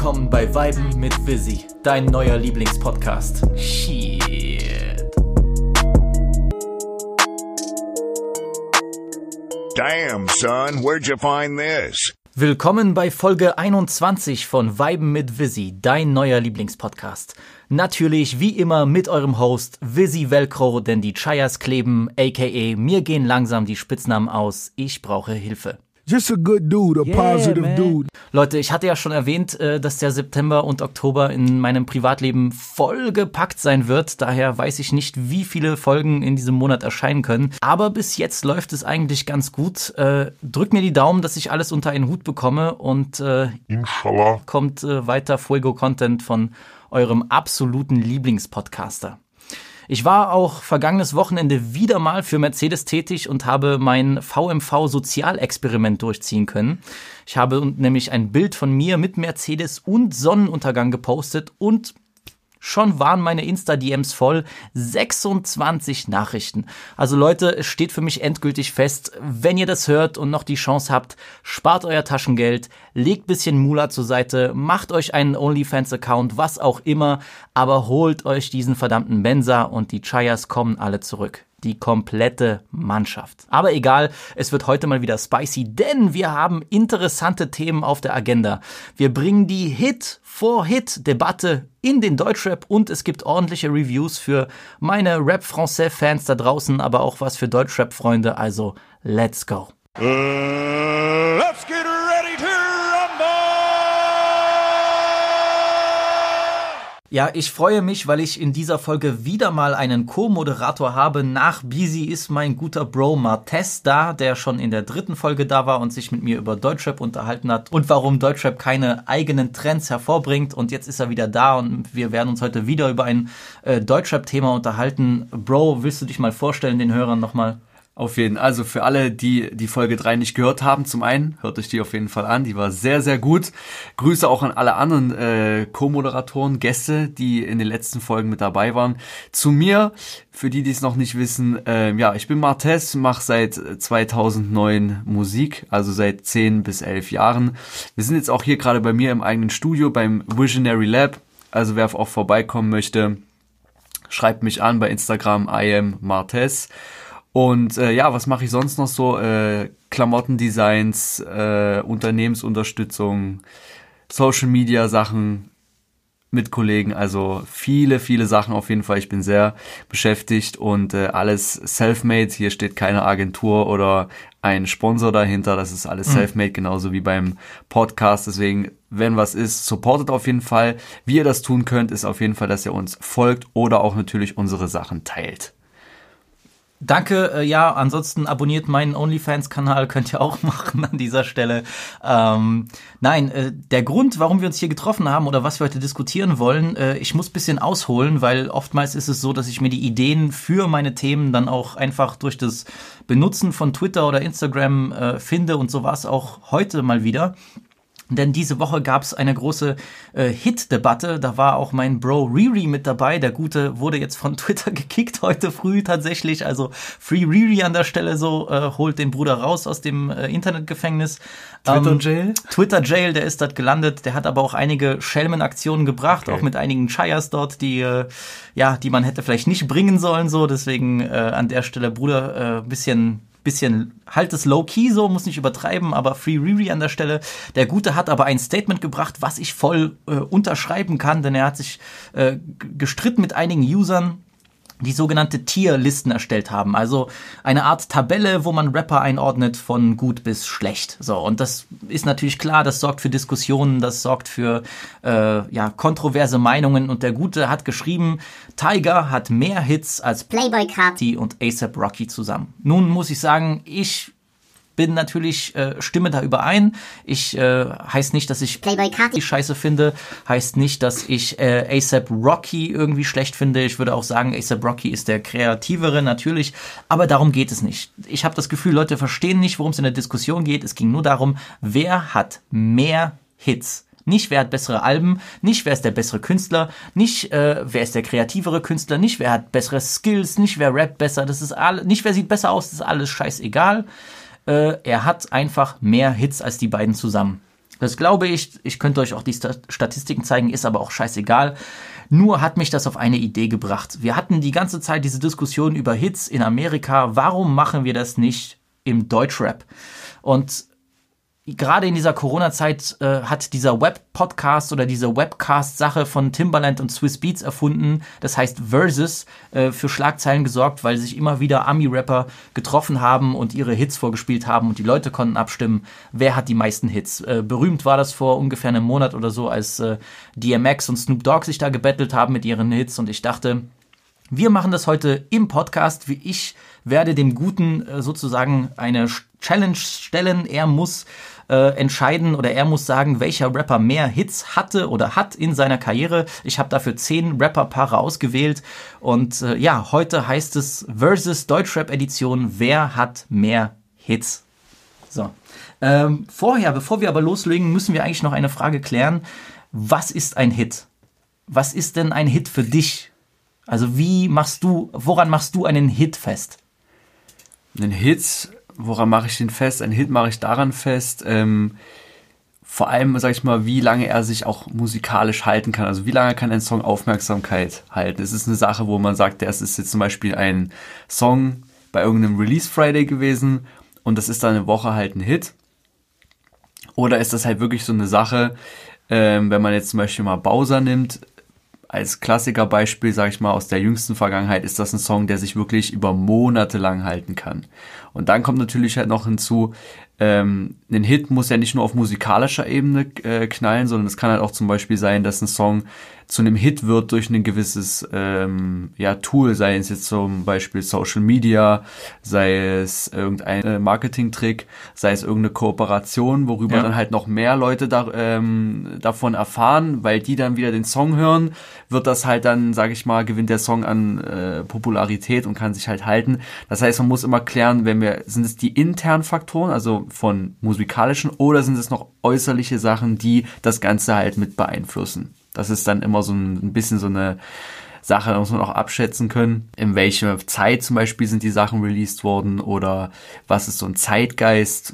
willkommen bei Viben mit Visi, dein neuer Lieblingspodcast. Shit. Damn, son, where'd you find this? Willkommen bei Folge 21 von Viben mit Visi, dein neuer Lieblingspodcast. Natürlich wie immer mit eurem Host Visi Velcro, denn die Chayas kleben, aka mir gehen langsam die Spitznamen aus. Ich brauche Hilfe. Just a good dude, positive dude. Leute, ich hatte ja schon erwähnt, dass der September und Oktober in meinem Privatleben vollgepackt sein wird. Daher weiß ich nicht, wie viele Folgen in diesem Monat erscheinen können. Aber bis jetzt läuft es eigentlich ganz gut. Drückt mir die Daumen, dass ich alles unter einen Hut bekomme und Inshallah kommt weiter Fuego-Content von eurem absoluten Lieblingspodcaster. Ich war auch vergangenes Wochenende wieder mal für Mercedes tätig und habe mein VMV-Sozialexperiment durchziehen können. Ich habe nämlich ein Bild von mir mit Mercedes und Sonnenuntergang gepostet und schon waren meine Insta-DMs voll. 26 Nachrichten. Also Leute, es steht für mich endgültig fest, wenn ihr das hört und noch die Chance habt, spart euer Taschengeld, legt bisschen Mula zur Seite, macht euch einen OnlyFans-Account, was auch immer, aber holt euch diesen verdammten Benza und die Chayas kommen alle zurück. Die komplette Mannschaft. Aber egal, es wird heute mal wieder spicy, denn wir haben interessante Themen auf der Agenda. Wir bringen die Hit-for-Hit-Debatte in den Deutschrap und es gibt ordentliche Reviews für meine Rap-Français-Fans da draußen, aber auch was für Deutschrap-Freunde, also let's go. Let's get ready to rumble! Ja, ich freue mich, weil ich in dieser Folge wieder mal einen Co-Moderator habe. Nach Busy ist mein guter Bro Martez da, der schon in der 3. Folge da war und sich mit mir über Deutschrap unterhalten hat und warum Deutschrap keine eigenen Trends hervorbringt. Und jetzt ist er wieder da und wir werden uns heute wieder über ein Deutschrap-Thema unterhalten. Bro, willst du dich mal vorstellen, den Hörern nochmal? Auf jeden Fall. Also für alle, die die Folge 3 nicht gehört haben, zum einen, hört euch die auf jeden Fall an. Die war sehr, sehr gut. Grüße auch an alle anderen Co-Moderatoren, Gäste, die in den letzten Folgen mit dabei waren. Zu mir, für die, die es noch nicht wissen, ich bin Martez, mache seit 2009 Musik, also seit 10 bis 11 Jahren. Wir sind jetzt auch hier gerade bei mir im eigenen Studio, beim Visionary Lab. Also wer auch vorbeikommen möchte, schreibt mich an bei Instagram, I am Martez. Und was mache ich sonst noch so? Klamottendesigns, Unternehmensunterstützung, Social Media Sachen mit Kollegen, also viele, viele Sachen auf jeden Fall. Ich bin sehr beschäftigt und alles self-made. Hier steht keine Agentur oder ein Sponsor dahinter. Das ist alles self-made, genauso wie beim Podcast. Deswegen, wenn was ist, supportet auf jeden Fall. Wie ihr das tun könnt, ist auf jeden Fall, dass ihr uns folgt oder auch natürlich unsere Sachen teilt. Danke, ansonsten abonniert meinen OnlyFans-Kanal, könnt ihr auch machen an dieser Stelle. Der Grund, warum wir uns hier getroffen haben oder was wir heute diskutieren wollen, ich muss ein bisschen ausholen, weil oftmals ist es so, dass ich mir die Ideen für meine Themen dann auch einfach durch das Benutzen von Twitter oder Instagram finde und so war es auch heute mal wieder. Denn diese Woche gab es eine große Hit-Debatte, da war auch mein Bro Riri mit dabei, der Gute wurde jetzt von Twitter gekickt heute früh tatsächlich, also Free Riri an der Stelle holt den Bruder raus aus dem Internetgefängnis. Twitter Jail, der ist dort gelandet, der hat aber auch einige Schelmenaktionen gebracht, auch mit einigen Chayas dort, die man hätte vielleicht nicht bringen sollen, deswegen an der Stelle Bruder, bisschen halt es low-key so, muss nicht übertreiben, aber Free Riri an der Stelle. Der Gute hat aber ein Statement gebracht, was ich voll unterschreiben kann, denn er hat sich gestritten mit einigen Usern, die sogenannte Tierlisten erstellt haben. Also eine Art Tabelle, wo man Rapper einordnet von gut bis schlecht. So, und das ist natürlich klar, das sorgt für Diskussionen, das sorgt für kontroverse Meinungen. Und der Gute hat geschrieben, Tyga hat mehr Hits als Playboi Carti und A$AP Rocky zusammen. Nun muss ich sagen, ich bin natürlich, stimme da überein. Heißt nicht, dass ich Playboi Carti scheiße finde, heißt nicht, dass ich A$AP Rocky irgendwie schlecht finde. Ich würde auch sagen, A$AP Rocky ist der Kreativere natürlich, aber darum geht es nicht. Ich habe das Gefühl, Leute verstehen nicht, worum es in der Diskussion geht. Es ging nur darum, wer hat mehr Hits. Nicht, wer hat bessere Alben, nicht, wer ist der bessere Künstler, nicht, wer ist der kreativere Künstler, nicht, wer hat bessere Skills, nicht, wer rappt besser, das ist alles, nicht, wer sieht besser aus, das ist alles scheißegal. Er hat einfach mehr Hits als die beiden zusammen. Das glaube ich. Ich könnte euch auch die Statistiken zeigen, ist aber auch scheißegal. Nur hat mich das auf eine Idee gebracht. Wir hatten die ganze Zeit diese Diskussion über Hits in Amerika. Warum machen wir das nicht im Deutschrap? Und gerade in dieser Corona-Zeit hat dieser Web-Podcast oder diese Webcast-Sache von Timbaland und Swizz Beatz erfunden. Das heißt Versus, für Schlagzeilen gesorgt, weil sich immer wieder Ami-Rapper getroffen haben und ihre Hits vorgespielt haben und die Leute konnten abstimmen, wer hat die meisten Hits. Berühmt war das vor ungefähr einem Monat oder so, als DMX und Snoop Dogg sich da gebettelt haben mit ihren Hits und ich dachte, wir machen das heute im Podcast. Ich werde dem Guten sozusagen eine Challenge stellen. Er muss entscheiden oder er muss sagen, welcher Rapper mehr Hits hatte oder hat in seiner Karriere. Ich habe dafür 10 Rapperpaare ausgewählt und heute heißt es Versus Deutschrap Edition, wer hat mehr Hits? So. Bevor wir aber loslegen, müssen wir eigentlich noch eine Frage klären. Was ist ein Hit? Was ist denn ein Hit für dich? Also woran machst du einen Hit fest? Einen Hit, woran mache ich den fest? Einen Hit mache ich daran fest, vor allem, sag ich mal, wie lange er sich auch musikalisch halten kann. Also wie lange kann ein Song Aufmerksamkeit halten? Es ist eine Sache, wo man sagt, das ist jetzt zum Beispiel ein Song bei irgendeinem Release Friday gewesen und das ist dann eine Woche halt ein Hit. Oder ist das halt wirklich so eine Sache, wenn man jetzt zum Beispiel mal Bowser nimmt, als Klassikerbeispiel, sage ich mal, aus der jüngsten Vergangenheit, ist das ein Song, der sich wirklich über Monate lang halten kann. Und dann kommt natürlich halt noch hinzu, ein Hit muss ja nicht nur auf musikalischer Ebene knallen, sondern es kann halt auch zum Beispiel sein, dass ein Song zu einem Hit wird durch ein gewisses Tool, sei es jetzt zum Beispiel Social Media, sei es irgendein Marketing-Trick, sei es irgendeine Kooperation, worüber dann halt noch mehr Leute davon erfahren, weil die dann wieder den Song hören, wird das halt dann, sage ich mal, gewinnt der Song an Popularität und kann sich halt halten. Das heißt, man muss immer klären, sind es die internen Faktoren, also von musikalischen, oder sind es noch äußerliche Sachen, die das Ganze halt mit beeinflussen. Das ist dann immer so ein bisschen so eine Sache, da muss man auch abschätzen können, in welcher Zeit zum Beispiel sind die Sachen released worden oder was ist so ein Zeitgeist.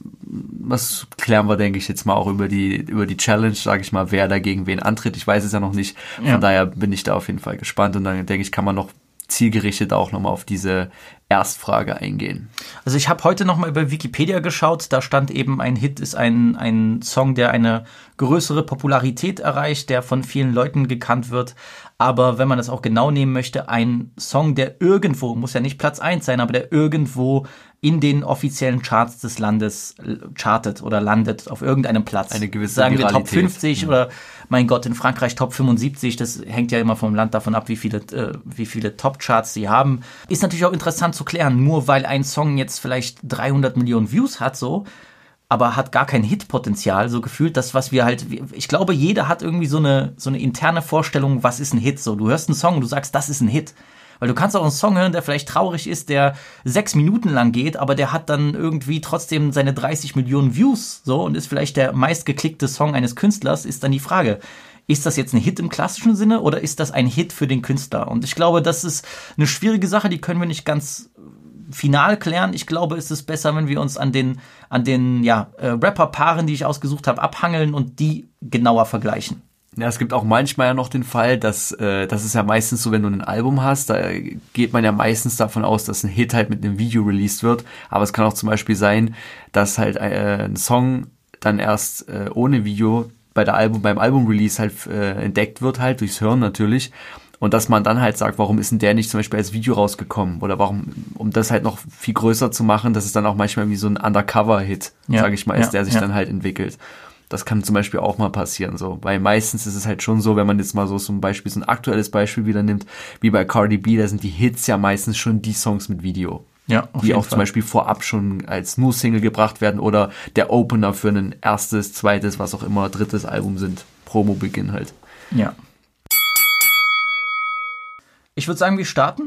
Das klären wir, denke ich, jetzt mal auch über die Challenge, sage ich mal, wer dagegen wen antritt. Ich weiß es ja noch nicht, von daher bin ich da auf jeden Fall gespannt und dann denke ich, kann man noch zielgerichtet auch nochmal auf diese Erstfrage eingehen. Also ich habe heute nochmal über Wikipedia geschaut, da stand eben, ein Hit ist ein Song, der eine größere Popularität erreicht, der von vielen Leuten gekannt wird, aber wenn man das auch genau nehmen möchte, ein Song, der irgendwo, muss ja nicht Platz 1 sein, aber der irgendwo in den offiziellen Charts des Landes chartet oder landet auf irgendeinem Platz. Eine gewisse Sagen wir Viralität. Top 50 oder, mein Gott, in Frankreich Top 75, das hängt ja immer vom Land davon ab, wie viele Top-Charts sie haben. Ist natürlich auch interessant zu klären, nur weil ein Song jetzt vielleicht 300 Millionen Views hat, so, aber hat gar kein Hitpotenzial, so gefühlt, das, was wir halt, ich glaube, jeder hat irgendwie so eine interne Vorstellung, was ist ein Hit, so. Du hörst einen Song und du sagst, das ist ein Hit. Weil du kannst auch einen Song hören, der vielleicht traurig ist, der 6 Minuten lang geht, aber der hat dann irgendwie trotzdem seine 30 Millionen Views, so, und ist vielleicht der meistgeklickte Song eines Künstlers, ist dann die Frage, ist das jetzt ein Hit im klassischen Sinne oder ist das ein Hit für den Künstler? Und ich glaube, das ist eine schwierige Sache, die können wir nicht ganz final klären. Ich glaube, es ist besser, wenn wir uns an den Rapper-Paaren, die ich ausgesucht habe, abhangeln und die genauer vergleichen. Ja, es gibt auch manchmal ja noch den Fall, dass das ist ja meistens so, wenn du ein Album hast, da geht man ja meistens davon aus, dass ein Hit halt mit einem Video released wird. Aber es kann auch zum Beispiel sein, dass halt ein Song dann erst ohne Video beim Album-Release halt entdeckt wird, halt durchs Hören natürlich. Und dass man dann halt sagt, warum ist denn der nicht zum Beispiel als Video rausgekommen? Oder warum, um das halt noch viel größer zu machen, dass es dann auch manchmal wie so ein Undercover-Hit, sage ich mal, ist, der sich dann halt entwickelt. Das kann zum Beispiel auch mal passieren, so. Weil meistens ist es halt schon so, wenn man jetzt mal so zum Beispiel so ein aktuelles Beispiel wieder nimmt, wie bei Cardi B, da sind die Hits ja meistens schon die Songs mit Video. Ja, auf die jeden auch Fall. Zum Beispiel vorab schon als nur Single gebracht werden oder der Opener für ein erstes, zweites, was auch immer, drittes Album sind. Promo-Beginn halt. Ja. Ich würde sagen, wir starten.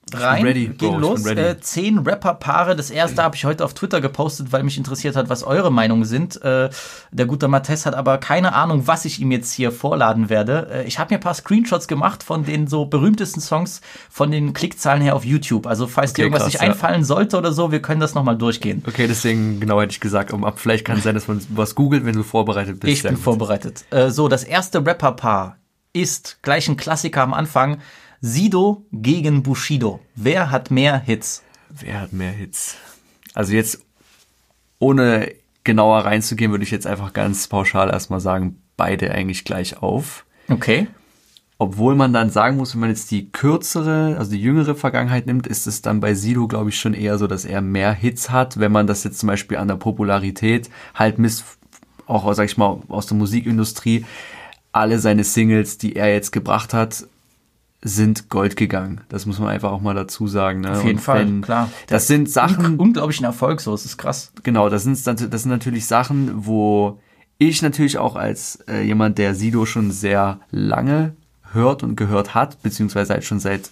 rein, ready, gehen Bro, ich los. bin ready. 10 Rapper-Paare. Das erste habe ich heute auf Twitter gepostet, weil mich interessiert hat, was eure Meinungen sind. Der gute Matthias hat aber keine Ahnung, was ich ihm jetzt hier vorladen werde. Ich habe mir ein paar Screenshots gemacht von den so berühmtesten Songs von den Klickzahlen her auf YouTube. Also falls dir irgendwas krass, nicht einfallen sollte oder so, wir können das nochmal durchgehen. Okay, deswegen genau hätte ich gesagt, vielleicht kann es sein, dass man was googelt, wenn du vorbereitet bist. Ich bin vorbereitet. So, das erste Rapper-Paar ist gleich ein Klassiker am Anfang. Sido gegen Bushido. Wer hat mehr Hits? Wer hat mehr Hits? Also jetzt, ohne genauer reinzugehen, würde ich jetzt einfach ganz pauschal erstmal sagen, beide eigentlich gleich auf. Okay. Obwohl man dann sagen muss, wenn man jetzt die kürzere, also die jüngere Vergangenheit nimmt, ist es dann bei Sido, glaube ich, schon eher so, dass er mehr Hits hat. Wenn man das jetzt zum Beispiel an der Popularität halt misst, auch, sag ich mal, aus der Musikindustrie, alle seine Singles, die er jetzt gebracht hat, sind Gold gegangen. Das muss man einfach auch mal dazu sagen. Ne? Auf jeden Fall, klar. Das sind Sachen... Unglaublichen Erfolg, so, es ist krass. Genau, das sind natürlich Sachen, wo ich natürlich auch als jemand, der Sido schon sehr lange hört und gehört hat, beziehungsweise halt schon seit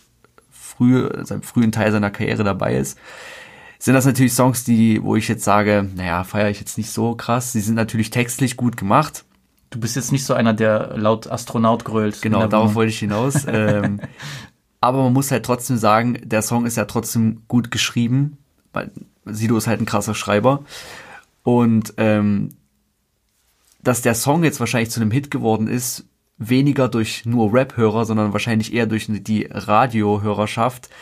frühen Teil seiner Karriere dabei ist, sind das natürlich Songs, wo ich jetzt sage, naja, feiere ich jetzt nicht so krass. Sie sind natürlich textlich gut gemacht. Du bist jetzt nicht so einer, der laut Astronaut grölt. Genau, darauf wollte ich hinaus. Aber man muss halt trotzdem sagen, der Song ist ja trotzdem gut geschrieben, weil Sido ist halt ein krasser Schreiber. Und dass der Song jetzt wahrscheinlich zu einem Hit geworden ist, weniger durch nur Rap-Hörer, sondern wahrscheinlich eher durch die Radiohörerschaft,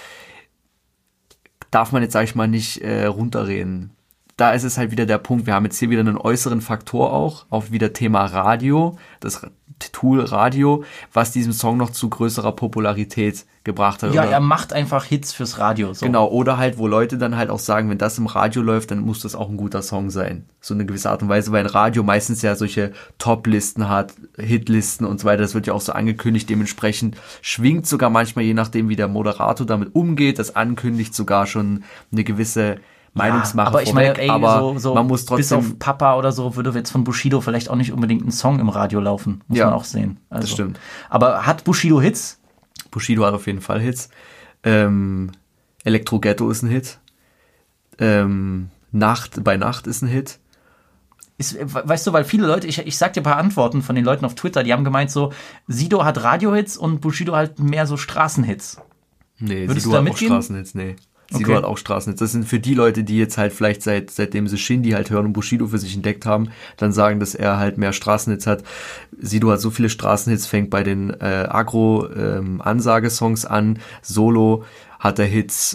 darf man jetzt, sag ich mal, nicht runterreden. Da ist es halt wieder der Punkt, wir haben jetzt hier wieder einen äußeren Faktor auch wieder Thema Radio, das Tool Radio, was diesem Song noch zu größerer Popularität gebracht hat. Ja, oder? er macht einfach Hits fürs Radio. So. Genau, oder halt, wo Leute dann halt auch sagen, wenn das im Radio läuft, dann muss das auch ein guter Song sein. So eine gewisse Art und Weise, weil ein Radio meistens ja solche Top-Listen hat, Hitlisten und so weiter, das wird ja auch so angekündigt, dementsprechend schwingt sogar manchmal, je nachdem wie der Moderator damit umgeht, das ankündigt sogar schon eine gewisse Meinungsmache aber ich vorweg, meine, aber so man muss trotzdem... Bis auf Papa oder so würde jetzt von Bushido vielleicht auch nicht unbedingt ein Song im Radio laufen. Muss man auch sehen. Also. Das stimmt. Aber hat Bushido Hits? Bushido hat auf jeden Fall Hits. Elektro Ghetto ist ein Hit. Nacht bei Nacht ist ein Hit. Weißt du, weil viele Leute, ich sag dir ein paar Antworten von den Leuten auf Twitter, die haben gemeint so, Sido hat Radiohits und Bushido halt mehr so Straßenhits. Nee, Würdest Sido du da hat auch mitgehen? Straßenhits, nee. Sido Okay. hat auch Straßenhits. Das sind für die Leute, die jetzt halt vielleicht seitdem sie Shindy halt hören und Bushido für sich entdeckt haben, dann sagen, dass er halt mehr Straßenhits hat. Sido hat so viele Straßenhits, fängt bei den Agro-Ansagesongs an. Solo hat er Hits,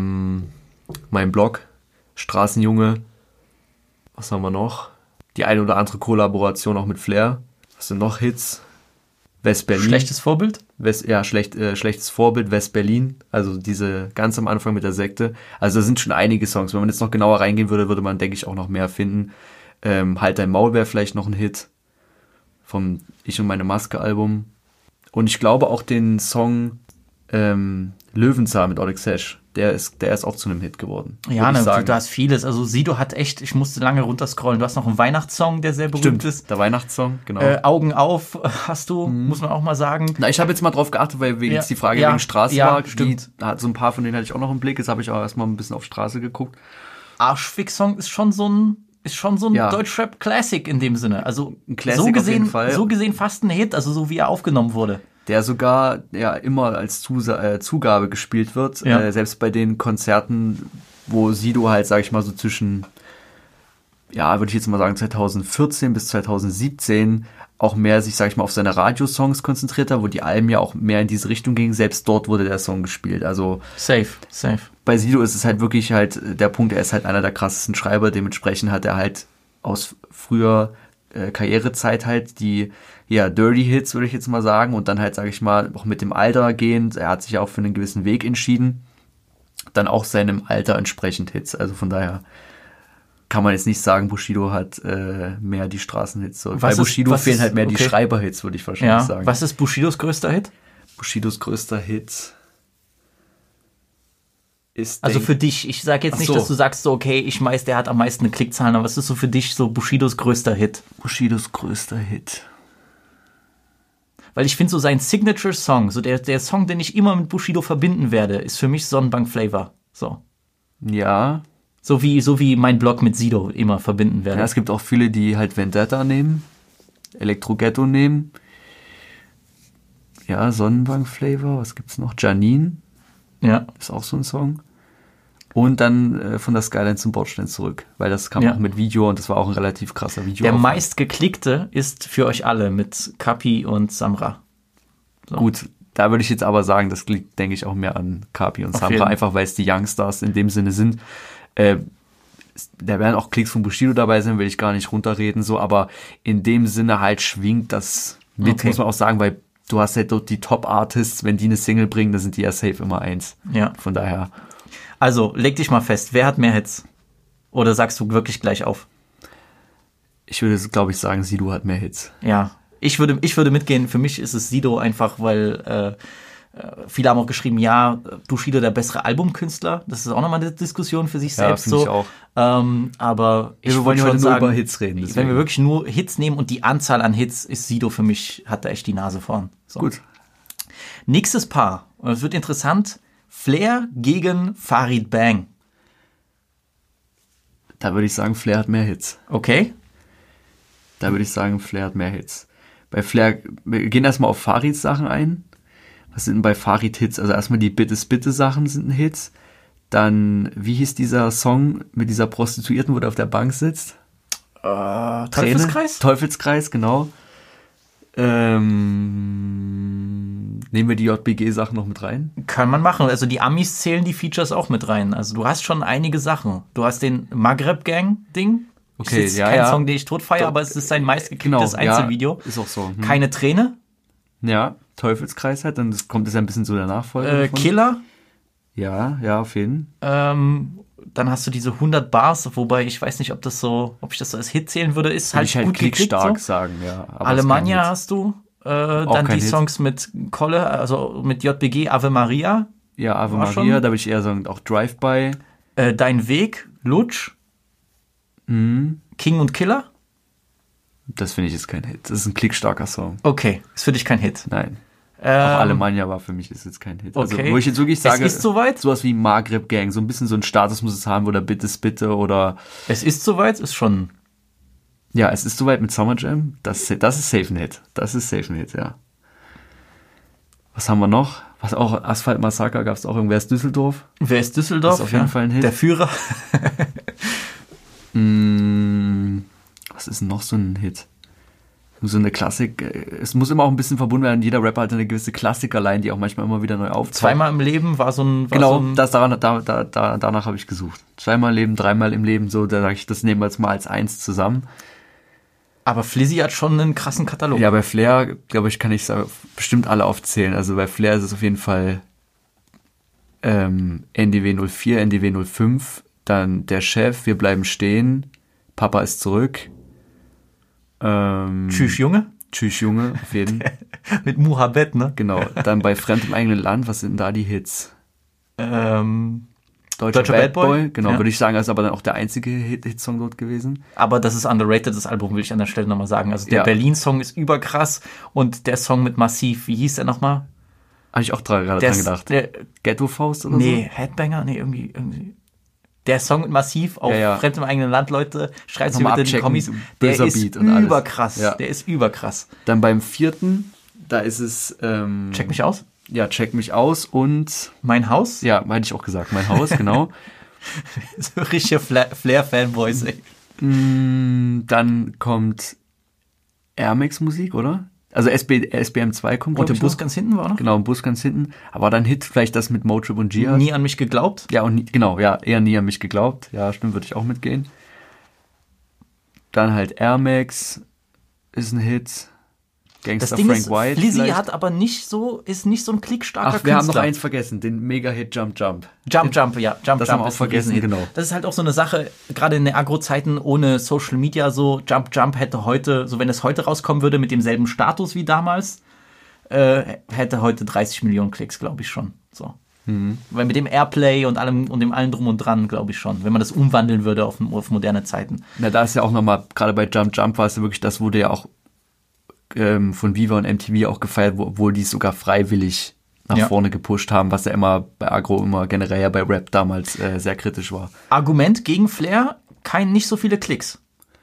Mein Blog, Straßenjunge. Was haben wir noch? Die eine oder andere Kollaboration auch mit Flair. Was sind noch Hits? West-Berlin. Schlechtes Vorbild? Schlechtes Vorbild, West-Berlin, also diese ganz am Anfang mit der Sekte. Also da sind schon einige Songs. Wenn man jetzt noch genauer reingehen würde, würde man, denke ich, auch noch mehr finden. Halt dein Maul wäre vielleicht noch ein Hit vom Ich und meine Maske Album. Und ich glaube auch den Song Löwenzahn mit Oleg Sesh, der ist auch zu einem Hit geworden. Ja, würd ich sagen. du hast vieles. Also Sido hat echt, ich musste lange runterscrollen. Du hast noch einen Weihnachtssong, der sehr berühmt ist. Der Weihnachtssong, genau. Augen auf hast du, muss man auch mal sagen. Na, ich habe jetzt mal drauf geachtet, weil wegen jetzt die Frage wegen Straße war. Stimmt. So ein paar von denen hatte ich auch noch im Blick. Jetzt habe ich auch erstmal ein bisschen auf Straße geguckt. Arschfick-Song ist schon so ein Deutschrap-Classic in dem Sinne. Also ein Classic auf jeden Fall. So gesehen fast ein Hit, also so wie er aufgenommen wurde. Der sogar immer als Zugabe gespielt wird. Ja. Selbst bei den Konzerten, wo Sido halt, sag ich mal, so zwischen, würde ich jetzt mal sagen, 2014 bis 2017 auch mehr sich, sag ich mal, auf seine Radiosongs konzentriert hat, wo die Alben ja auch mehr in diese Richtung gingen. Selbst dort wurde der Song gespielt. Also safe. Bei Sido ist es halt wirklich halt der Punkt, er ist halt einer der krassesten Schreiber. Dementsprechend hat er halt aus früher Karrierezeit halt die Dirty Hits, würde ich jetzt mal sagen, und dann halt, sage ich mal, auch mit dem Alter gehend, er hat sich ja auch für einen gewissen Weg entschieden, dann auch seinem Alter entsprechend Hits, also von daher kann man jetzt nicht sagen, Bushido hat mehr die Straßenhits, so. Bei Bushido fehlen halt mehr die Schreiberhits, würde ich wahrscheinlich sagen. Was ist Bushidos größter Hit? Bushidos größter Hit ist... Also für dich, ich sage jetzt nicht, dass du sagst so, okay, der hat am meisten Klickzahlen, aber was ist so für dich so Bushidos größter Hit? Bushidos größter Hit. Weil ich finde, so sein Signature-Song, so der Song, den ich immer mit Bushido verbinden werde, ist für mich Sonnenbank Flavor. So. Ja. So wie mein Blog mit Sido immer verbinden werde. Ja, es gibt auch viele, die halt Vendetta nehmen, Elektro-Ghetto nehmen. Ja, Sonnenbank-Flavor, was gibt's noch? Janine, Ja. ist auch so ein Song. Und dann von der Skyline zum Bordstein zurück, weil das kam auch mit Video und das war auch ein relativ krasser Video. Der meistgeklickte ist für euch alle mit Kapi und Samra. So. Gut, da würde ich jetzt aber sagen, das liegt, denke ich, auch mehr an Kapi und Auf Samra, jeden. einfach weil es die Youngstars in dem Sinne sind. Da werden auch Klicks von Bushido dabei sein, will ich gar nicht runterreden, so, aber in dem Sinne halt schwingt das mit, Okay. muss man auch sagen, weil du hast halt dort die Top-Artists, wenn die eine Single bringen, dann sind die ja safe immer 1. Ja. Von daher, Also, leg dich mal fest, wer hat mehr Hits? Oder sagst du wirklich gleich auf? ich würde, glaube ich, sagen, Sido hat mehr Hits. Ja, ich würde mitgehen, für mich ist es Sido einfach, weil viele haben auch geschrieben, ja, Bushido der bessere Albumkünstler. Das ist auch nochmal eine Diskussion für sich Ja, selbst. finde so. ich auch. Aber ich Wir wollen würde ja heute schon nur sagen, über Hits reden, wenn deswegen. wir wirklich nur Hits nehmen und die Anzahl an Hits, ist Sido für mich, hat da echt die Nase vorn. So. Gut. Nächstes Paar, und es wird interessant, Flair gegen Farid Bang. Da würde ich sagen, Flair hat mehr Hits. Okay? Da würde ich sagen, Flair hat mehr Hits. Bei Flair, wir gehen erstmal auf Farids Sachen ein. Was sind denn bei Farid Hits? Also erstmal die Bitte-Sachen sind ein Hits. Dann, wie hieß dieser Song mit dieser Prostituierten, wo der auf der Bank sitzt? Teufelskreis? Teufelskreis, genau. Nehmen wir die JBG-Sachen noch mit rein? Kann man machen. Also die Amis zählen die Features auch mit rein. Also du hast schon einige Sachen. Du hast den Maghreb-Gang-Ding. Okay, ist jetzt ja, kein ja. Song, den ich tot feiere, aber es ist sein meistgeklicktes ja, Einzelvideo. ist auch so. Keine Träne. Ja, Teufelskreis halt, dann kommt es ein bisschen zu der Nachfolge. davon. Killer. Ja, auf jeden. Dann hast du diese 100 Bars, wobei ich weiß nicht, ob ich das so als Hit zählen würde. Ist halt Ich halt gut geklickt. klickstark So. sagen, ja. Aber ist kein Alemannia Hit. hast du. Dann kein die Hit. Songs mit Kolle, also mit JBG, Ave Maria. Ja, Ave War Maria, schon- da würde ich eher sagen, auch Drive-By. Dein Weg, Lutsch. Mhm. King und Killer. Das finde ich jetzt kein Hit. Das ist ein klickstarker Song. Okay, ist für dich kein Hit. Nein. Auch Alemannia war für mich ist jetzt kein Hit. Also, okay. wo ich jetzt wirklich sage, Es ist soweit? sowas wie Maghreb Gang, so ein bisschen so ein Status muss es haben, oder Bitte oder, Es ist soweit, ist schon. ja, es ist soweit mit Summer Jam. Das ist safe ein Hit. Das ist safe ein Hit, ja. Was haben wir noch? Was auch, Asphalt Massaker gab es auch irgendwer ist Düsseldorf. Wer ist Düsseldorf? Ist auf jeden Fall ein Hit. Der Führer. Was ist denn noch so ein Hit? So eine Klassik. Es muss immer auch ein bisschen verbunden werden. Jeder Rapper hat eine gewisse Klassikerline, die auch manchmal immer wieder neu auftaucht. Zweimal im Leben war so ein. Genau, so ein, danach habe ich gesucht. Zweimal im Leben, dreimal im Leben, so, da sage ich, das nehmen wir jetzt mal als eins zusammen. aber Flizzy hat schon einen krassen Katalog. Ja, bei Flair, glaube ich, kann ich bestimmt alle aufzählen. Also bei Flair ist es auf jeden Fall NDW 04, NDW 05, dann Der Chef, Wir bleiben stehen, Papa ist zurück. Tschüss, Junge. Tschüss, Junge, auf jeden Fall. Mit Muhabbet, ne? Genau, dann bei Fremd im eigenen Land, was sind denn da die Hits? Deutscher Bad Boy, genau, ja. würde ich sagen, ist aber dann auch der einzige Hitsong dort gewesen. Aber das ist underrated, das Album, will ich an der Stelle nochmal sagen. Also der Ja. Berlin-Song ist überkrass und der Song mit Massiv, wie hieß der nochmal? Habe ich auch gerade dran gedacht. Der, Ghetto Faust oder nee, Headbanger? Nee, irgendwie. Der Song mit Massiv auf Ja. Fremd im eigenen Land, Leute, schreibt sie Nochmal bitte in die abchecken, Kommis. Der böser ist Beat und alles. überkrass. Ja. Der ist überkrass. so? Dann beim vierten, da ist es Check mich aus. Ja, Check mich aus und Mein Haus? ja, hätte ich auch gesagt, Mein Haus, genau. So richtige Flair-Fanboys, ey. Dann kommt Air Max Musik, oder? Also SBM2 kommt, Und glaub im ich, Bus noch. ganz hinten war noch? Genau, im Bus ganz hinten. Aber dann Hit vielleicht das mit Motrip und Jihad. Nie an mich geglaubt. Ja, und genau, ja, eher nie an mich geglaubt. Ja, stimmt, würde ich auch mitgehen. Dann halt Air Max ist ein Hit. Gangster Das Ding Frank ist, White. Flizzy vielleicht. hat aber nicht so ein klickstarker Ach, Künstler. wir haben noch eins vergessen, den Mega-Hit Jump. Jump, ja, Jump Das haben wir auch ist ein vergessen, Riesenhit. genau. Das ist halt auch so eine Sache, gerade in den Agro-Zeiten ohne Social Media so, Jump hätte heute, so wenn es heute rauskommen würde mit demselben Status wie damals, hätte heute 30 Millionen Klicks, glaube ich schon. So. Weil mit dem Airplay und allem und dem allen drum und dran, glaube ich schon, wenn man das umwandeln würde auf moderne Zeiten. Na, da ist ja auch nochmal, gerade bei Jump war es ja wirklich, das wurde ja auch von Viva und MTV auch gefeiert, obwohl die es sogar freiwillig nach vorne gepusht haben, was ja immer bei Agro immer generell ja bei Rap damals sehr kritisch war. Argument gegen Flair, nicht so viele Klicks.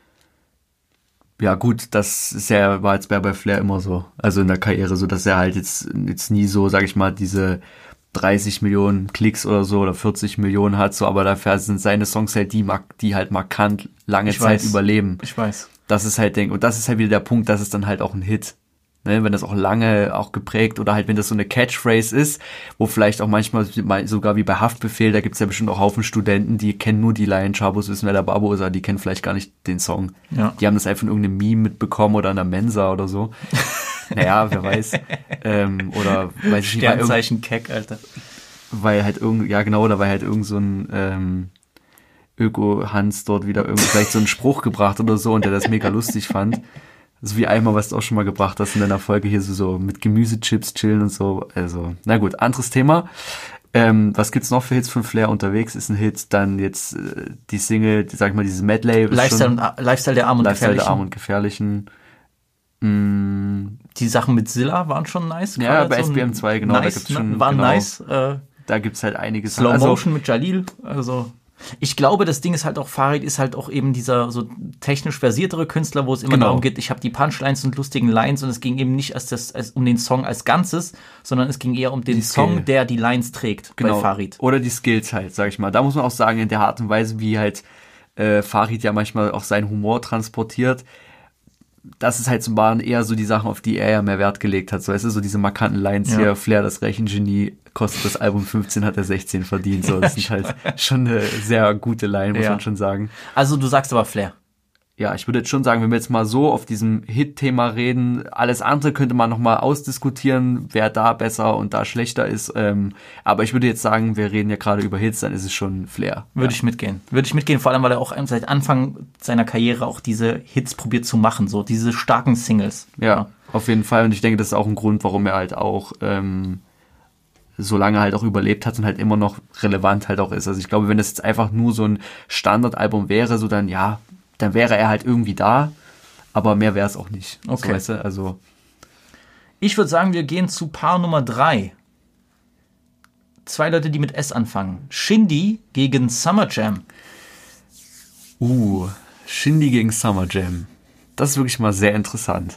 Ja gut, das ist ja, war jetzt bei Flair immer so, also in der Karriere so, dass er halt jetzt nie so, sag ich mal, diese 30 Millionen Klicks oder so oder 40 Millionen hat, so, aber dafür sind seine Songs halt die halt markant lange Zeit überleben. Ich weiß. Das ist halt, und das ist halt wieder der Punkt, das ist dann halt auch ein Hit. Ne, wenn das auch lange auch geprägt oder halt, wenn das so eine Catchphrase ist, wo vielleicht auch manchmal sogar wie bei Haftbefehl, da gibt's ja bestimmt auch Haufen Studenten, die kennen nur die Line, Chabos wissen, wer der Babo ist, aber die kennen vielleicht gar nicht den Song. Ja. Die haben das einfach in irgendeinem Meme mitbekommen oder in der Mensa oder so. Naja, wer weiß. Oder weiß ich nicht. Sternzeichen Keck, Alter. Weil halt oder weil halt irgend so ein Öko-Hans dort wieder irgendwie vielleicht so einen Spruch gebracht oder so und der das mega lustig fand. So wie einmal, was du auch schon mal gebracht hast in deiner Folge hier, so mit Gemüsechips chillen und so. Also, na gut, anderes Thema. Was gibt's noch für Hits von Flair unterwegs? Ist ein Hit, dann jetzt die Single, sag ich mal, dieses Medley. Lifestyle der Armen und Lifestyle der Armen und Gefährlichen. Die Sachen mit Zilla waren schon nice. Ja, bei SBM 2, genau. Nice, da gibt's schon, waren genau, nice. Da gibt's halt einiges. Slow Motion mit Jalil, also... Ich glaube, das Ding ist halt auch, Farid ist halt auch eben dieser so technisch versiertere Künstler, wo es immer darum geht, ich habe die Punchlines und lustigen Lines und es ging eben nicht um den Song als Ganzes, sondern es ging eher um den Song, der die Lines trägt bei Farid. Oder die Skills halt, sag ich mal. Da muss man auch sagen, in der Art und Weise, wie halt Farid ja manchmal auch seinen Humor transportiert, das ist halt zum Beispiel eher so die Sachen, auf die er ja mehr Wert gelegt hat. So, es ist so diese markanten Lines hier, Flair, das Rechengenie, kostet das Album 15, hat er 16 verdient. So, das ist halt schon eine sehr gute Line, muss man schon sagen. Also du sagst aber Flair. Ja, ich würde jetzt schon sagen, wenn wir jetzt mal so auf diesem Hit-Thema reden, alles andere könnte man nochmal ausdiskutieren, wer da besser und da schlechter ist. Aber ich würde jetzt sagen, wir reden ja gerade über Hits, dann ist es schon Flair. Würde ich mitgehen, vor allem, weil er auch seit Anfang seiner Karriere auch diese Hits probiert zu machen, so diese starken Singles. Ja, auf jeden Fall. Und ich denke, das ist auch ein Grund, warum er halt auch so lange halt auch überlebt hat und halt immer noch relevant halt auch ist. Also ich glaube, wenn das jetzt einfach nur so ein Standardalbum wäre, so dann wäre er halt irgendwie da, aber mehr wäre es auch nicht. Okay. So, weißt du? Also ich würde sagen, wir gehen zu Paar Nummer 3. 2 Leute, die mit S anfangen. Shindy gegen Summer Jam. Shindy gegen Summer Jam. Das ist wirklich mal sehr interessant.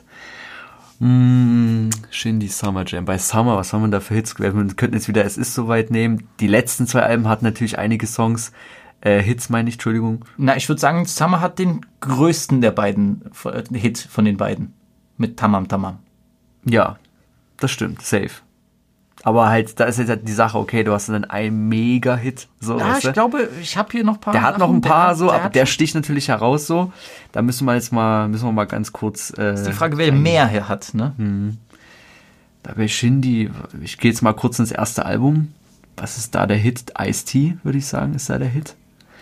Shindy, Summer Jam. Bei Summer, was haben wir da für Hits? Wir könnten jetzt wieder Es ist soweit nehmen. Die letzten 2 Alben hatten natürlich einige Songs. Hits meine ich, Entschuldigung. Na, ich würde sagen, Summer hat den größten der beiden Hit von den beiden. Mit Tamam Tamam. Ja, das stimmt, safe. Aber halt, da ist jetzt halt die Sache, okay, du hast dann einen Mega-Hit. So, ja, ich glaube, ich habe hier noch ein paar. Der hat noch ein paar aber der sticht natürlich heraus so. Da müssen wir mal ganz kurz... ist die Frage, wer mehr hier hat, ne? Da bei Shindy, ich gehe jetzt mal kurz ins erste Album. Was ist da der Hit? Ice-T, würde ich sagen, ist da der Hit.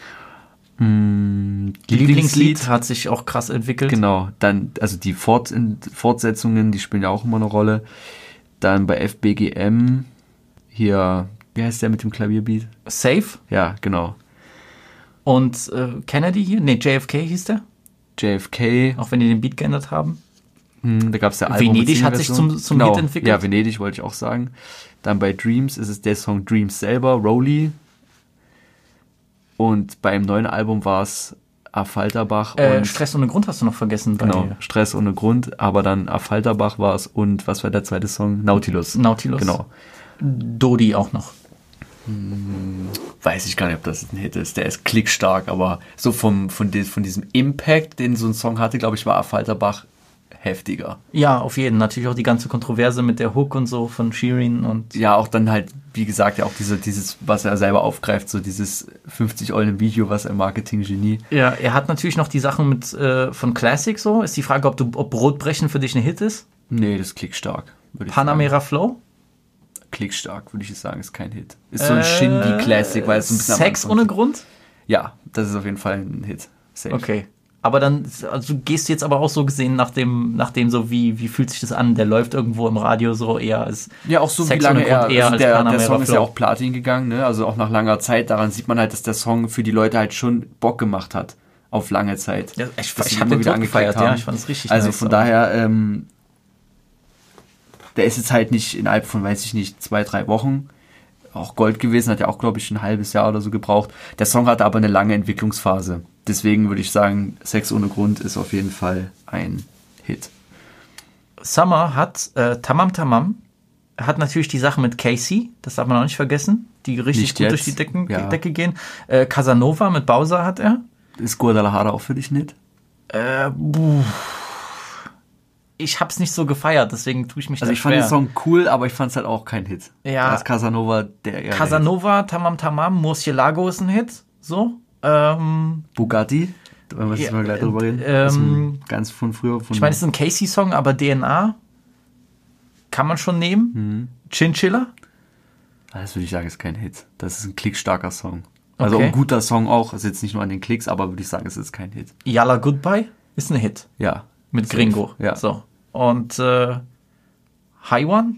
Lieblingslied hat sich auch krass entwickelt. Genau, dann, also die Fortsetzungen, die spielen ja auch immer eine Rolle. Dann bei FBGM, hier, wie heißt der mit dem Klavierbeat? Safe? Ja, genau. Und Kennedy hier? Ne, JFK hieß der? JFK. Auch wenn die den Beat geändert haben. Da gab es ja Album. Venedig hat sich zum Hit entwickelt. Ja, Venedig wollte ich auch sagen. Dann bei Dreams ist es der Song Dreams selber, Rolly. Und beim neuen Album war es Affalterbach und... Stress ohne Grund hast du noch vergessen. Genau, Stress ohne Grund, aber dann Affalterbach war es und was war der zweite Song? Nautilus. Genau. Dodi auch noch. Weiß ich gar nicht, ob das ein Hit ist. Der ist klickstark, aber so von diesem Impact, den so ein Song hatte, glaube ich, war Affalterbach heftiger. Ja, auf jeden. Natürlich auch die ganze Kontroverse mit der Hook und so von Shirin und... Ja, auch dann halt, wie gesagt, ja auch dieses, was er selber aufgreift, so dieses 50 Euro im Video, was er Marketing-Genie. Ja, er hat natürlich noch die Sachen mit von Classic so. Ist die Frage, ob Brotbrechen für dich ein Hit ist? Nee, das ist klickstark. Panamera Flow? Klickstark, würde ich jetzt sagen, ist kein Hit. Ist so ein Shindy-Classic, weil es ein bisschen... Sex ohne Grund? Ja, das ist auf jeden Fall ein Hit. Safe. Okay. Aber dann, also gehst du jetzt aber auch so gesehen nach dem so, wie fühlt sich das an? Der läuft irgendwo im Radio so eher als ja, auch so Sex wie lange ohne Grund eher als der Song ist ja auch Platin gegangen, ne? Also auch nach langer Zeit. Daran sieht man halt, dass der Song für die Leute halt schon Bock gemacht hat. Auf lange Zeit. Ja, ich habe den wieder angefeiert, ja. Ich fand es richtig also nice, von daher der ist jetzt halt nicht innerhalb von, weiß ich nicht, 2-3 Wochen auch Gold gewesen, hat ja auch, glaube ich, ein halbes Jahr oder so gebraucht. Der Song hatte aber eine lange Entwicklungsphase. Deswegen würde ich sagen, Sex ohne Grund ist auf jeden Fall ein Hit. Summer hat Tamam Tamam, hat natürlich die Sache mit Casey, das darf man auch nicht vergessen, die richtig Nicht gut durch jetzt, die ja. Decke gehen. Casanova mit Bowser hat er. Ist Guadalajara auch für dich nicht? Ich hab's nicht so gefeiert, deswegen tue ich mich Also da ich fand schwer. den Song cool, aber ich fand es halt auch kein Hit. Ja. Da ist Casanova der eher Casanova, Tamam Tamam, Murcielago ist ein Hit, so. Bugatti, wenn wir jetzt mal gleich drüber reden. Das ist ganz von früher. Ich meine, es ist ein Casey-Song, aber DNA kann man schon nehmen. Chinchilla. Das würde ich sagen, ist kein Hit. Das ist ein klickstarker Song. Also Okay. ein guter Song auch, ist jetzt nicht nur an den Klicks, aber würde ich sagen, es ist kein Hit. Yalla Goodbye ist ein Hit. Ja. Mit Safe. Gringo. Ja. So. Und High One?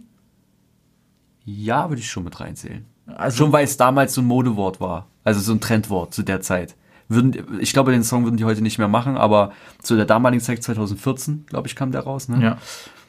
Ja, würde ich schon mit reinzählen. Also Schon weil es damals so ein Modewort war. Also so ein Trendwort zu der Zeit. Ich glaube, den Song würden die heute nicht mehr machen, aber zu der damaligen Zeit, 2014, glaube ich, kam der raus. Ne? ja.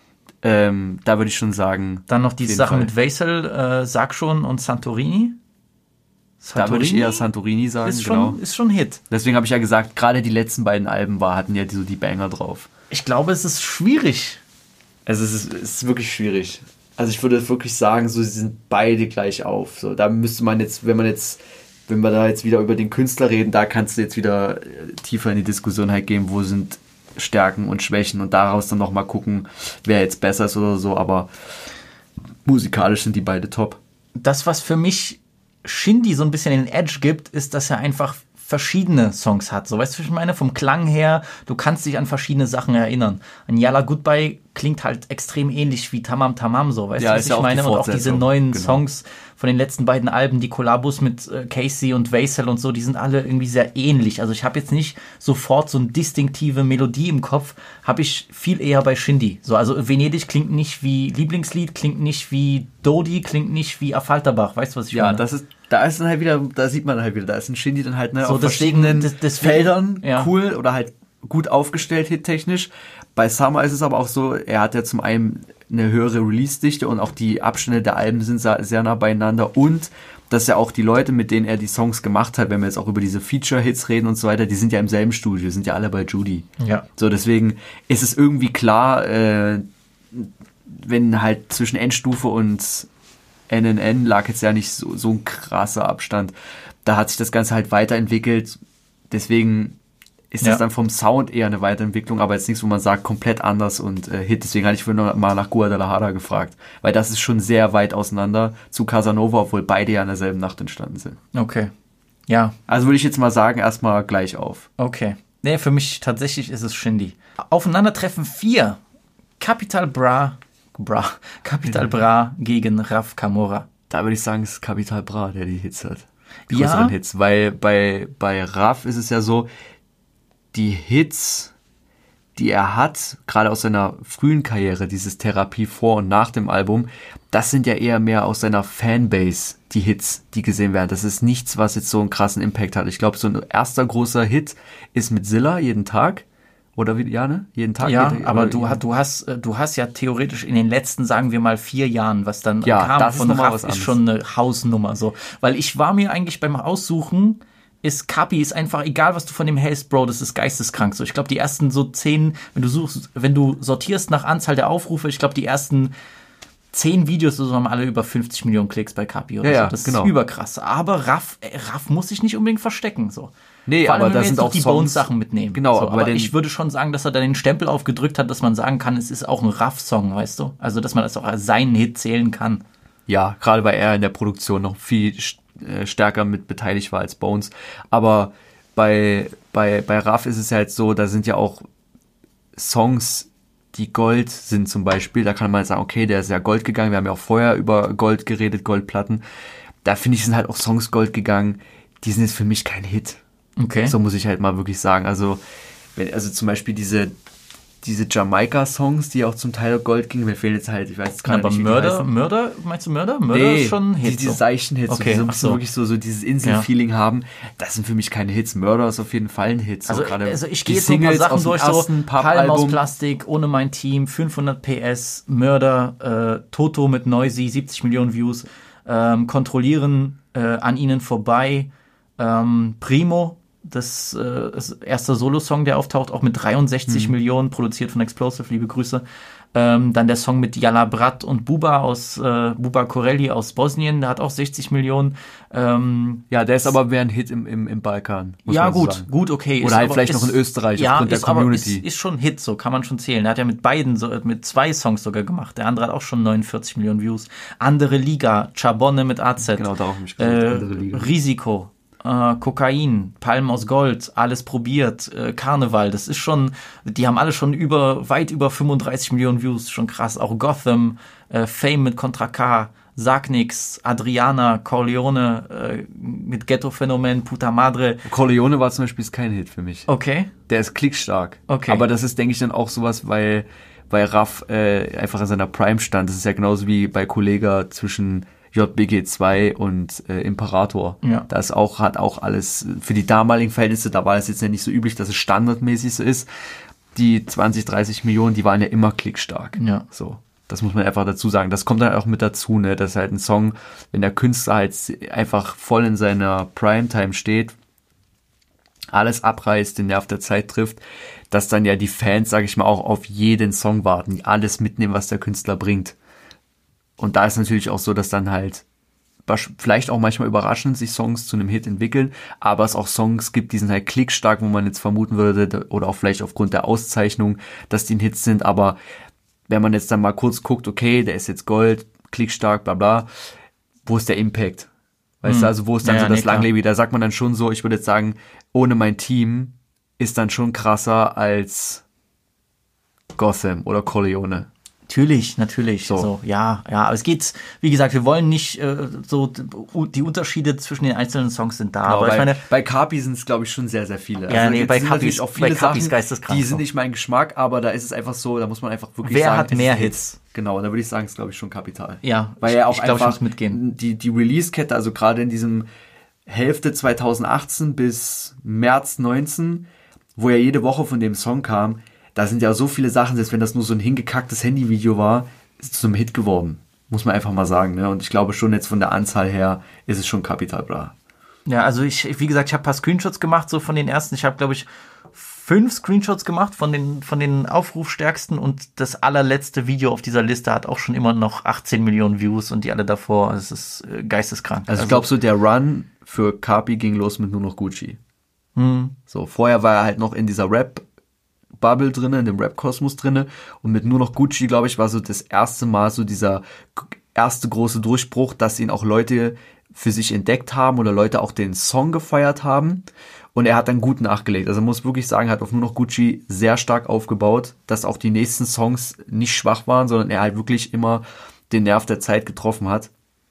Da würde ich schon sagen. Dann noch die auf jeden Sache Fall. mit Vaisel, Sag schon und Santorini. Da würde ich eher Santorini sagen, ist genau. schon, ist schon ein Hit. Deswegen habe ich ja gesagt, gerade die letzten beiden Alben hatten ja so die Banger drauf. Ich glaube, es ist schwierig. Also es ist wirklich schwierig. Also ich würde wirklich sagen, so, sie sind beide gleich auf. So, da müsste man jetzt, wenn wir da jetzt wieder über den Künstler reden, da kannst du jetzt wieder tiefer in die Diskussion halt gehen, wo sind Stärken und Schwächen und daraus dann nochmal gucken, wer jetzt besser ist oder so, aber musikalisch sind die beide top. Das, was für mich Shindy so ein bisschen den Edge gibt, ist, dass er einfach verschiedene Songs hat. So, weißt du, was ich meine? Vom Klang her, du kannst dich an verschiedene Sachen erinnern. Ein Yalla Goodbye klingt halt extrem ähnlich wie Tamam Tamam, so, weißt Ja, du, ist was ja ich auch meine? die Und auch diese Fortsetzung, neuen genau. Songs von den letzten beiden Alben, die Kollabos mit Casey und Vaisel und so, die sind alle irgendwie sehr ähnlich. Also ich habe jetzt nicht sofort so eine distinktive Melodie im Kopf, habe ich viel eher bei Shindy. So, also Venedig klingt nicht wie Lieblingslied, klingt nicht wie Dodi, klingt nicht wie Affalterbach, weißt du, was ich Ja, meine? da ist dann halt wieder, da sieht man halt wieder, da ist ein Shindy dann halt So, auf deswegen- verschiedenen deswegen- Feldern ja. cool oder halt gut aufgestellt hittechnisch. Bei Summer ist es aber auch so, er hat ja zum einen eine höhere Release-Dichte und auch die Abstände der Alben sind sehr nah beieinander und dass ja auch die Leute, mit denen er die Songs gemacht hat, wenn wir jetzt auch über diese Feature-Hits reden und so weiter, die sind ja im selben Studio, sind ja alle bei Judy. Ja. So, deswegen ist es irgendwie klar, wenn halt zwischen Endstufe und NNN lag jetzt ja nicht so ein krasser Abstand. Da hat sich das Ganze halt weiterentwickelt. Deswegen ist Ja. das dann vom Sound eher eine Weiterentwicklung, aber jetzt nichts, wo man sagt, komplett anders und Hit. Deswegen hatte ich vorhin noch mal nach Guadalajara gefragt. Weil das ist schon sehr weit auseinander zu Casanova, obwohl beide ja in derselben Nacht entstanden sind. Okay. Ja, Also würde ich jetzt mal sagen, erstmal gleich auf. okay. Nee, für mich tatsächlich ist es Shindy. Aufeinandertreffen 4. Capital Bra gegen Raf Camora. Da würde ich sagen, es ist Capital Bra, der die Hits hat. Die Ja? größeren Hits. Weil bei Raff ist es ja so, die Hits, die er hat, gerade aus seiner frühen Karriere, dieses Therapie vor und nach dem Album, das sind ja eher mehr aus seiner Fanbase, die Hits, die gesehen werden. Das ist nichts, was jetzt so einen krassen Impact hat. Ich glaube, so ein erster großer Hit ist mit Zilla, jeden Tag. Oder wie, ja, ne? Jeden Tag. Ja, aber oder- du hast ja theoretisch in den letzten, sagen wir mal, 4 Jahren, was dann Ja, kam das ist von noch mal Raff, was ist anderes. schon eine Hausnummer. So. Weil ich war mir eigentlich beim Aussuchen, Capi ist einfach, egal was du von dem hältst, Bro, das ist geisteskrank. So, ich glaube, die ersten so 10, wenn du sortierst nach Anzahl der Aufrufe, ich glaube, die ersten 10 Videos oder so haben alle über 50 Millionen Klicks bei Capi oder Ja, so. ja, Das genau. ist überkrass. Aber Raff muss sich nicht unbedingt verstecken. So. Nee, Vor allem, aber wenn da wir sind jetzt noch auch die Songs- Bones-Sachen mitnehmen. Genau, so, aber aber den- ich würde schon sagen, dass er da den Stempel aufgedrückt hat, dass man sagen kann, es ist auch ein Raff-Song, weißt du? Also, dass man das auch als seinen Hit zählen kann. Ja, gerade weil er in der Produktion noch viel stärker mit beteiligt war als Bones. Aber bei Raff ist es halt so, da sind ja auch Songs, die Gold sind zum Beispiel. Da kann man sagen, okay, der ist ja Gold gegangen. Wir haben ja auch vorher über Gold geredet, Goldplatten. Da finde ich, sind halt auch Songs Gold gegangen. Die sind jetzt für mich kein Hit. Okay. So muss ich halt mal wirklich sagen. Also zum Beispiel diese diese Jamaika-Songs, die auch zum Teil Gold gingen. Mir fehlen jetzt halt, ich weiß jetzt gerade Aber nicht, wie die heißen. Mörder, meinst du Mörder? Mörder ist schon ein Hit. Diese seichten Hits, Okay, die so ein ach bisschen so. wirklich so dieses Insel-Feeling haben, das sind für mich keine Hits. Mörder ist auf jeden Fall ein Hit. So Also, gerade ich die gehe jetzt so ein paar Singles Sachen aus dem durch, so ersten Palm aus Pub-Album. Plastik, Ohne mein Team, 500 PS, Mörder, Toto mit Noisy, 70 Millionen Views, Kontrollieren, An ihnen vorbei, Primo, das erste Solo-Song, der auftaucht, auch mit 63 Millionen, produziert von Explosive, liebe Grüße. Dann der Song mit Jala Brat und Buba Corelli aus Bosnien, der hat auch 60 Millionen. Ja, der ist aber mehr ein Hit im Balkan. Muss Ja, man so gut, sagen. gut, okay. Oder halt vielleicht noch in Österreich ja, aufgrund der Community. Ist schon ein Hit, so kann man schon zählen. Er hat ja mit beiden, mit 2 Songs sogar gemacht. Der andere hat auch schon 49 Millionen Views. Andere Liga, Chabonne mit AZ. Genau, darauf habe ich gesagt, andere Liga. Risiko, Kokain, Palmen aus Gold, Alles probiert, Karneval. Das ist schon, die haben alle schon weit über 35 Millionen Views. Schon krass. Auch Gotham, Fame mit Contra K, Sag nix, Adriana, Corleone mit Ghetto-Phänomen, Puta Madre. Corleone war zum Beispiel kein Hit für mich. Okay. Der ist klickstark. Okay. Aber das ist, denke ich, dann auch sowas, weil Raff einfach in seiner Prime stand. Das ist ja genauso wie bei Kollega zwischen JBG2 und Imperator. Ja. Das hat auch alles für die damaligen Verhältnisse, da war es jetzt ja nicht so üblich, dass es standardmäßig so ist. Die 20, 30 Millionen, die waren ja immer klickstark. Ja. So. Das muss man einfach dazu sagen. Das kommt dann auch mit dazu, ne, dass halt ein Song, wenn der Künstler halt einfach voll in seiner Primetime steht, alles abreißt, den Nerv der Zeit trifft, dass dann ja die Fans, sage ich mal, auch auf jeden Song warten, die alles mitnehmen, was der Künstler bringt. Und da ist natürlich auch so, dass dann halt vielleicht auch manchmal überraschend sich Songs zu einem Hit entwickeln, aber es auch Songs gibt, die sind halt klickstark, wo man jetzt vermuten würde, oder auch vielleicht aufgrund der Auszeichnung, dass die ein Hit sind, aber wenn man jetzt dann mal kurz guckt, okay, der ist jetzt Gold, klickstark, bla bla, wo ist der Impact? Weißt du, also wo ist dann so das Langlebige? Da sagt man dann schon so, ich würde jetzt sagen, Ohne mein Team ist dann schon krasser als Gotham oder Corleone. Natürlich. So, ja, aber es geht, wie gesagt, wir wollen nicht die Unterschiede zwischen den einzelnen Songs sind da. Genau, aber ich meine, bei Kapi sind es, glaube ich, schon sehr, sehr viele. Ja, nee, jetzt bei sind Kapi natürlich auch viele bei Kapi ist Sachen, geisteskrank die so. sind nicht mein Geschmack, aber da ist es einfach so, da muss man einfach wirklich Wer sagen, hat es mehr ist Hits? Genau, da würde ich sagen, ist, glaube ich, schon Kapital. Ja, weil er auch ich glaub, ich einfach muss mitgehen. die Release-Kette, also gerade in diesem Hälfte 2018 bis März 19, wo ja jede Woche von dem Song kam, da sind ja so viele Sachen, selbst wenn das nur so ein hingekacktes Handyvideo war, ist es zum Hit geworden. Muss man einfach mal sagen, ne? Und ich glaube schon jetzt von der Anzahl her ist es schon Kapital Bra. Ja, also wie gesagt, ich habe ein paar Screenshots gemacht, so von den ersten. Ich habe, glaube ich, 5 Screenshots gemacht von den Aufrufstärksten und das allerletzte Video auf dieser Liste hat auch schon immer noch 18 Millionen Views und die alle davor, es ist geisteskrank. Also ich glaube so, der Run für Kapi ging los mit Nur noch Gucci. So, vorher war er halt noch in dieser Rap-Bubble drinne, in dem Rap-Kosmos drinne und mit Nur noch Gucci, glaube ich, war so das erste Mal so dieser erste große Durchbruch, dass ihn auch Leute für sich entdeckt haben oder Leute auch den Song gefeiert haben und er hat dann gut nachgelegt. Also man muss wirklich sagen, er hat auf Nur noch Gucci sehr stark aufgebaut, dass auch die nächsten Songs nicht schwach waren, sondern er halt wirklich immer den Nerv der Zeit getroffen hat.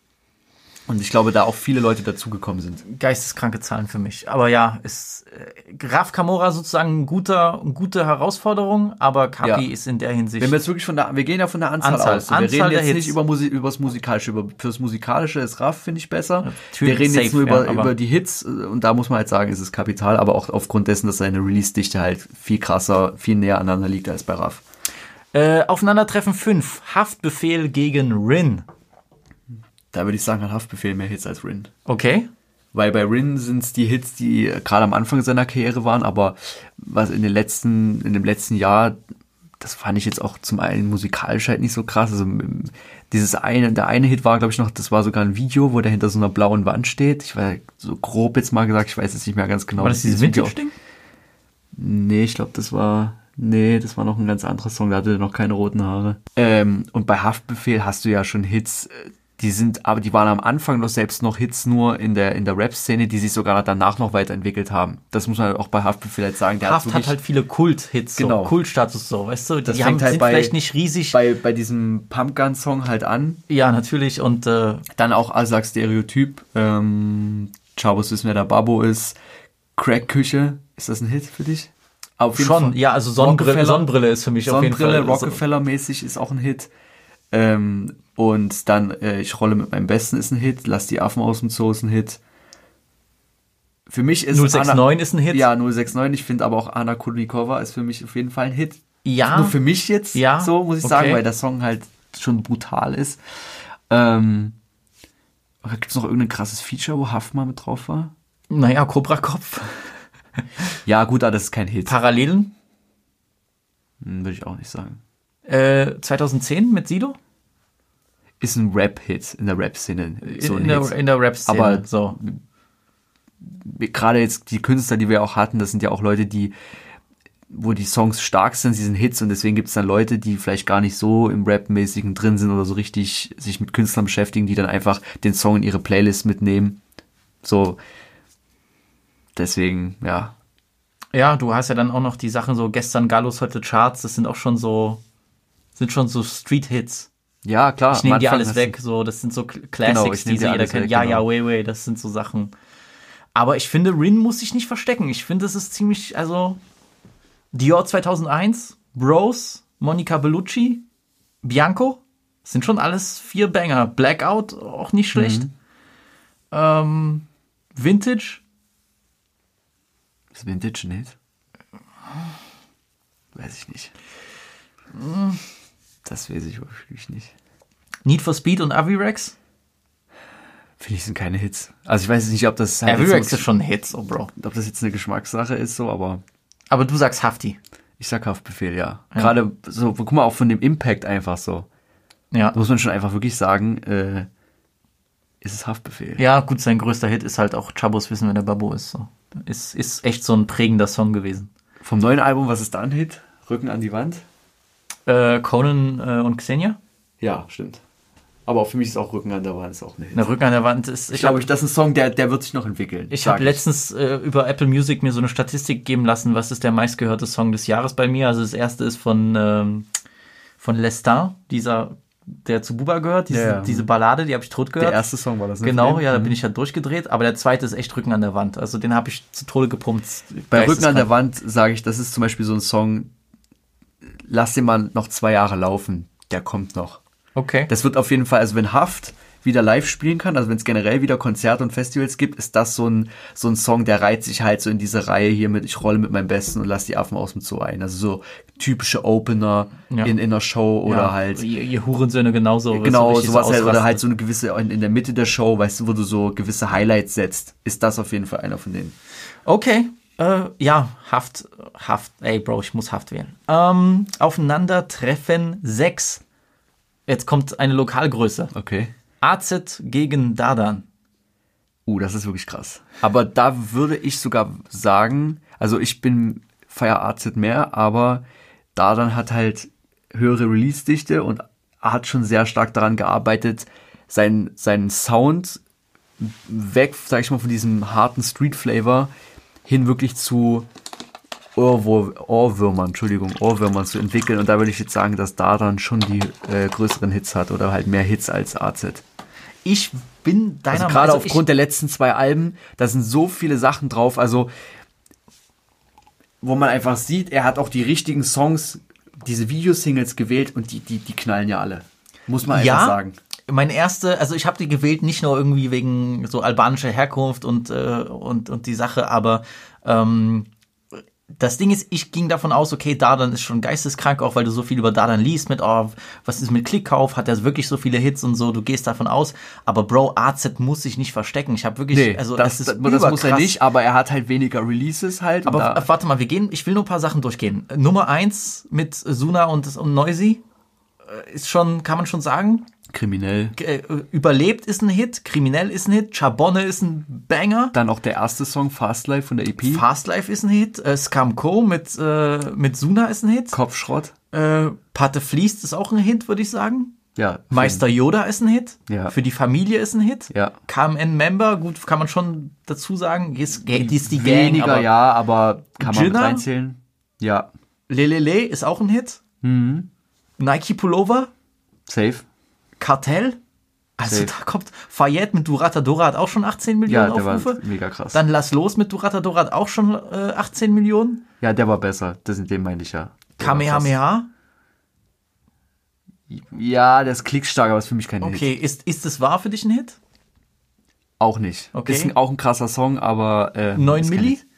Und ich glaube, da auch viele Leute dazugekommen sind. Geisteskranke Zahlen für mich. Aber ja, ist Raf Camora sozusagen eine gute Herausforderung, aber Kapi ist in der Hinsicht. Wenn wir jetzt wirklich wir gehen ja von der Anzahl aus. Wir Anzahl reden jetzt der nicht über das Musikalische. Fürs Musikalische ist Raf, finde ich, besser. Ja, wir reden safe, jetzt nur ja, über die Hits und da muss man halt sagen, ist es Kapital, aber auch aufgrund dessen, dass seine Release-Dichte halt viel krasser, viel näher aneinander liegt als bei Raf. Aufeinandertreffen 5. Haftbefehl gegen Rin. Da würde ich sagen, hat Haftbefehl mehr Hits als Rin. Okay. Weil bei Rin sind es die Hits, die gerade am Anfang seiner Karriere waren, aber was in dem letzten Jahr, das fand ich jetzt auch zum einen musikalisch halt nicht so krass. Also der eine Hit war, glaube ich, noch, das war sogar ein Video, wo der hinter so einer blauen Wand steht. Ich war so grob jetzt mal gesagt, ich weiß jetzt nicht mehr ganz genau. War das dieses Vintage-Ding? Nee, ich glaube, das war noch ein ganz anderer Song, da hatte er noch keine roten Haare. Und bei Haftbefehl hast du ja schon Hits, die waren am Anfang selbst noch Hits nur in der Rap-Szene, die sich sogar danach noch weiterentwickelt haben. Das muss man auch bei Haftbefehl halt sagen. Der Haft hat halt viele Kult-Hits, genau. So, Kultstatus, so, weißt du? Das die fängt halt sind vielleicht nicht riesig. Bei diesem Pumpgun-Song halt an. Ja, natürlich. Und dann auch Azak Stereotyp, Chabos wissen, wer der Babo ist, Crack-Küche. Ist das ein Hit für dich? Auf jeden Schon, Fall. ja, also Sonnenbrille ist für mich auf jeden Fall. Sonnenbrille, Rockefeller-mäßig ist auch ein Hit. Und dann Ich rolle mit meinem Besten ist ein Hit. Lass die Affen aus dem Zoo ist ein Hit. Für mich ist 069 ist ein Hit. Ja, 069. Ich finde aber auch Anna Kurnikova ist für mich auf jeden Fall ein Hit. Ja. Nur für mich jetzt, Ja, so muss ich okay. sagen, weil der Song halt schon brutal ist. Gibt es noch irgendein krasses Feature, wo Haft mal mit drauf war? Naja, Cobra Kopf. Ja, gut, aber das ist kein Hit. Parallelen. Würde ich auch nicht sagen. 2010 mit Sido? Ist ein Rap-Hit in der Rap-Szene. So ein Hit. In der Rap-Szene. Aber so. Gerade jetzt die Künstler, die wir auch hatten, das sind ja auch Leute, wo die Songs stark sind, sie sind Hits und deswegen gibt es dann Leute, die vielleicht gar nicht so im Rap-mäßigen drin sind oder so richtig sich mit Künstlern beschäftigen, die dann einfach den Song in ihre Playlist mitnehmen. So, deswegen, ja. Ja, du hast ja dann auch noch die Sachen so gestern Gallus, heute Charts, das sind auch schon so Street-Hits. Ja, klar. Ich nehme die am Anfang alles hast weg, so, das sind so Classics, ich nehm die die jeder alles kennt. weg, Ja, genau. ja, way, das sind so Sachen. Aber ich finde, Rin muss sich nicht verstecken. Ich finde, es ist ziemlich, also Dior 2001, Bros, Monica Bellucci, Bianco, sind schon alles 4 Banger. Blackout, auch nicht schlecht. Vintage, Ist Vintage ein Hit? Weiß ich nicht. Das weiß ich wirklich nicht. Need for Speed und Avirex. Finde ich, sind keine Hits. Also ich weiß jetzt nicht, ob das halt Avirex jetzt ist schon Hits, oh Bro. ob das jetzt eine Geschmackssache ist, so, aber Aber du sagst Hafti. ich sag Haftbefehl, ja. Gerade so, guck mal, auch von dem Impact einfach so. Ja. Da muss man schon einfach wirklich sagen, ist es Haftbefehl. Ja, gut, sein größter Hit ist halt auch Chabos Wissen, wenn der Babo ist. So. Ist echt so ein prägender Song gewesen. Vom neuen Album, was ist da ein Hit? Rücken an die Wand? Conan und Xenia. Ja, stimmt. Aber auch für mich ist auch Rücken an der Wand ist auch ein Hit. Der Rücken an der Wand ist. Ich glaube, das ist ein Song, der wird sich noch entwickeln. Ich habe letztens über Apple Music mir so eine Statistik geben lassen, was ist der meistgehörte Song des Jahres bei mir. Also das erste ist von Lestat, der zu Buba gehört, diese Ballade, die habe ich tot gehört. Der erste Song war das, ne? Genau, ja, da bin ich halt durchgedreht. Aber der zweite ist echt Rücken an der Wand. Also den habe ich zu Tode gepumpt. Bei Rücken an der Wand sage ich, das ist zum Beispiel so ein Song, lass den mal noch 2 Jahre laufen. Der kommt noch. Okay. Das wird auf jeden Fall, also wenn Haft wieder live spielen kann, also wenn es generell wieder Konzerte und Festivals gibt, ist das so ein Song, der reiht sich halt so in diese Reihe hier mit ich rolle mit meinem Besten und lass die Affen aus dem Zoo ein. Also so typische Opener in einer Show oder halt ihr Hurensöhne genauso. genau, so sowas halt, oder halt so eine gewisse, in der Mitte der Show, weißt du, wo du so gewisse Highlights setzt, ist das auf jeden Fall einer von denen. Okay, ja, Haft, ey Bro, ich muss Haft wählen. Aufeinandertreffen 6. Jetzt kommt eine Lokalgröße. Okay. AZ gegen Dardan. Das ist wirklich krass. Aber da würde ich sogar sagen, also ich feier AZ mehr, aber Dardan hat halt höhere Release-Dichte und hat schon sehr stark daran gearbeitet, seinen Sound weg, sag ich mal, von diesem harten Street-Flavor hin wirklich zu Ohrwürmern zu entwickeln. Und da würde ich jetzt sagen, dass Dardan schon die größeren Hits hat oder halt mehr Hits als AZ. Ich bin deiner Meinung. Gerade aufgrund der letzten 2 Alben, da sind so viele Sachen drauf, also wo man einfach sieht, er hat auch die richtigen Songs, diese Videosingles gewählt und die knallen ja alle. Muss man einfach sagen. Also ich habe die gewählt, nicht nur irgendwie wegen so albanischer Herkunft und die Sache, aber das Ding ist, ich ging davon aus, okay, Dardan ist schon geisteskrank, auch weil du so viel über Dardan liest mit, was ist mit Klickkauf, hat er wirklich so viele Hits und so, du gehst davon aus, aber Bro, AZ muss sich nicht verstecken, ich habe wirklich, das muss er nicht, aber er hat halt weniger Releases halt. Aber warte mal, ich will nur ein paar Sachen durchgehen. Nummer 1 mit Suna und Noisy ist schon, kann man schon sagen, Kriminell. Überlebt ist ein Hit, Kriminell ist ein Hit, Charbonne ist ein Banger. Dann auch der erste Song, Fast Life von der EP. Fast Life ist ein Hit, Scamco mit Suna ist ein Hit. Kopfschrott. Pate Fließt ist auch ein Hit, würde ich sagen. Ja. Meister Yoda ist ein Hit. Ja. Für die Familie ist ein Hit. Ja. KMN-Member, gut, kann man schon dazu sagen. Die ist die Gang. Weniger, aber ja, aber kann man mit Jinnah? reinzählen. Ja. Lelele ist auch ein Hit. Nike Pullover. Safe. Kartell. Also Safe. da kommt Fayette mit Durata Dora hat auch schon 18 Millionen Ja, der war Aufrufe. mega krass. Dann Lass los mit Durata Dora hat auch schon 18 Millionen. Ja, der war besser. Den meinte ich ja. Der war Kamehameha. krass. Ja, der ist klickstark, aber ist für mich kein Hit. Okay, ist es wahr für dich ein Hit? Auch nicht. Okay. Ist auch ein krasser Song, aber 9 ist kein Milli? Hit.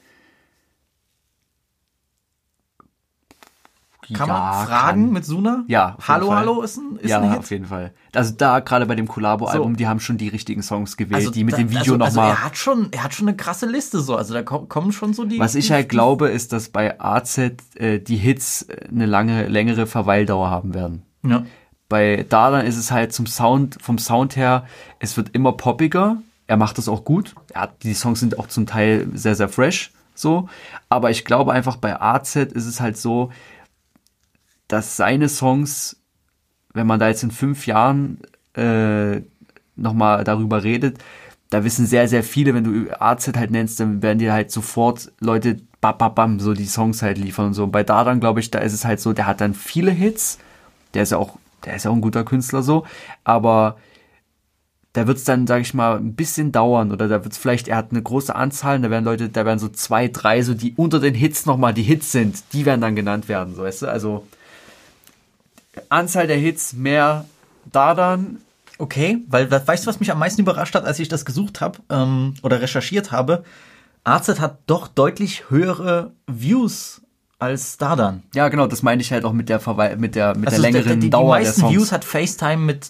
Kann man fragen mit Suna? Ja, auf jeden Hallo, Fall. Hallo ist ein Ja, Hit? auf jeden Fall. Also da gerade bei dem Collabo-Album, So. die haben schon die richtigen Songs gewählt, die mit da- dem Video also nochmal. er hat schon eine krasse Liste so. Also da kommen schon so die. Was ich halt glaube, ist, dass bei AZ die Hits eine längere Verweildauer haben werden. Ja. Bei Dardan ist es halt vom Sound her, es wird immer poppiger. Er macht das auch gut. Die Songs sind auch zum Teil sehr, sehr fresh, so. Aber ich glaube einfach bei AZ ist es halt so, dass seine Songs, wenn man da jetzt in 5 Jahren nochmal darüber redet, da wissen sehr, sehr viele, wenn du AZ halt nennst, dann werden dir halt sofort Leute bam, so die Songs halt liefern und so. Und bei Dardan, glaube ich, da ist es halt so, der hat dann viele Hits, der ist ja auch ein guter Künstler so, aber da wird es dann, sage ich mal, ein bisschen dauern oder da wird es vielleicht, er hat eine große Anzahl und da werden so 2, 3, so die unter den Hits nochmal die Hits sind, die werden dann genannt werden, so, weißt du, also Anzahl der Hits mehr Dardan. Okay, weil weißt du, was mich am meisten überrascht hat, als ich das gesucht habe oder recherchiert habe? AZ hat doch deutlich höhere Views als Dardan. Ja, genau, das meine ich halt auch mit der Also längeren die Dauer der meisten Songs. Views hat FaceTime mit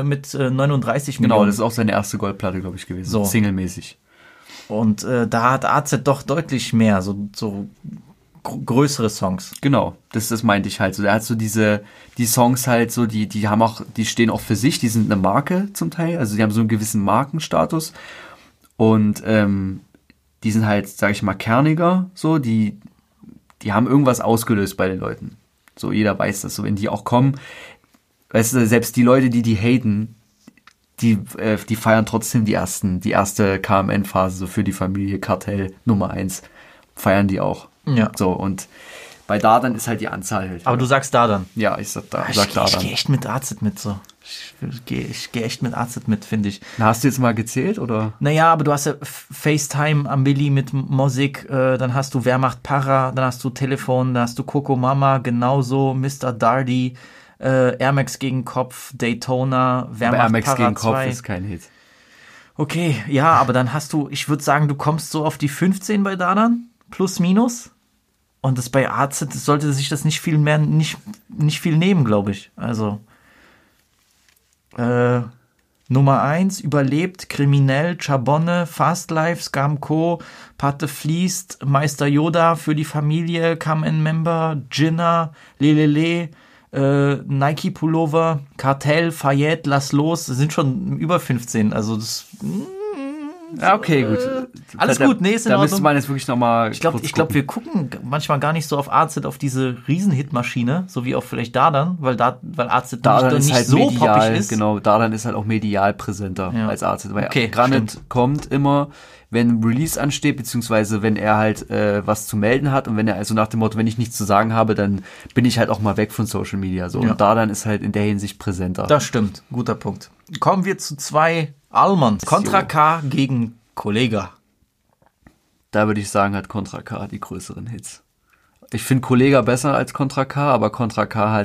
39 Genau, Millionen. das ist auch seine erste Goldplatte, glaube ich, gewesen. So. Singlemäßig. Und da hat AZ doch deutlich mehr, so größere Songs. Genau, das meinte ich halt so. Der hat so die Songs halt so, die stehen auch für sich, die sind eine Marke zum Teil, also die haben so einen gewissen Markenstatus und die sind halt, sag ich mal, kerniger, so, die haben irgendwas ausgelöst bei den Leuten. So, jeder weiß das, so, wenn die auch kommen, weißt du, selbst die Leute, die haten, die feiern trotzdem die erste KMN-Phase, so für die Familie Kartell Nummer 1, feiern die auch. Ja. So, und bei Dardan ist halt die Anzahl halt. Aber du sagst Dardan. Ja, ich sag Ich Dardan. gehe echt mit AZ mit, so. Ich gehe echt mit AZ mit, finde ich. Na, hast du jetzt mal gezählt, oder? Naja, aber du hast ja FaceTime am Billy mit Musik, dann hast du Wer macht Para, dann hast du Telefon, dann hast du Coco Mama, genauso, Mr. Dardy, Air Max gegen Kopf, Daytona, Wer Aber macht Air Max Para gegen Kopf 2. ist kein Hit. Okay, ja, aber dann hast du, ich würde sagen, du kommst so auf die 15 bei Dardan, plus minus. Und das bei AZ, das sollte sich das nicht viel nehmen, glaube ich. Also, Nummer 1, Überlebt, Kriminell, Chabonne, Fast Life, Scam Co., Pate fließt, Meister Yoda, Für die Familie, Come-In-Member, Jinna, Lelele, Nike Pullover, Kartell, Fayette, Lass los, das sind schon über 15, also das... Ja, okay, gut. Alles gut, nee, ist in Da Ordnung. müsste man jetzt wirklich nochmal Ich glaube, wir gucken manchmal gar nicht so auf AZ, auf diese Riesenhitmaschine, so wie auf vielleicht Dardan, weil AZ Dardan ist nicht halt so medial, poppig ist. genau, Dardan ist halt auch medial präsenter Ja. als AZ. Weil Okay, Granit stimmt. kommt immer, wenn ein Release ansteht, beziehungsweise wenn er halt was zu melden hat und wenn er also nach dem Motto, wenn ich nichts zu sagen habe, dann bin ich halt auch mal weg von Social Media. So. Ja. Und Dardan ist halt in der Hinsicht präsenter. Das stimmt, guter Punkt. Kommen wir zu 2 Almans. Contra K gegen Kollega. Da würde ich sagen, hat Contra K die größeren Hits. Ich finde Kollega besser als Contra K, aber Contra K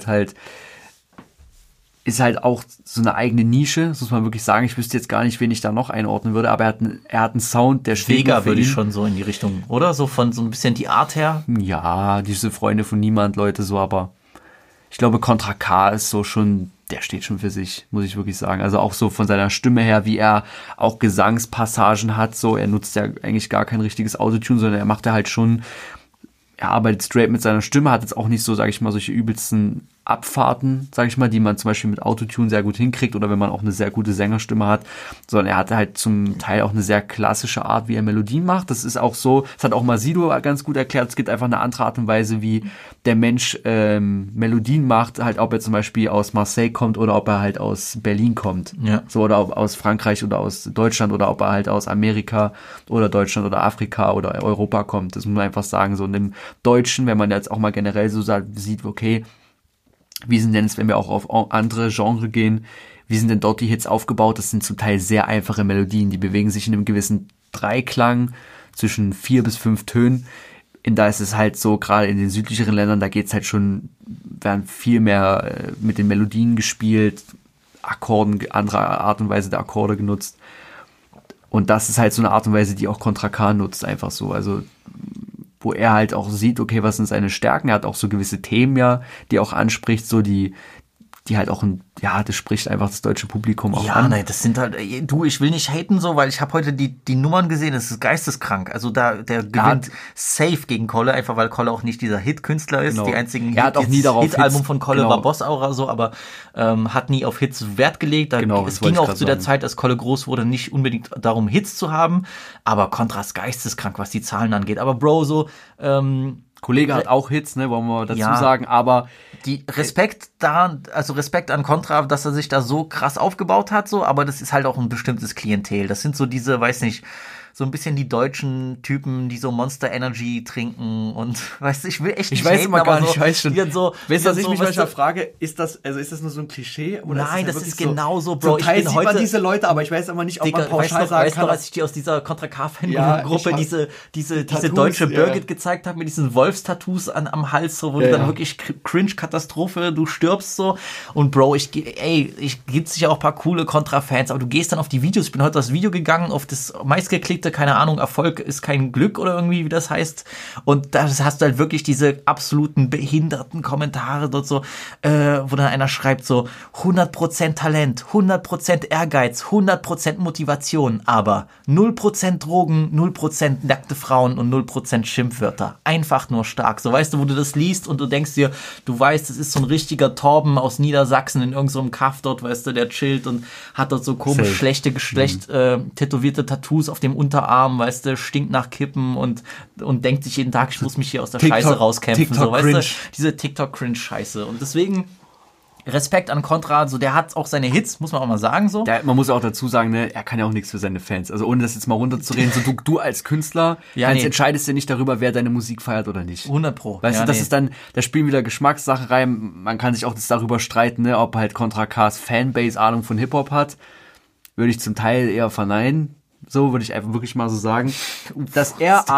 ist halt auch so eine eigene Nische, das muss man wirklich sagen. Ich wüsste jetzt gar nicht, wen ich da noch einordnen würde, aber er hat einen Sound, der steht nur Vega für würde ich ihn. schon so in die Richtung, oder? So von so ein bisschen die Art her. Ja, diese Freunde von niemand, Leute, so, aber ich glaube, Contra K ist so schon, der steht schon für sich, muss ich wirklich sagen. Also auch so von seiner Stimme her, wie er auch Gesangspassagen hat, so, er nutzt ja eigentlich gar kein richtiges Autotune, sondern er macht ja halt schon, er arbeitet straight mit seiner Stimme, hat jetzt auch nicht so, sage ich mal, solche übelsten Abfahrten, sage ich mal, die man zum Beispiel mit Autotune sehr gut hinkriegt oder wenn man auch eine sehr gute Sängerstimme hat, sondern er hatte halt zum Teil auch eine sehr klassische Art, wie er Melodien macht. Das ist auch so, das hat auch Masido ganz gut erklärt, es gibt einfach eine andere Art und Weise, wie der Mensch Melodien macht, halt ob er zum Beispiel aus Marseille kommt oder ob er halt aus Berlin kommt. Ja. So, oder aus Frankreich oder aus Deutschland oder ob er halt aus Amerika oder Deutschland oder Afrika oder Europa kommt. Das muss man einfach sagen, so in dem Deutschen, wenn man jetzt auch mal generell so sieht, okay, Wie sind denn jetzt, wenn wir auch auf andere Genre gehen, wie sind denn dort die Hits aufgebaut? Das sind zum Teil sehr einfache Melodien, die bewegen sich in einem gewissen Dreiklang zwischen 4 bis 5 Tönen. Da ist es halt so, gerade in den südlicheren Ländern, da geht's halt schon, werden viel mehr mit den Melodien gespielt, Akkorden, andere Art und Weise der Akkorde genutzt. Und das ist halt so eine Art und Weise, die auch Contra K nutzt, einfach so. Also, wo er halt auch sieht, okay, was sind seine Stärken? Er hat auch so gewisse Themen ja, die er auch anspricht, so die halt auch das spricht einfach das deutsche Publikum auch an. Ja, nein, das sind halt, ich will nicht haten so, weil ich habe heute die Nummern gesehen, das ist geisteskrank. Also der gewinnt safe gegen Kolle, einfach weil Kolle auch nicht dieser Hit-Künstler ist. Genau. Die einzigen er hat auch nie darauf Hit-Album von Kolle genau. war Boss Aura so, aber hat nie auf Hits Wert gelegt. Es ging auch zu der Zeit, als Kolle groß wurde, nicht unbedingt darum, Hits zu haben, aber Contra ist geisteskrank, was die Zahlen angeht. Aber Bro, so Kollege hat auch Hits, ne, wollen wir dazu sagen, aber die Respekt an Contra, dass er sich da so krass aufgebaut hat, so, aber das ist halt auch ein bestimmtes Klientel. Das sind so diese, weiß nicht, so ein bisschen die deutschen Typen, die so Monster Energy trinken und, weißt du, ich will echt nicht weiß haten, immer gar nicht, so, ich weiß schon. Weißt du, was ich mich manchmal frage, ist das nur so ein Klischee? Oder nein, das ist so, genauso, Bro. Zum Teil sieht man diese Leute, aber ich weiß immer nicht, ob man pauschal sagen kann. Als ich dir aus dieser Contra K-Fan-Gruppe diese deutsche Birgit gezeigt habe, mit diesen Wolfstattoos am Hals, so, wo du dann wirklich Cringe-Katastrophe, du stirbst so. Und Bro, gibt's sicher auch ein paar coole Contra-Fans, aber du gehst dann auf die Videos, ich bin heute aufs Video gegangen, auf das meistgeklickte, keine Ahnung, Erfolg ist kein Glück oder irgendwie, wie das heißt. Und da hast du halt wirklich diese absoluten behinderten Kommentare dort so, wo dann einer schreibt so 100% Talent, 100% Ehrgeiz, 100% Motivation, aber 0% Drogen, 0% nackte Frauen und 0% Schimpfwörter. Einfach nur stark. So, weißt du, wo du das liest und du denkst dir, du weißt, das ist so ein richtiger Torben aus Niedersachsen in irgendeinem so Kaff dort, weißt du, der chillt und hat dort so komisch schlecht tätowierte Tattoos auf dem Unterarm, weißt du, stinkt nach Kippen und denkt sich jeden Tag, ich muss mich hier aus der Scheiße rauskämpfen. So, weißt du, diese TikTok-Cringe-Scheiße. Und deswegen Respekt an Contra, so der hat auch seine Hits, muss man auch mal sagen so. Man muss auch dazu sagen, ne, er kann ja auch nichts für seine Fans. Also ohne das jetzt mal runterzureden, so du als Künstler entscheidest ja nicht darüber, wer deine Musik feiert oder nicht. 100%. Weißt du, das ist dann, da spielen wieder Geschmackssachen rein. Man kann sich auch darüber streiten, ne, ob halt Contra K's Fanbase Ahnung von Hip-Hop hat. Würde ich zum Teil eher verneinen. So würde ich einfach wirklich mal so sagen. Dass er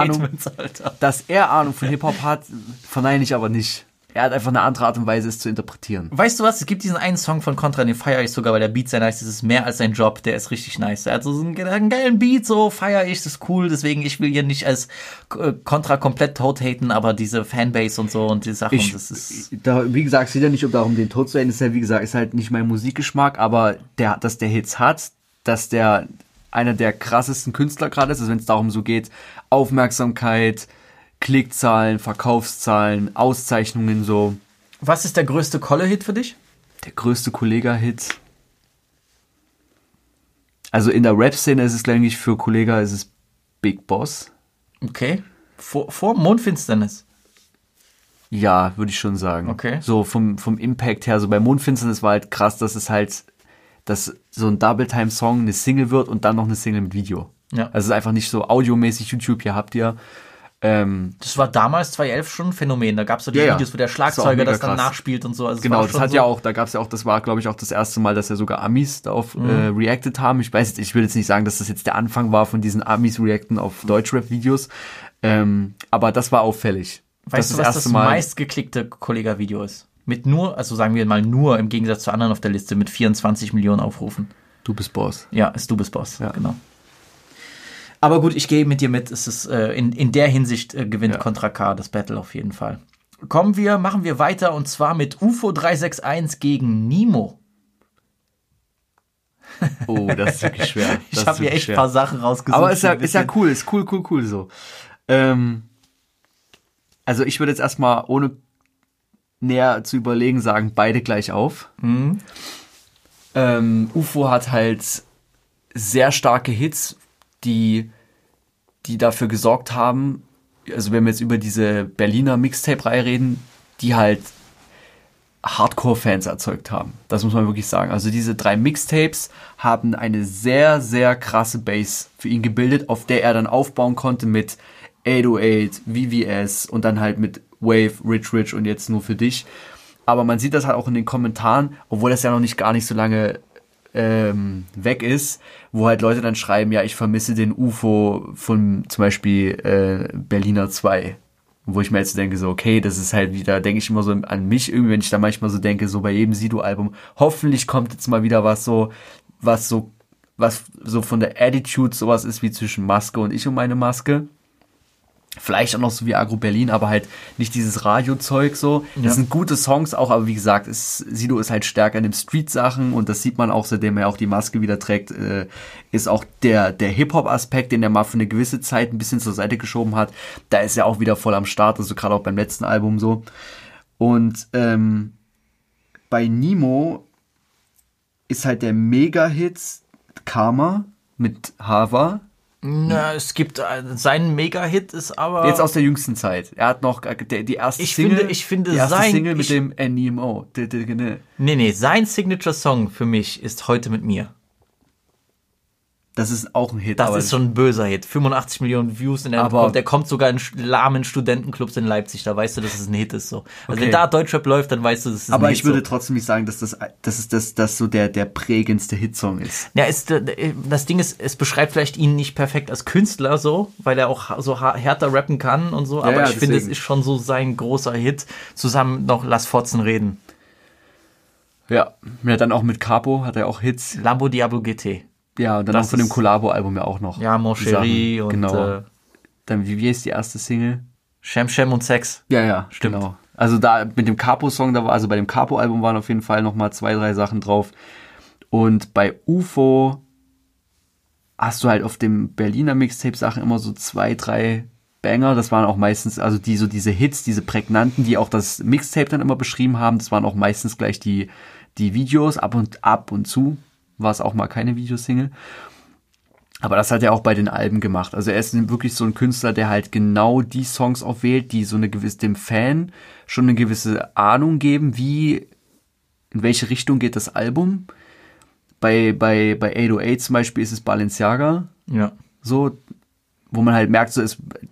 Ahnung von Hip-Hop hat, verneine ich aber nicht. Er hat einfach eine andere Art und Weise, es zu interpretieren. Weißt du was? Es gibt diesen einen Song von Contra, den feiere ich sogar, weil der Beat sehr nice ist. Das ist mehr als sein Job, der ist richtig nice. Er hat so einen geilen Beat, so feiere ich, das ist cool. Deswegen, ich will hier nicht als Contra komplett tot haten, aber diese Fanbase und so und die Sachen, das ist... Wie gesagt, es geht ja nicht darum, den tot zu haten. Ist ja, wie gesagt, ist halt nicht mein Musikgeschmack, aber dass der Hits hat, dass der einer der krassesten Künstler gerade ist, also wenn es darum so geht, Aufmerksamkeit, Klickzahlen, Verkaufszahlen, Auszeichnungen so. Was ist der größte Kolle-Hit für dich? Der größte Kollega-Hit? Also in der Rap-Szene ist es, glaube ich, für Kollega ist es Big Boss. Okay. Vor Mondfinsternis? Ja, würde ich schon sagen. Okay. So vom Impact her, so bei Mondfinsternis war halt krass, dass es halt, dass so ein Double-Time-Song eine Single wird und dann noch eine Single mit Video. Ja. Also es ist einfach nicht so audiomäßig, YouTube, hier habt ihr. Das war damals 2011 schon ein Phänomen. Da gab es so die Videos, wo der Schlagzeuger das dann nachspielt und so. Also genau, das hat so ja auch, da gab es ja auch, das war, glaube ich, auch das erste Mal, dass ja sogar Amis darauf reacted haben. Ich weiß, ich will jetzt nicht sagen, dass das jetzt der Anfang war von diesen Amis reacten auf Deutschrap-Videos, aber das war auffällig. Weißt du, was das meistgeklickte Kollega-Video ist? Mit nur, also sagen wir mal nur, im Gegensatz zu anderen auf der Liste, mit 24 Millionen Aufrufen. Du bist Boss. Ja, ist Du bist Boss, ja. Genau. Aber gut, ich gehe mit dir mit. Es ist in der Hinsicht gewinnt Contra K das Battle auf jeden Fall. Machen wir weiter und zwar mit UFO 361 gegen Nemo. Oh, das ist wirklich schwer. Ich habe hier echt ein paar Sachen rausgesucht. Aber ist ja cool, ist cool so. Also ich würde jetzt erstmal, ohne näher zu überlegen, sagen, beide gleich auf. Mhm. UFO hat halt sehr starke Hits, die dafür gesorgt haben, also wenn wir jetzt über diese Berliner Mixtape-Reihe reden, die halt Hardcore-Fans erzeugt haben. Das muss man wirklich sagen. Also diese 3 Mixtapes haben eine sehr, sehr krasse Base für ihn gebildet, auf der er dann aufbauen konnte mit 808, VVS und dann halt mit Wave, Rich und jetzt nur für dich. Aber man sieht das halt auch in den Kommentaren, obwohl das ja noch gar nicht so lange weg ist, wo halt Leute dann schreiben, ja, ich vermisse den UFO von zum Beispiel Berliner 2. Wo ich mir jetzt denke, so, okay, das ist halt wieder, denke ich immer so an mich irgendwie, wenn ich da manchmal so denke, so bei jedem Sido-Album, hoffentlich kommt jetzt mal wieder was so von der Attitude sowas ist wie zwischen Maske und ich und meine Maske. Vielleicht auch noch so wie Agro Berlin, aber halt nicht dieses Radio-Zeug so. Das sind gute Songs auch, aber wie gesagt, Sido ist halt stärker in den Street-Sachen und das sieht man auch, seitdem er auch die Maske wieder trägt, ist auch der Hip-Hop-Aspekt, den er mal für eine gewisse Zeit ein bisschen zur Seite geschoben hat, da ist er auch wieder voll am Start, also gerade auch beim letzten Album so. Und bei Nemo ist halt der Mega-Hit Karma mit Hava. Na, es gibt sein Mega-Hit ist aber jetzt aus der jüngsten Zeit. Er hat noch die erste Single mit dem NEMO. Nee, sein Signature-Song für mich ist Heute mit mir. Das ist auch ein Hit. Das ist schon ein böser Hit. 85 Millionen Views der kommt sogar in lahmen Studentenclubs in Leipzig. Da weißt du, dass es ein Hit ist so. Also wenn da Deutschrap läuft, dann weißt du, dass es ein Hit ist. Aber ich würde trotzdem nicht sagen, dass das so der prägendste Hitsong ist. Ja, das Ding ist, es beschreibt vielleicht ihn nicht perfekt als Künstler so, weil er auch so härter rappen kann und so. Aber ich finde, es ist schon so sein großer Hit. Zusammen noch Lass Fotzen reden. Ja, dann auch mit Capo hat er auch Hits. Lambo Diablo GT. Ja, und dann auch von dem Collabo-Album ja auch noch. Ja, Mon Chéri und genau. Dann, wie ist die erste Single? Shem und Sex. Ja, stimmt. Genau. Also da mit dem Capo-Song, also bei dem Capo-Album waren auf jeden Fall nochmal 2, 3 Sachen drauf. Und bei UFO hast du halt auf dem Berliner Mixtape-Sachen immer so 2, 3 Banger. Das waren auch meistens, also diese Hits, diese prägnanten, die auch das Mixtape dann immer beschrieben haben, das waren auch meistens gleich die Videos, ab und zu war es auch mal keine Videosingle. Aber das hat er auch bei den Alben gemacht. Also er ist wirklich so ein Künstler, der halt genau die Songs auch wählt, die so dem Fan schon eine gewisse Ahnung geben, in welche Richtung geht das Album. Bei 808 zum Beispiel ist es Balenciaga. Ja. So, wo man halt merkt,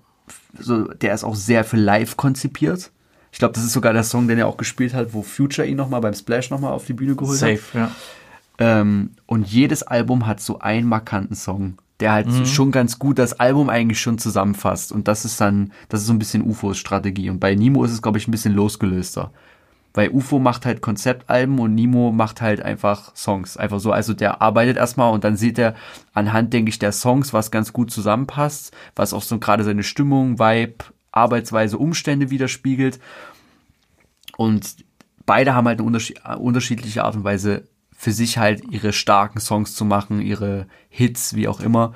der ist auch sehr für live konzipiert. Ich glaube, das ist sogar der Song, den er auch gespielt hat, wo Future ihn nochmal beim Splash nochmal auf die Bühne geholt hat. Safe, ja. Und jedes Album hat so einen markanten Song, der halt schon ganz gut das Album eigentlich schon zusammenfasst. Und das ist so ein bisschen UFOs Strategie. Und bei Nemo ist es, glaube ich, ein bisschen losgelöster. Weil UFO macht halt Konzeptalben und Nemo macht halt einfach Songs. Einfach so, also der arbeitet erstmal und dann sieht er anhand, denke ich, der Songs, was ganz gut zusammenpasst, was auch so gerade seine Stimmung, Vibe, Arbeitsweise, Umstände widerspiegelt. Und beide haben halt eine unterschiedliche Art und Weise, für sich halt ihre starken Songs zu machen, ihre Hits, wie auch immer.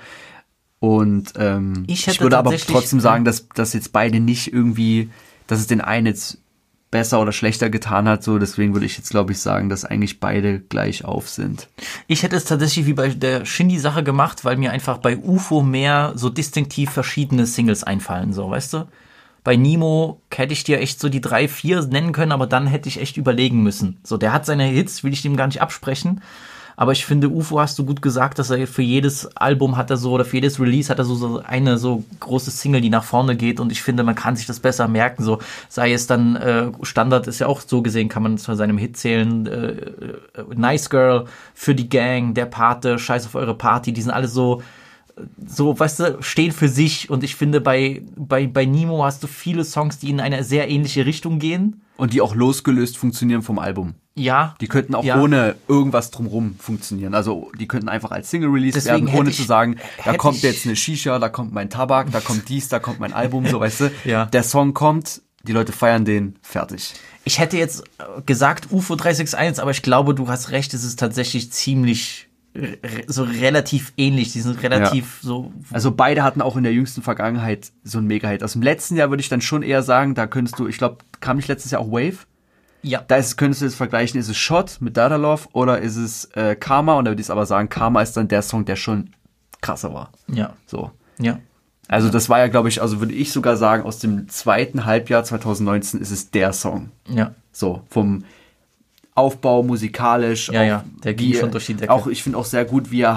Und ich würde aber trotzdem sagen, dass jetzt beide nicht irgendwie, dass es den einen jetzt besser oder schlechter getan hat. So, deswegen würde ich jetzt, glaube ich, sagen, dass eigentlich beide gleich auf sind. Ich hätte es tatsächlich wie bei der Shindy-Sache gemacht, weil mir einfach bei UFO mehr so distinktiv verschiedene Singles einfallen, so, weißt du? Bei Nemo hätte ich dir echt so die 3, 4 nennen können, aber dann hätte ich echt überlegen müssen. So, der hat seine Hits, will ich dem gar nicht absprechen. Aber ich finde, UFO hast du gut gesagt, dass er für jedes Album hat er so, oder für jedes Release hat er so eine so große Single, die nach vorne geht. Und ich finde, man kann sich das besser merken. So, sei es dann, Standard ist ja auch so gesehen, kann man zu seinem Hit zählen. Nice Girl, Für die Gang, Der Pate, Scheiß auf eure Party, die sind alle so, weißt du, stehen für sich. Und ich finde, bei Nemo hast du viele Songs, die in eine sehr ähnliche Richtung gehen. Und die auch losgelöst funktionieren vom Album. Ja. Die könnten auch ohne irgendwas drumrum funktionieren. Also die könnten einfach als Single released werden, ohne zu sagen, da kommt jetzt eine Shisha, da kommt mein Tabak, da kommt dies, da kommt mein Album, so, weißt du. Ja. Der Song kommt, die Leute feiern den, fertig. Ich hätte jetzt gesagt UFO 361, aber ich glaube, du hast recht, es ist tatsächlich ziemlich so relativ ähnlich. Die sind relativ so. Also beide hatten auch in der jüngsten Vergangenheit so einen Mega-Hit. Aus dem letzten Jahr würde ich dann schon eher sagen, da könntest du, ich glaube, kam nicht letztes Jahr auch Wave? Ja. Könntest du es vergleichen, ist es Shot mit Dada Love oder ist es Karma? Und da würde ich aber sagen, Karma ist dann der Song, der schon krasser war. Ja. So. Ja. Also das war ja, glaube ich, also würde ich sogar sagen, aus dem zweiten Halbjahr 2019 ist es der Song. Ja. So, vom Aufbau musikalisch. Ja, der ging schon durch die Decke. Auch, ich finde auch sehr gut, wie er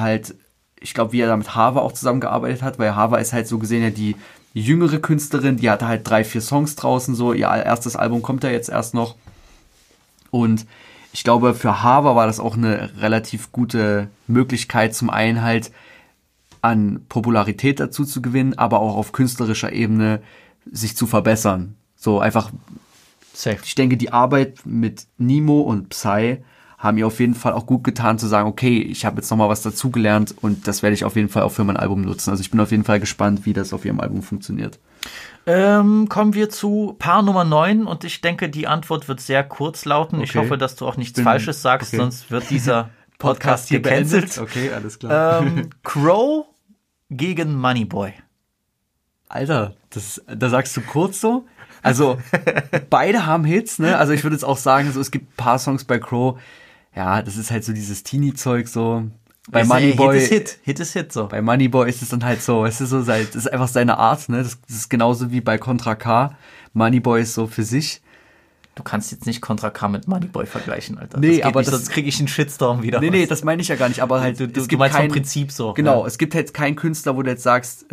da mit Hava auch zusammengearbeitet hat, weil Hava ist halt so gesehen ja die jüngere Künstlerin, die hatte halt 3, 4 Songs draußen, so, ihr erstes Album kommt ja jetzt erst noch. Und ich glaube, für Harvard war das auch eine relativ gute Möglichkeit, zum einen halt an Popularität dazu zu gewinnen, aber auch auf künstlerischer Ebene sich zu verbessern. So einfach, Safe. ich denke, die Arbeit mit Nemo und Psy haben mir auf jeden Fall auch gut getan zu sagen, okay, ich habe jetzt nochmal was dazugelernt und das werde ich auf jeden Fall auch für mein Album nutzen. Also ich bin auf jeden Fall gespannt, wie das auf ihrem Album funktioniert. Kommen wir zu Paar Nummer 9 und ich denke, die Antwort wird sehr kurz lauten. Ich hoffe, dass du auch nichts Falsches sagst, sonst wird dieser Podcast hier gecancelt. Okay, alles klar. Crow gegen Moneyboy. Alter, da sagst du kurz so. Also beide haben Hits, ne? Also ich würde jetzt auch sagen, so es gibt ein paar Songs bei Crow. Ja, das ist halt so dieses Teenie-Zeug so. Bei Moneyboy, Hit ist Hit so. Bei Moneyboy ist es dann halt so, es ist so, das ist einfach seine Art, ne? Das ist genauso wie bei Contra K. Moneyboy ist so für sich. Du kannst jetzt nicht Contra K mit Moneyboy vergleichen, Alter. Nee, aber sonst kriege ich einen Shitstorm wieder. Nee, das meine ich ja gar nicht, aber halt, du meinst vom Prinzip so. Genau, ja. Es gibt halt keinen Künstler, wo du jetzt sagst,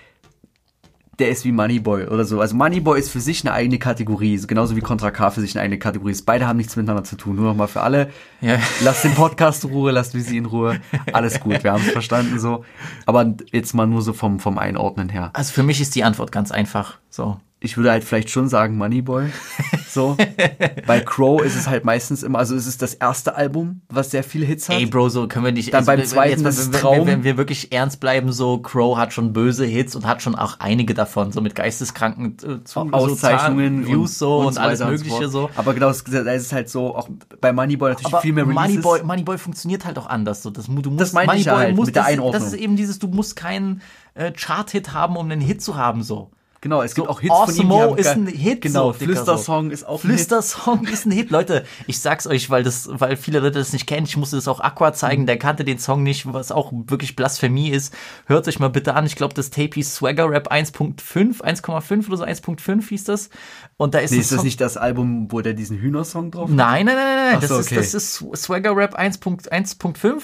der ist wie Moneyboy oder so. Also Moneyboy ist für sich eine eigene Kategorie, genauso wie Contra K für sich eine eigene Kategorie ist. Beide haben nichts miteinander zu tun. Nur nochmal für alle. Ja. Lasst den Podcast in Ruhe, lasst Visi in Ruhe. Alles gut, wir haben es verstanden so. Aber jetzt mal nur so vom Einordnen her. Also für mich ist die Antwort ganz einfach. So. Ich würde halt vielleicht schon sagen Moneyboy. So. Bei Crow ist es halt meistens immer, also es ist das erste Album, was sehr viele Hits hat. Ey, Bro, so können wir nicht. Dann beim zweiten ist es Traum. Wenn wir wirklich ernst bleiben, so Crow hat schon böse Hits und hat schon auch einige davon, so mit geisteskranken Auszeichnungen, so Views so und alles weiter Mögliche so. Aber genau, da ist es halt so, auch bei Moneyboy natürlich aber viel mehr Releases. Moneyboy funktioniert halt auch anders. So. Das meine ich ja halt mit der Einordnung. Das ist eben dieses, du musst keinen Chart-Hit haben, um einen Hit zu haben, so. Genau, es gibt so auch Hits Awesome von ihm, die haben ist ein Hit. Genau, so, Flüstersong ist auch ein Hit. Flüstersong ist ein Hit. Leute, ich sag's euch, weil viele Leute das nicht kennen. Ich musste das auch Aqua zeigen. Der kannte den Song nicht, was auch wirklich Blasphemie ist. Hört euch mal bitte an. Ich glaube, das Tape hieß Swagger Rap 1.5 oder so, 1.5 hieß das. Und da ist ist das nicht das Album, wo der diesen Hühnersong drauf hat? Nein. Das okay. ist Swagger Rap 1.5.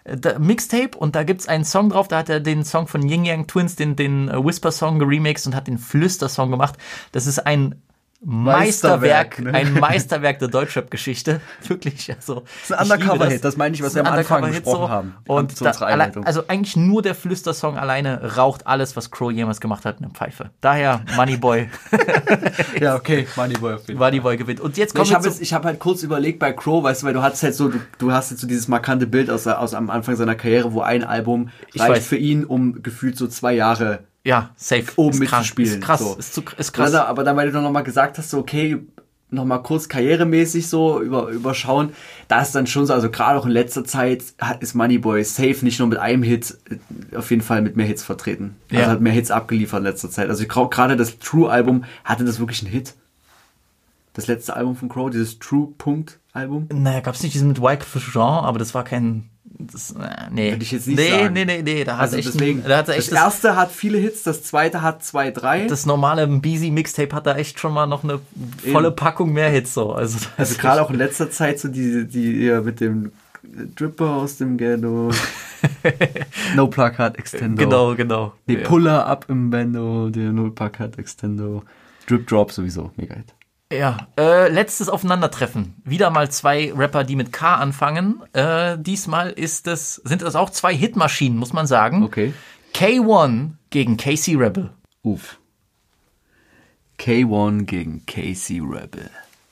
Mixtape und da gibt's einen Song drauf, da hat er den Song von Yin Yang Twins, den Whisper-Song geremixed und hat den Flüster-Song gemacht. Das ist ein Meisterwerk, ne? Ein Meisterwerk der Deutschrap-Geschichte. Wirklich, also. Das ist ein Undercover-Hit, das meine ich, was wir am Anfang besprochen haben. Und also eigentlich nur der Flüster-Song alleine raucht alles, was Crow jemals gemacht hat, in eine Pfeife. Daher Moneyboy. Ja, okay, Moneyboy auf jeden Fall. Moneyboy gewinnt. Und jetzt kommen wir ich habe halt kurz überlegt bei Crow, weißt du, weil du hast halt so, du hast jetzt so dieses markante Bild aus am Anfang seiner Karriere, wo ein Album reicht für ihn, um gefühlt so 2 Jahre ja, safe. oben mitzuspielen. Ist krass, so. ist krass. Aber dann, weil du noch mal gesagt hast, so, okay, noch mal kurz karrieremäßig so überschauen, da ist dann schon so, also gerade auch in letzter Zeit ist Moneyboy safe nicht nur mit einem Hit, auf jeden Fall mit mehr Hits vertreten. Ja. Also hat mehr Hits abgeliefert in letzter Zeit. Also gerade das True-Album, hatte das wirklich einen Hit? Das letzte Album von Crow, dieses True-Punkt-Album? Naja, gab's nicht diesen Wyclef Jean, aber das war kein... nee. Würde ich jetzt nicht sagen. Nee. Da hat also das erste hat viele Hits, das zweite hat 2, 3. Das normale Beezy Mixtape hat da echt schon mal noch eine volle Packung mehr Hits so. Also gerade auch in letzter Zeit so die mit dem Dripper aus dem Ghetto. No Plakat Extendo. Genau. Die Puller up im Bando, der No Plakat Extendo. Drip Drop sowieso, mega Hit. Ja, letztes Aufeinandertreffen. Wieder mal 2 Rapper, die mit K anfangen. Diesmal sind das auch 2 Hitmaschinen, muss man sagen. Okay. K1 gegen Casey Rebel. Uff. K1 gegen Casey Rebel.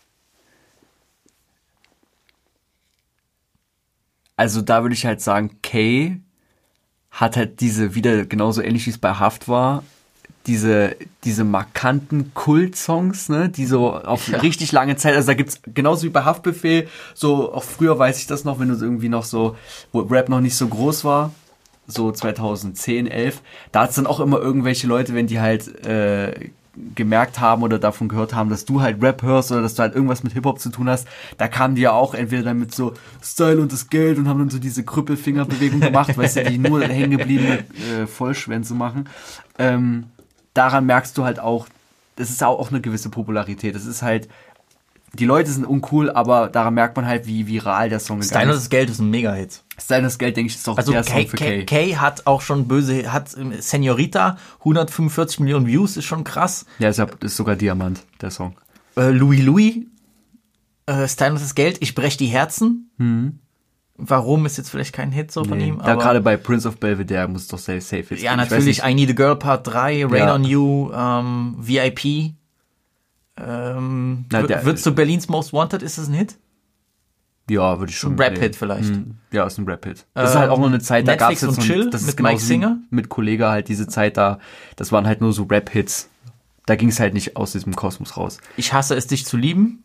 Also da würde ich halt sagen, K hat halt wieder genauso ähnlich wie es bei Haft war, diese markanten Kult-Songs, ne, die so auf richtig lange Zeit, also da gibt's genauso wie bei Haftbefehl, so auch früher weiß ich das noch, wenn du irgendwie noch so, wo Rap noch nicht so groß war, so 2010, 11, da hat's dann auch immer irgendwelche Leute, wenn die halt gemerkt haben oder davon gehört haben, dass du halt Rap hörst oder dass du halt irgendwas mit Hip-Hop zu tun hast, da kamen die ja auch entweder dann mit so Style und das Geld und haben dann so diese Krüppelfingerbewegung gemacht, weißt du, die nur hängengebliebene Vollschwänze machen. Daran merkst du halt auch, das ist auch eine gewisse Popularität. Das ist halt, die Leute sind uncool, aber daran merkt man halt, wie viral der Song gegangen ist. Style und das Geld ist ein Mega-Hit. Style und das Geld, denke ich, ist auch also der Song für Kay. Kay hat auch schon hat Senorita, 145 Millionen Views, ist schon krass. Ja, ist sogar Diamant, der Song. Louis Style und das Geld, ich brech die Herzen. Warum ist jetzt vielleicht kein Hit so von ihm? Da Aber gerade bei Prince of Belvedere muss doch safe jetzt. ja, Ich weiß natürlich, nicht. I Need a Girl Part 3, Rain Ja. on You, VIP. Würdest du Berlins Most Wanted, ist das ein Hit? Ja, würde ich schon. Ein Rap-Hit vielleicht. Ja, ist ein Rap-Hit. Das ist halt auch nur eine Zeit, da gab es Netflix jetzt und Chill das ist mit genauso Mike Singer? wie mit Kollega halt diese Zeit da, das waren halt nur so Rap-Hits. Da ging es halt nicht aus diesem Kosmos raus. Ich hasse es, dich zu lieben.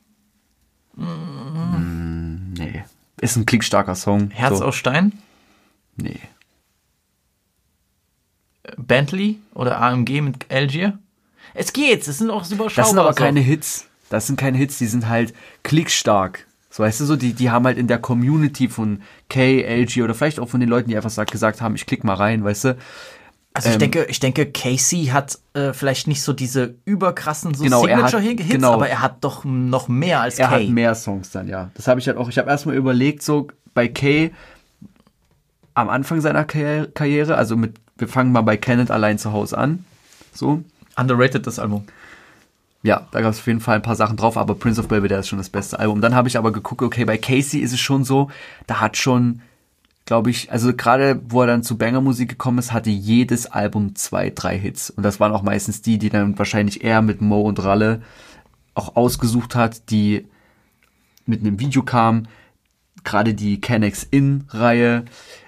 Nee. Ist ein klickstarker Song. Herz so. aus Stein. Nee. Bentley oder AMG mit Algier. Es sind auch überschaubar. Das sind aber so. keine Hits. Das sind keine Hits, die sind halt klickstark. So, weißt du so, die haben halt in der Community von K, LG oder vielleicht auch von den Leuten, die einfach gesagt haben, ich klick mal rein, weißt du. Also ich denke, Casey hat vielleicht nicht so diese überkrassen so Genau, Signature-Hits, genau. aber er hat doch noch mehr als Er Kay. hat mehr Songs dann, ja. Das habe ich halt auch, ich habe erstmal überlegt, so bei Kay am Anfang seiner Karriere, also wir fangen mal bei Kenneth allein zu Hause an, so. Underrated, das Album. Ja, da gab es auf jeden Fall ein paar Sachen drauf, aber Prince of Belvedere ist schon das beste Album. Dann habe ich aber geguckt, okay, bei Casey ist es schon so, da hat schon, glaube ich, also gerade wo er dann zu Banger-Musik gekommen ist, hatte jedes Album 2, 3 Hits. Und das waren auch meistens die dann wahrscheinlich eher mit Mo und Ralle auch ausgesucht hat, die mit einem Video kamen. Gerade die Kennex In-Reihe,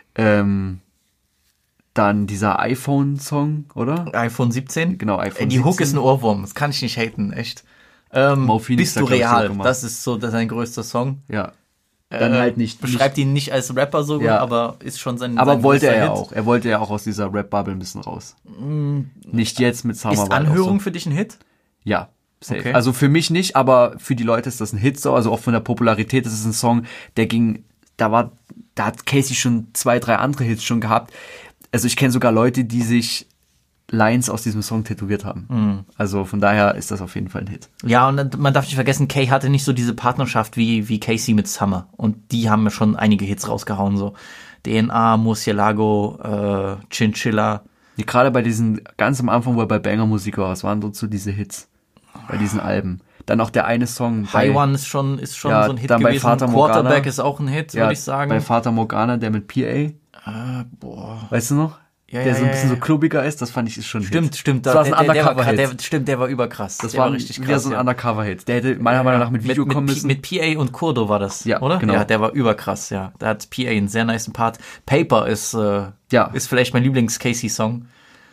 dann dieser iPhone-Song, oder? iPhone 17. Genau, iPhone Die Hook 17. ist ein Ohrwurm, das kann ich nicht haten, echt. Mo Phoenix Bist du hat, glaub ich, real? auch gemacht. Das ist sein größter Song. Ja. Dann halt nicht. Beschreibt ihn nicht als Rapper so gut, Ja. aber ist schon sein Aber sein wollte größter er Hit. auch. Er wollte ja auch aus dieser Rap-Bubble ein bisschen raus. Nicht jetzt mit Summer. Ist war halt auch Anhörung so. für dich ein Hit? Ja, safe. Okay. Also für mich nicht, aber für die Leute ist das ein Hit so. Also auch von der Popularität ist es ein Song, da hat Casey schon 2, 3 andere Hits schon gehabt. Also ich kenne sogar Leute, die sich Lines aus diesem Song tätowiert haben. Also von daher ist das auf jeden Fall ein Hit. Ja, und man darf nicht vergessen, Kay hatte nicht so diese Partnerschaft wie Casey mit Summer. Und die haben ja schon einige Hits rausgehauen, so DNA, Murcielago, Chinchilla. Nee, gerade bei diesen, ganz am Anfang, wo er bei Banger Musik war, was waren so diese Hits? Bei diesen Alben. Dann auch der eine Song. High One ist schon Ja, so ein Hit dann bei gewesen. Fata Morgana. Quarterback ist auch ein Hit, würde ich sagen. Bei Fata Morgana, der mit PA. Boah. Weißt du noch? Ja, der ja, so ein bisschen ja. so klubbiger ist, das fand ich ist schon ein Hit. Stimmt. Das war ein der war Undercover-Hit. Stimmt, der war überkrass. Das der war richtig krass. wieder so ein ja. Undercover-Hit. Der hätte meiner Meinung nach mit Video kommen müssen. Mit PA und Kurdo war das, Ja, oder? genau. Ja, der war überkrass, ja. Da hat PA einen sehr nicen Part. Paper ist vielleicht mein Lieblings-Casey-Song.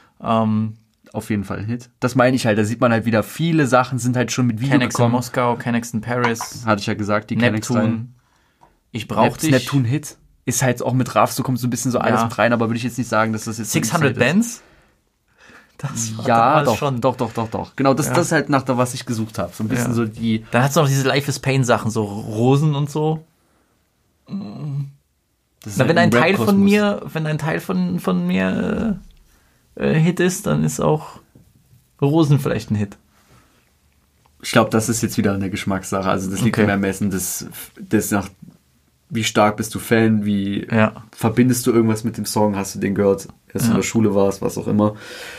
Auf jeden Fall ein Hit. Das meine ich halt. Da sieht man halt wieder, viele Sachen sind halt schon mit Video Kennex in gekommen. Moskau, Kennex in Paris, Hatte ich ja gesagt, die Kennex Neptun. Ich brauch dich. Neptun Hit. Ist halt auch mit Raff, so kommt so ein bisschen so alles Ja. mit rein, aber würde ich jetzt nicht sagen, dass das jetzt 600 Hit ist. Bands? Das war Ja, damals doch, schon. doch. Genau, das ist halt nach der, was ich gesucht habe. So ein bisschen Ja. so die. Dann hat's noch diese Life is Pain Sachen, so Rosen und so. Das ist Na, halt wenn ein Teil Rap-Kosmos. von mir Hit ist, dann ist auch Rosen vielleicht ein Hit. Ich glaube, das ist jetzt wieder eine Geschmackssache. Also das liegt Okay. im Ermessen des nach wie stark bist du Fan, wie Ja. verbindest du irgendwas mit dem Song, hast du den gehört, als du in der Schule warst, was auch immer.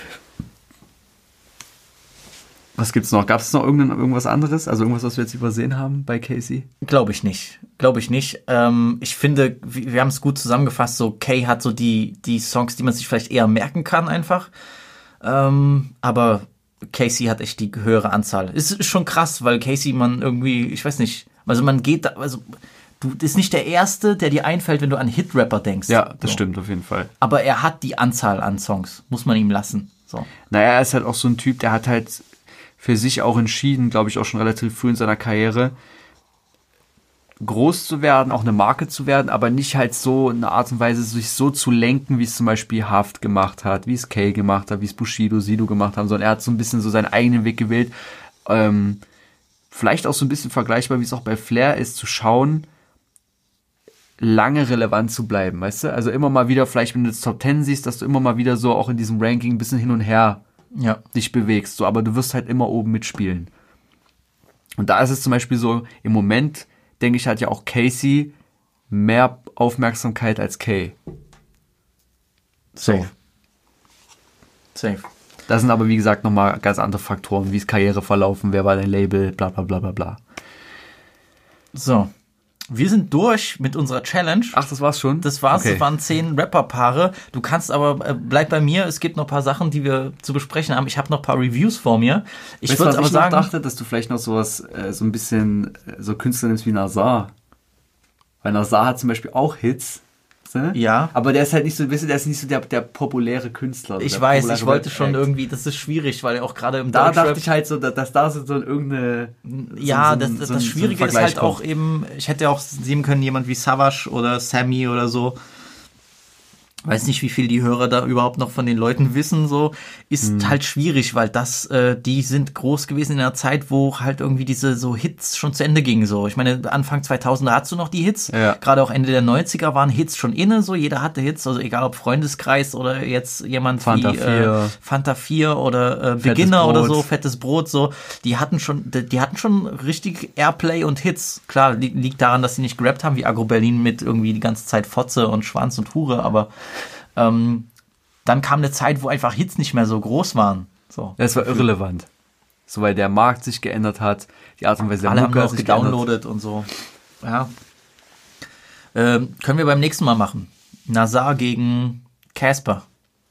Was gibt's noch? Gab es noch irgendwas anderes? Also irgendwas, was wir jetzt übersehen haben bei Casey? Glaube ich nicht. Ich finde, wir haben es gut zusammengefasst, so Kay hat so die Songs, die man sich vielleicht eher merken kann einfach. Aber Casey hat echt die höhere Anzahl. Ist schon krass, weil Casey man irgendwie, ich weiß nicht, also man geht da, also du ist nicht der Erste, der dir einfällt, wenn du an Hit-Rapper denkst. Ja, das so. stimmt auf jeden Fall. Aber er hat die Anzahl an Songs, muss man ihm lassen. So. Naja, er ist halt auch so ein Typ, der hat halt für sich auch entschieden, glaube ich, auch schon relativ früh in seiner Karriere, groß zu werden, auch eine Marke zu werden, aber nicht halt so in einer Art und Weise sich so zu lenken, wie es zum Beispiel Haft gemacht hat, wie es Kay gemacht hat, wie es Bushido, Sido gemacht haben, sondern er hat so ein bisschen so seinen eigenen Weg gewählt. Vielleicht auch so ein bisschen vergleichbar, wie es auch bei Flair ist, zu schauen, lange relevant zu bleiben, weißt du? Also immer mal wieder, vielleicht wenn du das Top 10 siehst, dass du immer mal wieder so auch in diesem Ranking ein bisschen hin und her dich bewegst, so, aber du wirst halt immer oben mitspielen. Und da ist es zum Beispiel so, im Moment denke ich, hat ja auch Casey mehr Aufmerksamkeit als Kay. Safe. Das sind aber, wie gesagt, nochmal ganz andere Faktoren, wie ist Karriere verlaufen, wer war dein Label, bla bla bla bla bla. So. Wir sind durch mit unserer Challenge. Ach, das war's schon? Das war's, Okay. Das waren 10 Rapper-Paare. Du kannst aber, bleib bei mir, es gibt noch ein paar Sachen, die wir zu besprechen haben. Ich habe noch ein paar Reviews vor mir. Ich Weißt du, würde was aber ich noch sagen, dachte, dass du vielleicht noch sowas, so ein bisschen, so Künstler nimmst wie Nazar. Weil Nazar hat zum Beispiel auch Hits. Ne? Ja. Aber der ist halt nicht so, der ist nicht so der populäre Künstler. Also ich der weiß, populäre ich wollte schon Rap-Act. irgendwie, das ist schwierig, weil auch gerade im Da Deutschrap, dachte ich halt so, dass da so irgendeine... ja, so ein das Schwierige ist Vergleich halt auch eben, ich hätte auch nehmen können, jemand wie Savage oder Sammy oder so. Weiß nicht, wie viel die Hörer da überhaupt noch von den Leuten wissen, so. Ist halt schwierig, weil die sind groß gewesen in einer Zeit, wo halt irgendwie diese so Hits schon zu Ende gingen, so. Ich meine, Anfang 2000er hattest du noch die Hits. Ja. Gerade auch Ende der 90er waren Hits schon inne, so. Jeder hatte Hits, also egal ob Freundeskreis oder jetzt jemand Fanta wie 4. Fanta 4 oder Beginner Brot. oder so, Fettes Brot, so. Die hatten schon richtig Airplay und Hits. Klar, liegt daran, dass sie nicht gerappt haben, wie Agro Berlin mit irgendwie die ganze Zeit Fotze und Schwanz und Hure, aber dann kam eine Zeit, wo einfach Hits nicht mehr so groß waren. So. Das war irrelevant. So, weil der Markt sich geändert hat, die Art und Weise der Alle haben Mucke nur hat noch sich geändert. gedownloadet und so. Ja. Können wir beim nächsten Mal machen. Nazar gegen Casper.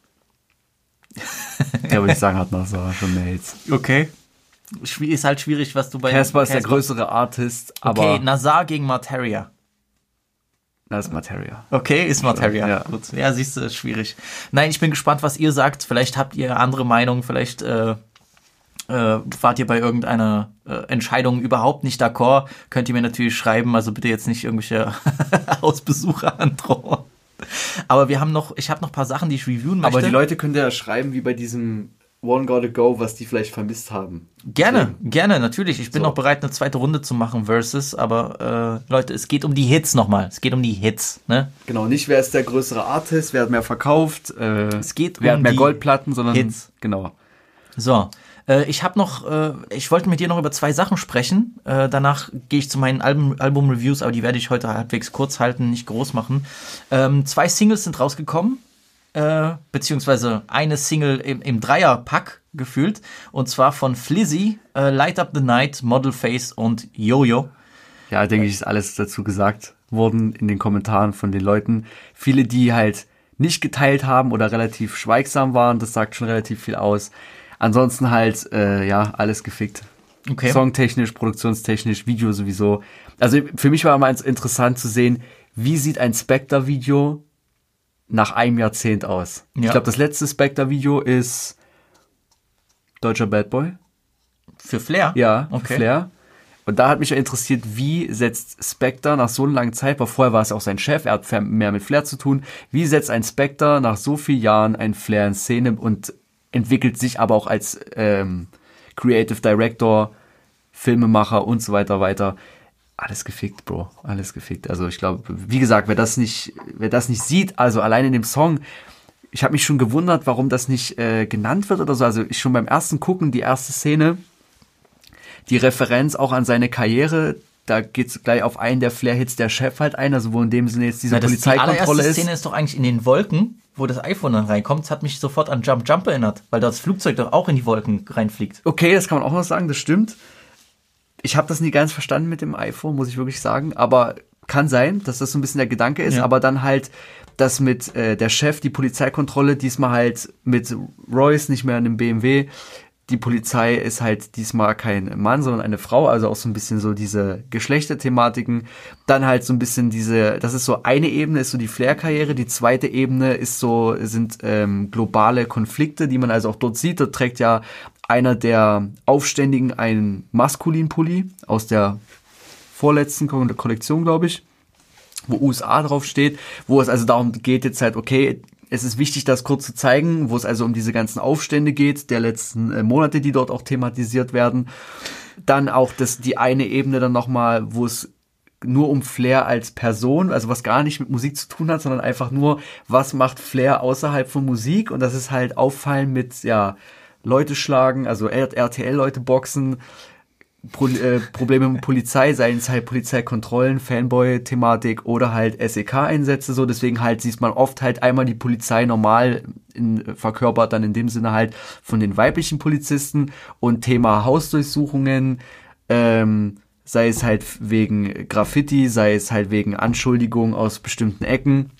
Ja, würde ich sagen, hat Nazar schon mehr Hits. Okay. Ist halt schwierig, was du bei Casper ist der größere Artist, aber Okay, Nazar gegen Materia. das ist Materia. Okay, ist Materia. Ja. Gut. Ja, siehst du, ist schwierig. Nein, ich bin gespannt, was ihr sagt. Vielleicht habt ihr andere Meinung, vielleicht wart ihr bei irgendeiner Entscheidung überhaupt nicht d'accord. Könnt ihr mir natürlich schreiben, also bitte jetzt nicht irgendwelche Hausbesuche androhen. Aber ich habe noch ein paar Sachen, die ich reviewen möchte. Aber die Leute können ja schreiben, wie bei diesem One Gotta Go, was die vielleicht vermisst haben. Gerne, natürlich. Ich bin So. auch bereit, eine zweite Runde zu machen, Versus. Aber Leute, es geht um die Hits nochmal. Es geht um die Hits, ne? Genau, nicht wer ist der größere Artist, wer hat mehr verkauft, Es geht wer um hat mehr die Goldplatten, sondern Hits. Genau. So, ich wollte mit dir noch über 2 Sachen sprechen. Danach gehe ich zu meinen Album-Reviews, aber die werde ich heute halbwegs kurz halten, nicht groß machen. 2 Singles sind rausgekommen, beziehungsweise eine Single im Dreierpack gefühlt, und zwar von Flizzy, Light Up the Night, Model Face und Yo-Yo. Ja, denke ich, ist alles dazu gesagt worden in den Kommentaren von den Leuten. Viele, die halt nicht geteilt haben oder relativ schweigsam waren, das sagt schon relativ viel aus. Ansonsten halt, alles gefickt. Okay. Songtechnisch, produktionstechnisch, Video sowieso. Also für mich war immer interessant zu sehen, wie sieht ein Spectre-Video nach einem Jahrzehnt aus. Ja. Ich glaube, das letzte Spectre-Video ist Deutscher Bad Boy. Für Flair? Ja, Okay. Flair. Und da hat mich ja interessiert, wie setzt Spectre nach so einer langen Zeit, weil vorher war es auch sein Chef, er hat mehr mit Flair zu tun, wie setzt ein Spectre nach so vielen Jahren ein Flair in Szene und entwickelt sich aber auch als Creative Director, Filmemacher und so weiter. Alles gefickt, Bro. Alles gefickt. Also ich glaube, wie gesagt, wer das nicht sieht, also allein in dem Song, ich habe mich schon gewundert, warum das nicht genannt wird oder so. Also ich schon beim ersten Gucken, die erste Szene, die Referenz auch an seine Karriere, da geht's gleich auf einen der Flair-Hits der Chef halt ein, also wo in dem Sinne jetzt diese Die Polizeikontrolle allererste ist. Szene ist doch eigentlich in den Wolken, wo das iPhone dann reinkommt. Das hat mich sofort an Jump Jump erinnert, weil das Flugzeug doch auch in die Wolken reinfliegt. Okay, das kann man auch noch sagen, das stimmt. Ich habe das nie ganz verstanden mit dem iPhone, muss ich wirklich sagen, aber kann sein, dass das so ein bisschen der Gedanke ist, Ja. aber dann halt das mit der Chef, die Polizeikontrolle, diesmal halt mit Royce, nicht mehr in einem BMW. Die Polizei ist halt diesmal kein Mann, sondern eine Frau, also auch so ein bisschen so diese Geschlechterthematiken. Dann halt so ein bisschen das ist so eine Ebene, ist so die Flair-Karriere. Die zweite Ebene sind globale Konflikte, die man also auch dort sieht. Dort trägt ja einer der Aufständigen einen Maskulin-Pulli aus der vorletzten Kollektion, glaube ich, wo USA drauf steht, wo es also darum geht jetzt halt, okay, es ist wichtig, das kurz zu zeigen, wo es also um diese ganzen Aufstände geht, der letzten Monate, die dort auch thematisiert werden. Dann auch die eine Ebene dann nochmal, wo es nur um Flair als Person, also was gar nicht mit Musik zu tun hat, sondern einfach nur, was macht Flair außerhalb von Musik? Und das ist halt auffallen mit, Leute schlagen, also RTL-Leute boxen, Probleme mit Polizei, seien es halt Polizeikontrollen, Fanboy-Thematik oder halt SEK-Einsätze, so, deswegen halt sieht man oft halt einmal die Polizei normal verkörpert dann in dem Sinne halt von den weiblichen Polizisten und Thema Hausdurchsuchungen, sei es halt wegen Graffiti, sei es halt wegen Anschuldigungen aus bestimmten Ecken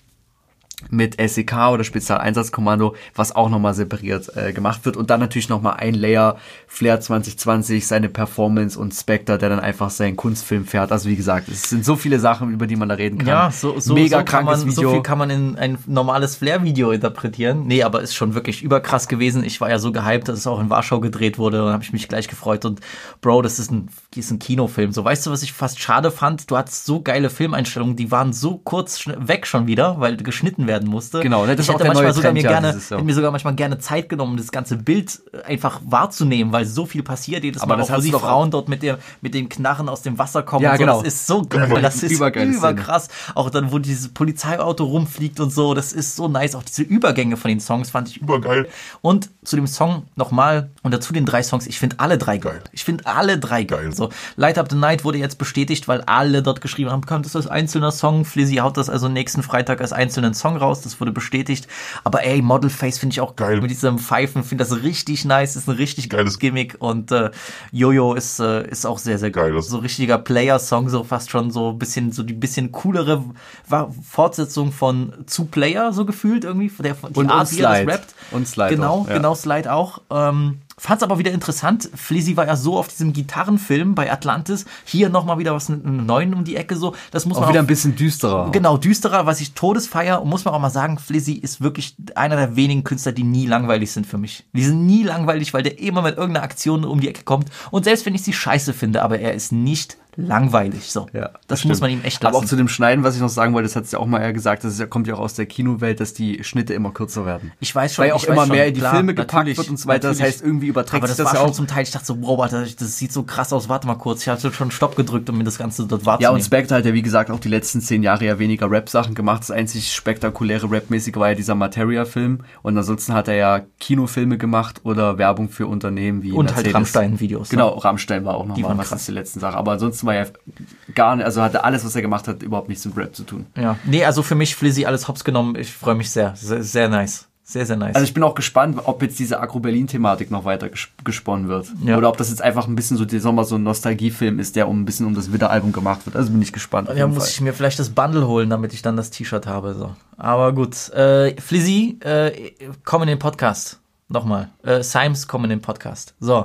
mit SEK oder Spezialeinsatzkommando, was auch nochmal separiert gemacht wird. Und dann natürlich nochmal ein Layer, Flair 2020, seine Performance und Spectre, der dann einfach seinen Kunstfilm fährt. Also wie gesagt, es sind so viele Sachen, über die man da reden kann. Ja, so mega so krankes Video. So viel kann man in ein normales Flair-Video interpretieren. Nee, aber ist schon wirklich überkrass gewesen. Ich war ja so gehypt, dass es auch in Warschau gedreht wurde, und habe ich mich gleich gefreut. Und Bro, das ist ein Kinofilm. So, weißt du, was ich fast schade fand? Du hattest so geile Filmeinstellungen, die waren so kurz weg schon wieder, weil geschnitten werden musste. Genau, das ist ich auch hätte der neue sogar Trend, hätte mir sogar manchmal gerne Zeit genommen, das ganze Bild einfach wahrzunehmen, weil so viel passiert jedes Aber Mal, das auch wo hast die du doch Frauen dort mit dem Knarren aus dem Wasser kommen. Ja, und so. genau. Das ist so geil, das ist Übergeile überkrass. Auch dann, wo dieses Polizeiauto rumfliegt und so, das ist so nice. Auch diese Übergänge von den Songs fand ich übergeil. Und zu dem Song nochmal, und dazu den 3 Songs, ich finde alle 3 geil. Ich finde alle 3 geil. So, Light Up the Night wurde jetzt bestätigt, weil alle dort geschrieben haben, das ist als einzelner Song. Flizzy haut das also nächsten Freitag als einzelnen Song raus. Das wurde bestätigt. Aber ey, Model Face finde ich auch geil. Mit diesem Pfeifen finde das richtig nice. Ist ein richtig geiles Gimmick. Und Jojo ist auch sehr, sehr geil. So richtiger Player-Song, so fast schon so die bisschen coolere Fortsetzung von Zu Player, so gefühlt irgendwie. Die Art, wie er das rappt. Und Slide genau, auch. Ja. Genau, Slide auch. Fand's aber wieder interessant. Flizzy war ja so auf diesem Gitarrenfilm bei Atlantis. Hier nochmal wieder was mit einem neuen um die Ecke so. Das muss auch man wieder ein bisschen düsterer. Genau, düsterer, was ich todesfeier. Und muss man auch mal sagen, Flizzy ist wirklich einer der wenigen Künstler, die nie langweilig sind für mich. Die sind nie langweilig, weil der immer mit irgendeiner Aktion um die Ecke kommt. Und selbst wenn ich sie scheiße finde, aber er ist nicht langweilig. So. Ja, das muss man ihm echt lassen. Aber auch zu dem Schneiden, was ich noch sagen wollte, das hat es ja auch mal eher gesagt, kommt ja auch aus der Kinowelt, dass die Schnitte immer kürzer werden. Ich weiß schon. Weil auch immer mehr in die klar, Filme gepackt wird und so weiter. Das heißt, irgendwie überträgt sich das war ja schon auch. zum Teil, ich dachte so, wow, Alter, das sieht so krass aus, warte mal kurz. Ich hatte schon Stopp gedrückt, um mir das Ganze dort wahrzunehmen. Ja, und Spectre hat ja, wie gesagt, auch die letzten 10 Jahre ja weniger Rap-Sachen gemacht. Das einzig spektakuläre Rap-mäßige war ja dieser Materia-Film. Und ansonsten hat er ja Kinofilme gemacht oder Werbung für Unternehmen wie und Mercedes. Halt Rammstein-Videos. Genau, Rammstein war auch nochmal, was ist die letzten Sache. Aber ansonsten war ja gar nicht, also hatte alles, was er gemacht hat, überhaupt nichts mit Rap zu tun. Ja, nee, also für mich Flizzy alles hops genommen. Ich freue mich sehr, sehr, sehr nice. Sehr, sehr nice. Also ich bin auch gespannt, ob jetzt diese Agro-Berlin-Thematik noch weiter gesponnen wird. Ja. Oder ob das jetzt einfach ein bisschen so ein Nostalgiefilm ist, der ein bisschen um das Widder-Album gemacht wird. Also bin ich gespannt. Ja, muss ich mir vielleicht das Bundle holen, damit ich dann das T-Shirt habe. So. Aber gut. Flizzy, komm in den Podcast. Nochmal. Symes, komm in den Podcast. So.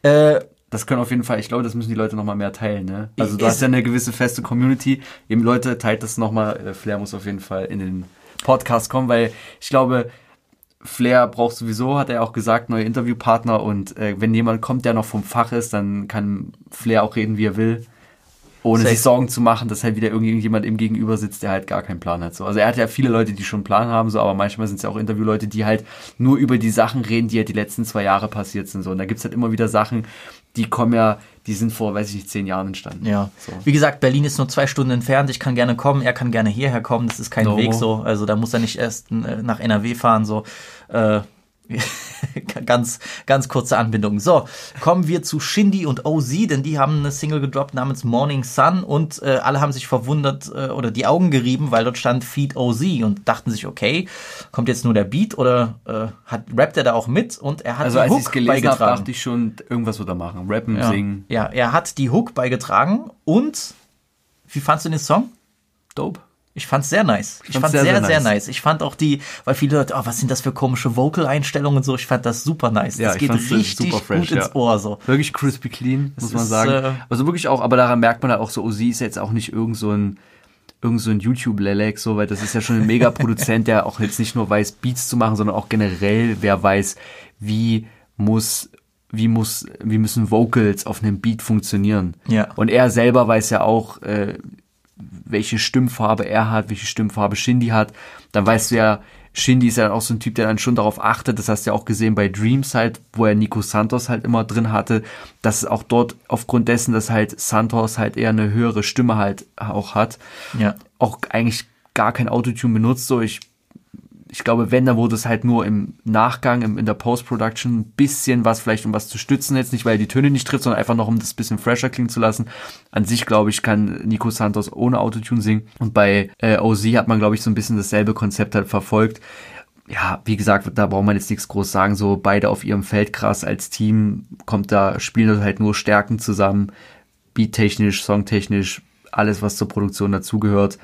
Das können auf jeden Fall, ich glaube, das müssen die Leute nochmal mehr teilen, ne? Also du hast ja eine gewisse feste Community. Eben Leute, teilt das nochmal. Flair muss auf jeden Fall in den Podcast kommen, weil ich glaube, Flair braucht sowieso, hat er auch gesagt, neue Interviewpartner, und wenn jemand kommt, der noch vom Fach ist, dann kann Flair auch reden, wie er will, ohne sich Sorgen zu machen, dass halt wieder irgendjemand ihm gegenüber sitzt, der halt gar keinen Plan hat. So. Also er hat ja viele Leute, die schon einen Plan haben, so, aber manchmal sind es ja auch Interviewleute, die halt nur über die Sachen reden, die halt die letzten 2 Jahre passiert sind. So. Und da gibt's halt immer wieder Sachen, die sind vor, weiß ich nicht, 10 Jahren entstanden. Ja. So. Wie gesagt, Berlin ist nur 2 Stunden entfernt. Ich kann gerne kommen, er kann gerne hierher kommen. Das ist kein Weg so. Also da muss er nicht erst nach NRW fahren. So. Ganz, ganz kurze Anbindung. So, kommen wir zu Shindy und OZ, denn die haben eine Single gedroppt namens Morning Sun, und alle haben sich verwundert oder die Augen gerieben, weil dort stand Feed OZ und dachten sich, okay, kommt jetzt nur der Beat oder rappt er da auch mit? Und er hat also die als Hook ich es gelesen beigetragen. habe, dachte ich schon, irgendwas wird er machen. Rappen, singen. Ja, er hat die Hook beigetragen, und wie fandst du den Song? Dope. Ich fand's sehr nice. Ich fand's sehr, sehr nice. Ich fand auch weil viele Leute, was sind das für komische Vocal-Einstellungen und so, ich fand das super nice. Ja, das geht richtig super fresh, gut ins Ohr, so. Wirklich crispy clean, muss man sagen. Also wirklich auch, aber daran merkt man halt auch so, OZ ist jetzt auch nicht irgend so ein YouTube-Lelek, so, weil das ist ja schon ein Mega-Produzent, der auch jetzt nicht nur weiß, Beats zu machen, sondern auch generell, wer weiß, wie müssen Vocals auf einem Beat funktionieren. Ja. Und er selber weiß ja auch, welche Stimmfarbe er hat, welche Stimmfarbe Shindy hat. Dann weißt du ja, Shindy ist ja auch so ein Typ, der dann schon darauf achtet, das hast du ja auch gesehen bei Dreams halt, wo er Nico Santos halt immer drin hatte, dass es auch dort aufgrund dessen, dass halt Santos halt eher eine höhere Stimme halt auch hat, auch eigentlich gar kein Autotune benutzt, so ich glaube, wenn, dann wurde es halt nur im Nachgang, in der Post-Production ein bisschen was, vielleicht um was zu stützen, jetzt nicht, weil er die Töne nicht trifft, sondern einfach noch, um das bisschen fresher klingen zu lassen. An sich, glaube ich, kann Nico Santos ohne Autotune singen. Und bei OZ hat man, glaube ich, so ein bisschen dasselbe Konzept halt verfolgt. Ja, wie gesagt, da braucht man jetzt nichts groß sagen, so beide auf ihrem Feld krass als Team, spielen halt nur Stärken zusammen. beattechnisch, songtechnisch, alles, was zur Produktion dazugehört.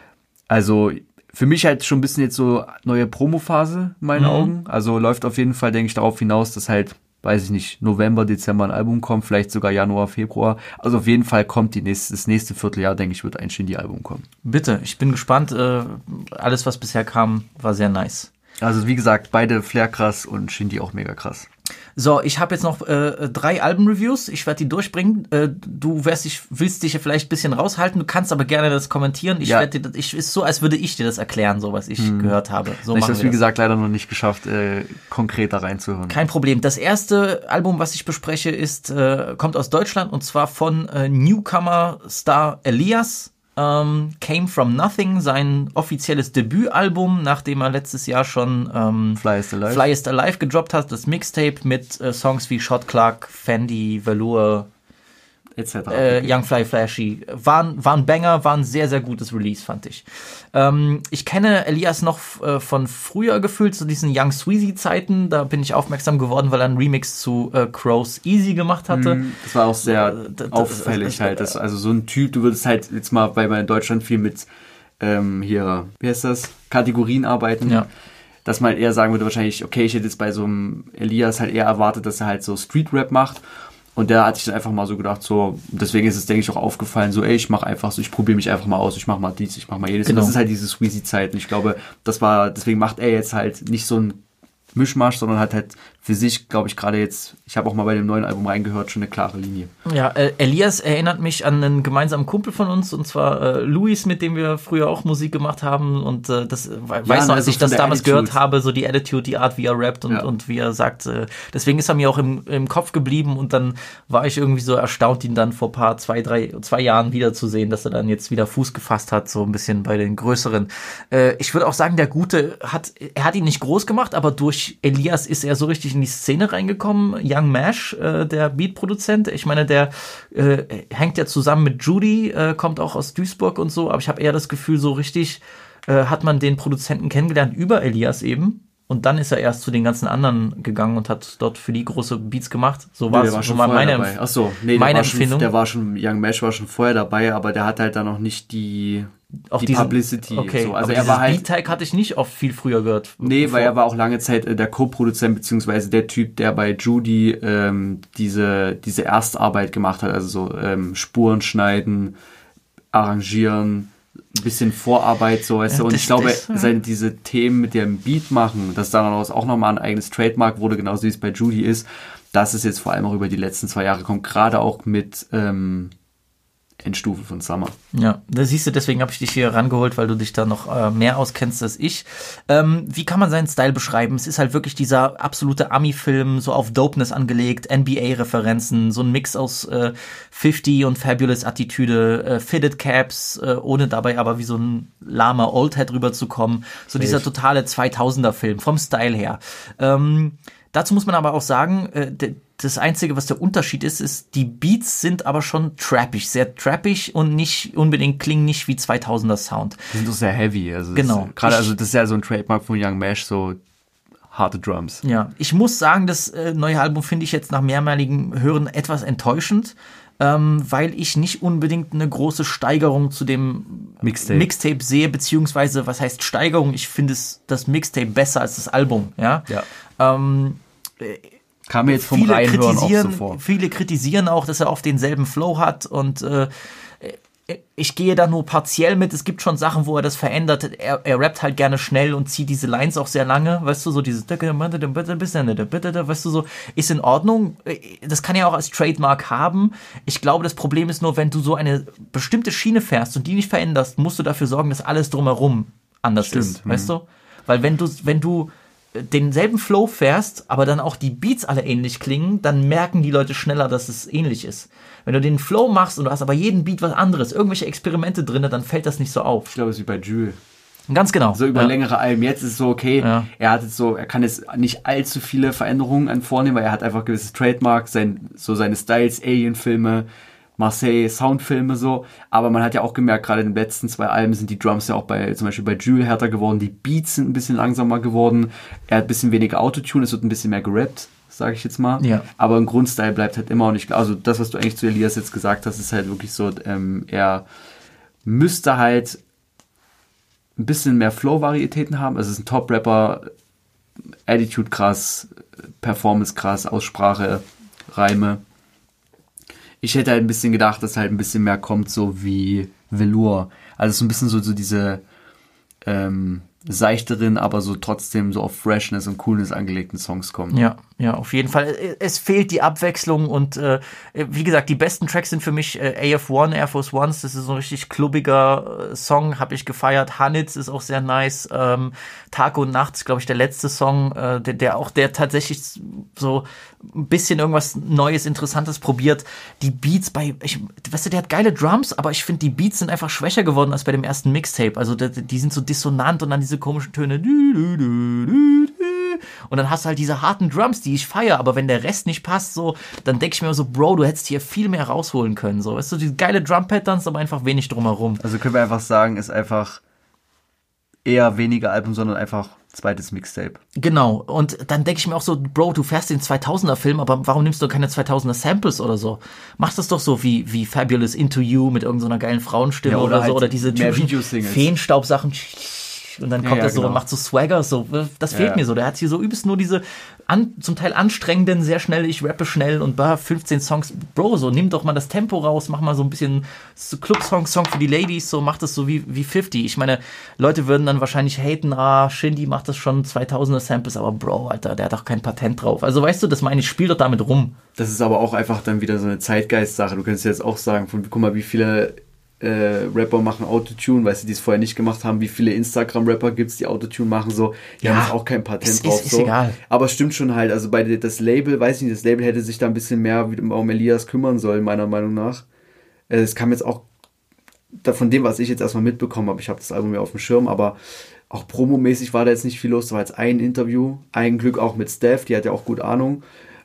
Also für mich halt schon ein bisschen jetzt so neue Promophase in meinen Augen. Also läuft auf jeden Fall, denke ich, darauf hinaus, dass halt, weiß ich nicht, November, Dezember ein Album kommt, vielleicht sogar Januar, Februar. Also auf jeden Fall kommt das nächste Vierteljahr, denke ich, wird ein Shindy-Album kommen. Bitte, ich bin gespannt. Alles, was bisher kam, war sehr nice. Also wie gesagt, beide Flair krass und Shindy auch mega krass. So, ich habe jetzt noch 3 Album-Reviews. Ich werde die durchbringen. Du willst dich ja vielleicht ein bisschen raushalten. Du kannst aber gerne das kommentieren. Ist so, als würde ich dir das erklären, so was ich gehört habe. So ich habe es, wie gesagt, leider noch nicht geschafft, konkret da reinzuhören. Kein Problem. Das erste Album, was ich bespreche, kommt aus Deutschland und zwar von Newcomer-Star Elias. Came From Nothing, sein offizielles Debütalbum, nachdem er letztes Jahr schon Fly is Alive gedroppt hat, das Mixtape mit Songs wie Shot Clock, Fendi, Velour, etc. Young Fly Flashy. War ein Banger, war ein sehr, sehr gutes Release, fand ich. Ich kenne Elias noch von früher gefühlt, zu diesen Young Sweezy-Zeiten. Da bin ich aufmerksam geworden, weil er einen Remix zu Crow's Easy gemacht hatte. Das war auch sehr auffällig halt. Also so ein Typ, du würdest halt jetzt mal, weil man in Deutschland viel mit hier, wie heißt das, Kategorien arbeiten. Ja. Dass man eher sagen würde wahrscheinlich, okay, ich hätte jetzt bei so einem Elias halt eher erwartet, dass er halt so Street-Rap macht. Und der hatte ich dann einfach mal so gedacht, so, deswegen ist es, denke ich, auch aufgefallen, so, ich mache einfach so, ich probiere mich einfach mal aus, ich mache mal dies, ich mache mal jedes. Genau. Und das ist halt diese Sweezy-Zeit. Und ich glaube, deswegen macht er jetzt halt nicht so ein Mischmasch, sondern hat halt für sich, glaube ich, gerade jetzt, ich habe auch mal bei dem neuen Album reingehört, schon eine klare Linie. Ja, Elias erinnert mich an einen gemeinsamen Kumpel von uns, und zwar Luis, mit dem wir früher auch Musik gemacht haben, und weiß noch, als ich das damals gehört habe, so die Attitude, die Art, wie er rappt und wie er sagt, deswegen ist er mir auch im Kopf geblieben, und dann war ich irgendwie so erstaunt, ihn dann vor zwei Jahren wiederzusehen, dass er dann jetzt wieder Fuß gefasst hat, so ein bisschen bei den Größeren. Ich würde auch sagen, der Gute hat ihn nicht groß gemacht, aber durch Elias ist er so richtig in die Szene reingekommen. Young Mash, der Beatproduzent, ich meine, der hängt ja zusammen mit Judy, kommt auch aus Duisburg und so, aber ich habe eher das Gefühl, so richtig hat man den Produzenten kennengelernt über Elias eben, und dann ist er erst zu den ganzen anderen gegangen und hat dort für die große Beats gemacht. So war es, so war meine Empfindung. Young Mash war schon vorher dabei, aber der hat halt dann noch nicht die Publicity. Okay, so. Also aber er war halt, Beat-Tag hatte ich nicht oft viel früher gehört. Nee, weil er war auch lange Zeit der Co-Produzent, beziehungsweise der Typ, der bei Judy diese Erstarbeit gemacht hat, also so Spuren schneiden, arrangieren, ein bisschen Vorarbeit, so, weißt du. Und ich glaube, diese Themen mit dem Beat machen, dass daraus auch nochmal ein eigenes Trademark wurde, genauso wie es bei Judy ist, dass es jetzt vor allem auch über die letzten 2 Jahre kommt, gerade auch mit Endstufe von Summer. Ja, da siehst du, deswegen habe ich dich hier rangeholt, weil du dich da noch mehr auskennst als ich. Wie kann man seinen Style beschreiben? Es ist halt wirklich dieser absolute Ami-Film, so auf Dopeness angelegt, NBA-Referenzen, so ein Mix aus 50 und Fabulous-Attitüde, Fitted Caps, ohne dabei aber wie so ein lahmer Oldhead rüberzukommen. So dieser totale 2000er-Film, vom Style her. Dazu muss man aber auch sagen, das Einzige, was der Unterschied ist, die Beats sind aber schon trappig, sehr trappig, und nicht unbedingt, klingen nicht wie 2000er Sound. Die sind doch sehr heavy. Also genau. Das ist ja so ein Trademark von Young Mash, so harte Drums. Ja, ich muss sagen, das neue Album finde ich jetzt nach mehrmaligem Hören etwas enttäuschend, weil ich nicht unbedingt eine große Steigerung zu dem Mixtape sehe, beziehungsweise, was heißt Steigerung? Ich finde das Mixtape besser als das Album, ja. Kam mir jetzt vom Reinhören auch so vor. Viele kritisieren auch, dass er oft denselben Flow hat, und ich gehe da nur partiell mit. Es gibt schon Sachen, wo er das verändert. Er rappt halt gerne schnell und zieht diese Lines auch sehr lange, weißt du, so dieses, weißt du, so, ist in Ordnung. Das kann er auch als Trademark haben. Ich glaube, das Problem ist nur, wenn du so eine bestimmte Schiene fährst und die nicht veränderst, musst du dafür sorgen, dass alles drumherum anders ist, weißt du? Weil wenn du denselben Flow fährst, aber dann auch die Beats alle ähnlich klingen, dann merken die Leute schneller, dass es ähnlich ist. Wenn du den Flow machst und du hast aber jeden Beat was anderes, irgendwelche Experimente drin, dann fällt das nicht so auf. Ich glaube, es ist wie bei Jules. Ganz genau. So über längere Alben. Jetzt ist es so, okay, er kann jetzt nicht allzu viele Veränderungen vornehmen, weil er hat einfach gewisses Trademark, seine Styles, Alien-Filme, Marseille, Soundfilme so, aber man hat ja auch gemerkt, gerade in den letzten 2 Alben sind die Drums ja auch zum Beispiel bei Jules härter geworden, die Beats sind ein bisschen langsamer geworden, er hat ein bisschen weniger Autotune, es wird ein bisschen mehr gerappt, sage ich jetzt mal. Ja. Aber ein Grundstyle bleibt halt immer. Und also das, was du eigentlich zu Elias jetzt gesagt hast, ist halt wirklich so, er müsste halt ein bisschen mehr Flow-Varietäten haben. Also es ist ein Top-Rapper, Attitude krass, Performance krass, Aussprache, Reime. Ich hätte halt ein bisschen gedacht, dass halt ein bisschen mehr kommt, so wie Velour. Also so ein bisschen so diese seichteren, aber so trotzdem so auf Freshness und Coolness angelegten Songs kommen. Ja, auf jeden Fall. Es fehlt die Abwechslung und wie gesagt, die besten Tracks sind für mich AF1, Air Force Ones, das ist so ein richtig klubbiger Song, habe ich gefeiert. Hanitz ist auch sehr nice. Tag und Nacht ist, glaube ich, der letzte Song, der tatsächlich so ein bisschen irgendwas Neues, Interessantes probiert. Die Beats weißt du, der hat geile Drums, aber ich finde, die Beats sind einfach schwächer geworden als bei dem ersten Mixtape. Also die sind so dissonant und dann diese komischen Töne. Und dann hast du halt diese harten Drums, die ich feiere, aber wenn der Rest nicht passt, so, dann denke ich mir so, Bro, du hättest hier viel mehr rausholen können. So, weißt du, diese geile Drum-Patterns, aber einfach wenig drumherum. Also können wir einfach sagen, ist einfach eher weniger Album, sondern einfach zweites Mixtape. Genau, und dann denke ich mir auch so, Bro, du fährst den 2000er-Film, aber warum nimmst du keine 2000er-Samples oder so? Mach das doch so wie Fabulous Into You mit irgendeiner geilen Frauenstimme Ja, oder oder so, halt oder diese mehr typischen Videosingles. Feenstaubsachen. Und dann kommt das so genau. und macht so Swagger, so, das fehlt mir so. Der hat hier so übelst nur diese zum Teil anstrengenden, sehr schnell, ich rappe schnell und 15 Songs. Bro, so, nimm doch mal das Tempo raus, mach mal so ein bisschen so Club-Song für die Ladies, so, mach das so wie 50. Ich meine, Leute würden dann wahrscheinlich haten, Shindy macht das schon 2000er Samples, aber Bro, Alter, der hat doch kein Patent drauf. Also weißt du, das meine ich, spiel doch damit rum. Das ist aber auch einfach dann wieder so eine Zeitgeist-Sache. Du könntest jetzt auch sagen, guck mal, wie viele Rapper machen Autotune, weißt du, die es vorher nicht gemacht haben, wie viele Instagram-Rapper gibt's, die Autotune machen, so, die haben jetzt auch kein Patent drauf. Ist so. egal. Aber es stimmt schon halt, also bei das Label, weiß ich nicht, das Label hätte sich da ein bisschen mehr um Elias kümmern sollen, meiner Meinung nach. Es kam jetzt auch von dem, was ich jetzt erstmal mitbekommen habe, ich habe das Album ja auf dem Schirm, aber auch promomäßig war da jetzt nicht viel los, da war jetzt ein Interview, ein Glück auch mit Steph, die hat ja auch gut Ahnung,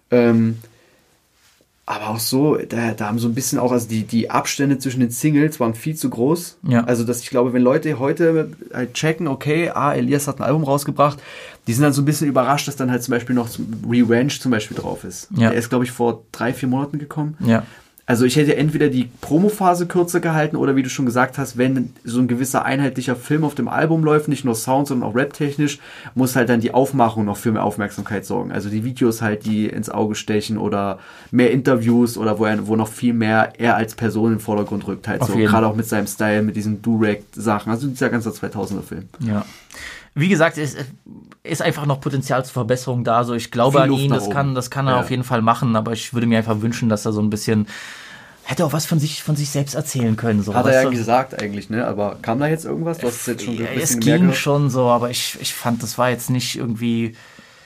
aber auch so, da haben so ein bisschen auch, also die Abstände zwischen den Singles waren viel zu groß. Ja. Also, dass ich glaube, wenn Leute heute halt checken, okay, Elias hat ein Album rausgebracht, die sind dann so ein bisschen überrascht, dass dann halt zum Beispiel noch Revenge zum Beispiel drauf ist. Ja. Der ist, glaube ich, vor 3-4 Monaten gekommen. Ja. Also ich hätte entweder die Promophase kürzer gehalten oder wie du schon gesagt hast, wenn so ein gewisser einheitlicher Film auf dem Album läuft, nicht nur Sound, sondern auch Rap-technisch, muss halt dann die Aufmachung noch für mehr Aufmerksamkeit sorgen. Also die Videos halt, die ins Auge stechen oder mehr Interviews oder wo noch viel mehr er als Person in den Vordergrund rückt halt Auf so. jeden. Gerade auch mit seinem Style, mit diesen Do-Rag-Sachen. Also dieser ganze 2000er-Film. Ja. Wie gesagt, es ist einfach noch Potenzial zur Verbesserung da. So, ich glaube Viel an Luft ihn, nach das oben. kann er auf jeden Fall machen, aber ich würde mir einfach wünschen, dass er so ein bisschen hätte auch was von sich selbst erzählen können. So, Hat er ja weißt du? gesagt eigentlich, ne? Aber kam da jetzt irgendwas? Du hast es jetzt schon ein Ja, bisschen es mehr ging gehört. schon so, aber ich fand, das war jetzt nicht irgendwie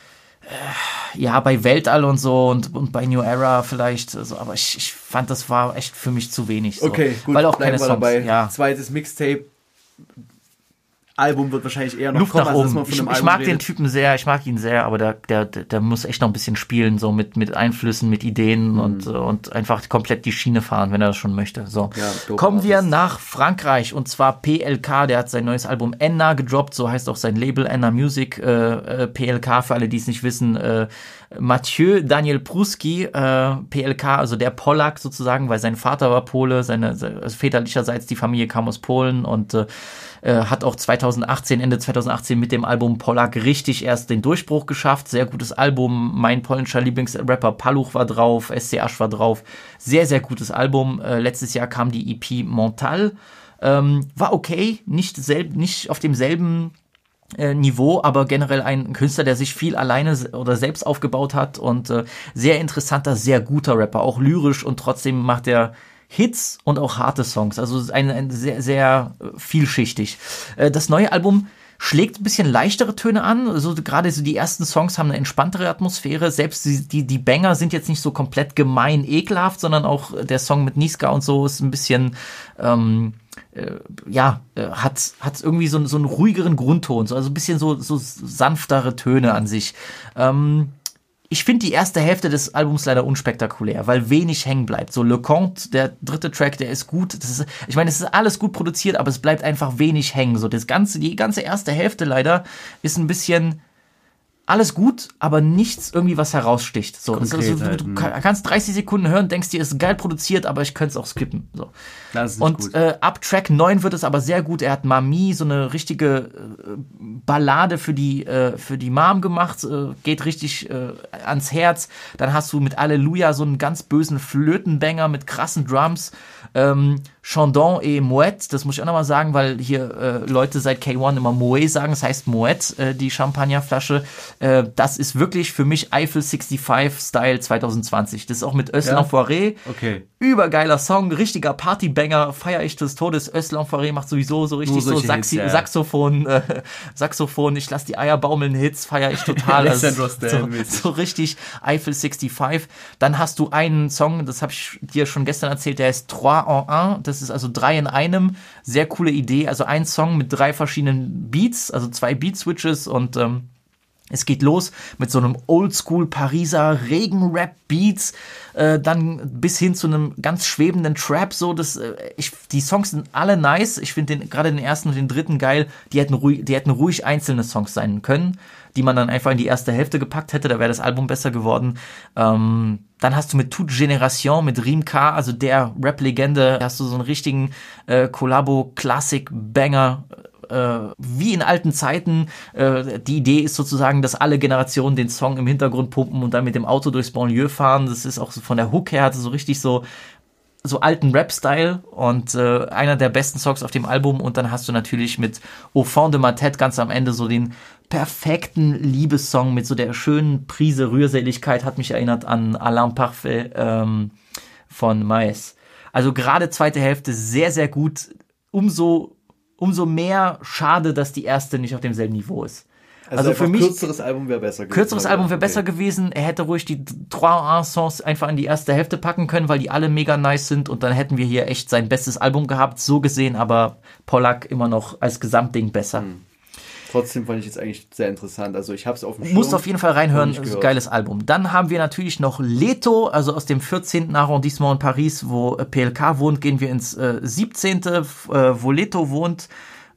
bei Weltall und so und bei New Era vielleicht, so, aber ich fand, das war echt für mich zu wenig. So. Okay, gut, Weil auch bleiben keine wir Songs. dabei. Ja. Zweites Mixtape. Album wird wahrscheinlich eher noch Luft kommen, nach als dass oben. man von Ich einem Album mag redet. den Typen sehr, ich mag ihn sehr, aber der muss echt noch ein bisschen spielen, so mit Einflüssen, mit Ideen und einfach komplett die Schiene fahren, wenn er das schon möchte. So. Ja, dope Kommen wir Artist. nach Frankreich und zwar PLK, der hat sein neues Album Enna gedroppt, so heißt auch sein Label Enna Music. PLK, für alle, die es nicht wissen, Mathieu Daniel Pruski, PLK, also der Polak sozusagen, weil sein Vater war Pole, also väterlicherseits die Familie kam aus Polen und hat auch Ende 2018 mit dem Album Polak richtig erst den Durchbruch geschafft. Sehr gutes Album. Mein polnischer Lieblingsrapper Paluch war drauf, SC Asch war drauf. Sehr, sehr gutes Album. Letztes Jahr kam die EP Mental. War okay, nicht auf demselben Niveau, aber generell ein Künstler, der sich viel alleine oder selbst aufgebaut hat und sehr interessanter, sehr guter Rapper, auch lyrisch und trotzdem macht er Hits und auch harte Songs, also ein sehr, sehr vielschichtig. Das neue Album schlägt ein bisschen leichtere Töne an, also gerade so die ersten Songs haben eine entspanntere Atmosphäre, selbst die Banger sind jetzt nicht so komplett gemein, ekelhaft, sondern auch der Song mit Niska und so ist ein bisschen hat irgendwie so einen ruhigeren Grundton, so, also ein bisschen so sanftere Töne an sich. Ich finde die erste Hälfte des Albums leider unspektakulär, weil wenig hängen bleibt. So Le Conte, der dritte Track, der ist gut. Ich meine, es ist alles gut produziert, aber es bleibt einfach wenig hängen. So die ganze erste Hälfte leider ist ein bisschen alles gut, aber nichts irgendwie, was heraussticht. So, Konkret halt, du kannst 30 Sekunden hören, denkst dir, ist geil produziert, aber ich könnte es auch skippen. So. Das ist Und ab Track 9 wird es aber sehr gut. Er hat Mami, so eine richtige Ballade für die Mom gemacht, geht richtig ans Herz. Dann hast du mit Alleluia so einen ganz bösen Flötenbanger mit krassen Drums. Chandon et Moet, das muss ich auch nochmal sagen, weil hier Leute seit K1 immer Moet sagen, das heißt Moet, die Champagnerflasche. Das ist wirklich für mich Eiffel 65 Style 2020. Das ist auch mit Özlem Foiré. Okay. Übergeiler Song, richtiger Partybanger, feier ich des Todes. Özlem Foiré macht sowieso so richtig so Saxophon, ich lass die Eier baumeln Hits, feier ich total. Also, so richtig Eiffel 65. Dann hast du einen Song, das habe ich dir schon gestern erzählt, der heißt Trois en un. Das ist also 3 in einem. Sehr coole Idee. Also ein Song mit 3 verschiedenen Beats, also 2 Beat-Switches und es geht los mit so einem Oldschool Pariser Regen-Rap-Beats, dann bis hin zu einem ganz schwebenden Trap. So, die Songs sind alle nice. Ich finde gerade den ersten und den dritten geil. Die hätten ruhig einzelne Songs sein können, die man dann einfach in die erste Hälfte gepackt hätte. Da wäre das Album besser geworden. Dann hast du mit Toute Génération, mit Rim K, also der Rap-Legende, hast du so einen richtigen Collabo-Classic-Banger, wie in alten Zeiten. Die Idee ist sozusagen, dass alle Generationen den Song im Hintergrund pumpen und dann mit dem Auto durchs Banlieue fahren. Das ist auch so von der Hook her, hatte so richtig so alten Rap-Style und einer der besten Songs auf dem Album. Und dann hast du natürlich mit Au fond de ma tête ganz am Ende so den perfekten Liebessong mit so der schönen Prise Rührseligkeit, hat mich erinnert an Alain Parfait von Maes. Also gerade zweite Hälfte sehr, sehr gut. Umso mehr schade, dass die erste nicht auf demselben Niveau ist. Also für mich kürzeres Album wäre besser gewesen. Kürzeres Album wäre besser gewesen. Er hätte ruhig die 3 Songs einfach in die erste Hälfte packen können, weil die alle mega nice sind und dann hätten wir hier echt sein bestes Album gehabt, so gesehen, aber Pollack immer noch als Gesamtding besser. Trotzdem fand ich jetzt eigentlich sehr interessant. Also ich habe es auf dem Schirm. Musst auf jeden Fall reinhören, geiles Album. Dann haben wir natürlich noch Leto, also aus dem 14. Arrondissement in Paris, wo PLK wohnt, gehen wir ins 17., wo Leto wohnt.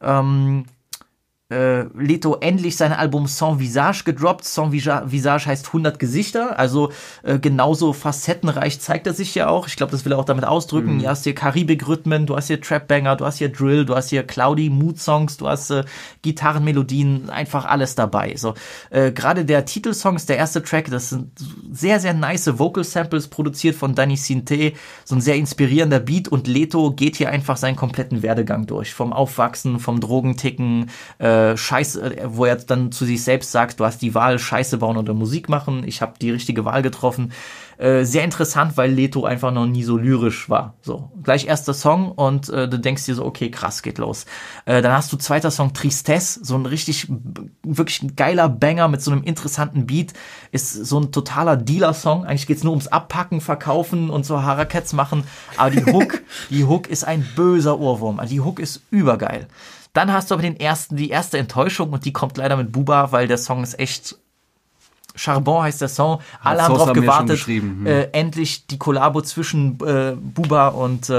Leto endlich sein Album Sans Visage gedroppt. Sans Visage heißt 100 Gesichter, also genauso facettenreich zeigt er sich ja auch. Ich glaube, das will er auch damit ausdrücken. Du hast hier Karibik-Rhythmen, du hast hier Trap-Banger, du hast hier Drill, du hast hier Cloudy Mood-Songs, du hast Gitarrenmelodien, einfach alles dabei. So, gerade der Titelsong ist der erste Track, das sind sehr, sehr nice Vocal-Samples, produziert von Danny Sinte, so ein sehr inspirierender Beat und Leto geht hier einfach seinen kompletten Werdegang durch. Vom Aufwachsen, vom Drogenticken, Scheiße, wo er dann zu sich selbst sagt, du hast die Wahl, Scheiße bauen oder Musik machen. Ich habe die richtige Wahl getroffen. Sehr interessant, weil Leto einfach noch nie so lyrisch war. So, gleich erster Song und du denkst dir so, okay, krass, geht los. Dann hast du zweiter Song Tristesse, so ein wirklich ein geiler Banger mit so einem interessanten Beat. Ist so ein totaler Dealer-Song. Eigentlich geht's nur ums Abpacken, Verkaufen und so Harakets machen. Aber die Hook ist ein böser Ohrwurm. Also die Hook ist übergeil. Dann hast du aber die erste Enttäuschung und die kommt leider mit Buba, weil der Song ist echt... Charbon heißt der Song. Alle haben drauf gewartet. Endlich die Kollabo zwischen Buba und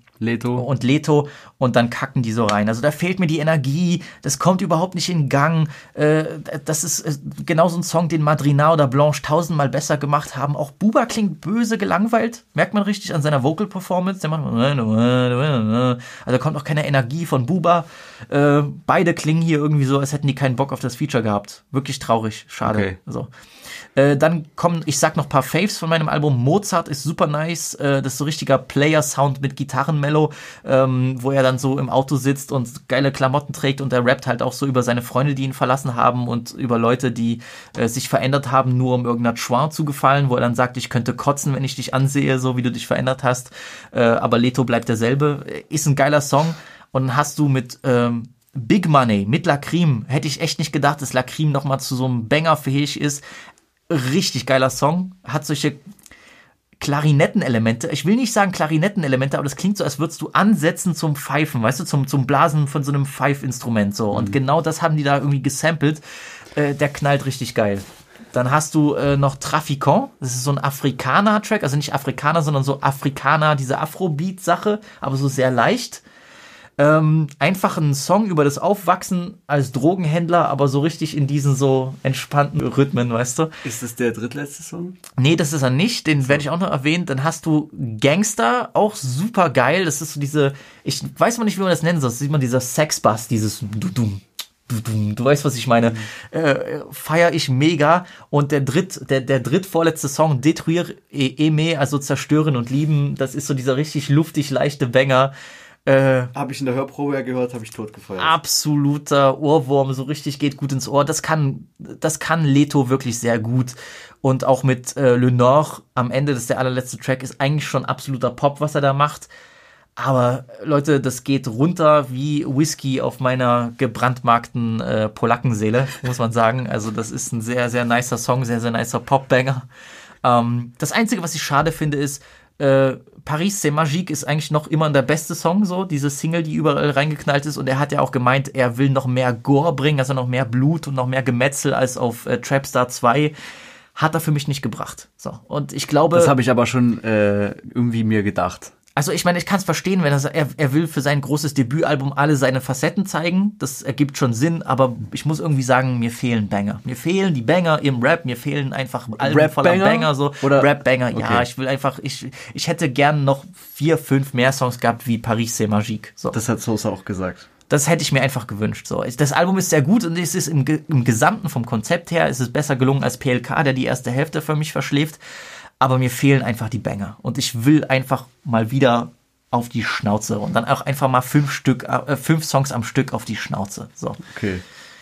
Leto und dann kacken die so rein. Also da fehlt mir die Energie, das kommt überhaupt nicht in Gang. Das ist genau so ein Song, den Madrina oder Blanche 1000-mal besser gemacht haben. Auch Buba klingt böse gelangweilt, merkt man richtig an seiner Vocal-Performance. Der macht also da kommt auch keine Energie von Buba. Beide klingen hier irgendwie so, als hätten die keinen Bock auf das Feature gehabt. Wirklich traurig, schade. Okay. So. Dann ich sag noch ein paar Faves von meinem Album. Mozart ist super nice. Das ist so richtiger Player-Sound mit Gitarrenmellow, wo er dann so im Auto sitzt und geile Klamotten trägt und er rappt halt auch so über seine Freunde, die ihn verlassen haben und über Leute, die sich verändert haben, nur um irgendeiner Chouin zu gefallen, wo er dann sagt, ich könnte kotzen, wenn ich dich ansehe, so wie du dich verändert hast. Aber Leto bleibt derselbe. Ist ein geiler Song. Und dann hast du mit Big Money, mit Lacrim, hätte ich echt nicht gedacht, dass Lacrim nochmal zu so einem Banger fähig ist. Richtig geiler Song, hat solche Klarinettenelemente. Ich will nicht sagen Klarinettenelemente, aber das klingt so, als würdest du ansetzen zum Pfeifen, weißt du, zum Blasen von so einem Pfeifinstrument so. Und genau das haben die da irgendwie gesampelt. Der knallt richtig geil. Dann hast du noch Trafikant, das ist so ein Afrikaner-Track, also nicht Afrikaner, sondern so Afrikaner, diese Afrobeat-Sache, aber so sehr leicht. Einfach ein Song über das Aufwachsen als Drogenhändler, aber so richtig in diesen so entspannten Rhythmen, weißt du? Ist das der drittletzte Song? Nee, das ist er nicht, den werde ich auch noch erwähnen. Dann hast du Gangster, auch super geil. Das ist so diese, ich weiß mal nicht, wie man das nennen soll, das sieht man dieser Sexbass, dieses du weißt, was ich meine. Feier ich mega. Und der drittvorletzte Song, Détruire et aimer, also zerstören und lieben, das ist so dieser richtig luftig leichte Banger. Habe ich in der Hörprobe ja gehört, habe ich tot gefeiert. Absoluter Ohrwurm, so richtig geht gut ins Ohr. Das kann Leto wirklich sehr gut. Und auch mit Le Nord am Ende, das ist der allerletzte Track, ist eigentlich schon absoluter Pop, was er da macht. Aber Leute, das geht runter wie Whisky auf meiner gebrandmarkten Polackenseele, muss man sagen. Also das ist ein sehr, sehr nicer Song, sehr, sehr nicer Pop-Banger. Das Einzige, was ich schade finde, ist, Paris c'est magique ist eigentlich noch immer der beste Song, so diese Single, die überall reingeknallt ist, und er hat ja auch gemeint, er will noch mehr Gore bringen, also noch mehr Blut und noch mehr Gemetzel als auf Trapstar 2, hat er für mich nicht gebracht. So, und ich glaube, das habe ich aber schon irgendwie mir gedacht. Also ich meine, ich kann es verstehen, wenn er will für sein großes Debütalbum alle seine Facetten zeigen. Das ergibt schon Sinn, aber ich muss irgendwie sagen, mir fehlen Banger. Mir fehlen die Banger im Rap, mir fehlen einfach Alben voller Banger. So. Rap-Banger, okay. Ja, ich will einfach, ich hätte gern noch 4, 5 mehr Songs gehabt wie Paris c'est magique. So. Das hat Sosa auch gesagt. Das hätte ich mir einfach gewünscht. So. Das Album ist sehr gut und es ist im Gesamten vom Konzept her ist es besser gelungen als PLK, der die erste Hälfte für mich verschläft. Aber mir fehlen einfach die Banger. Und ich will einfach mal wieder auf die Schnauze. Und dann auch einfach mal 5 Songs am Stück auf die Schnauze. So. Okay.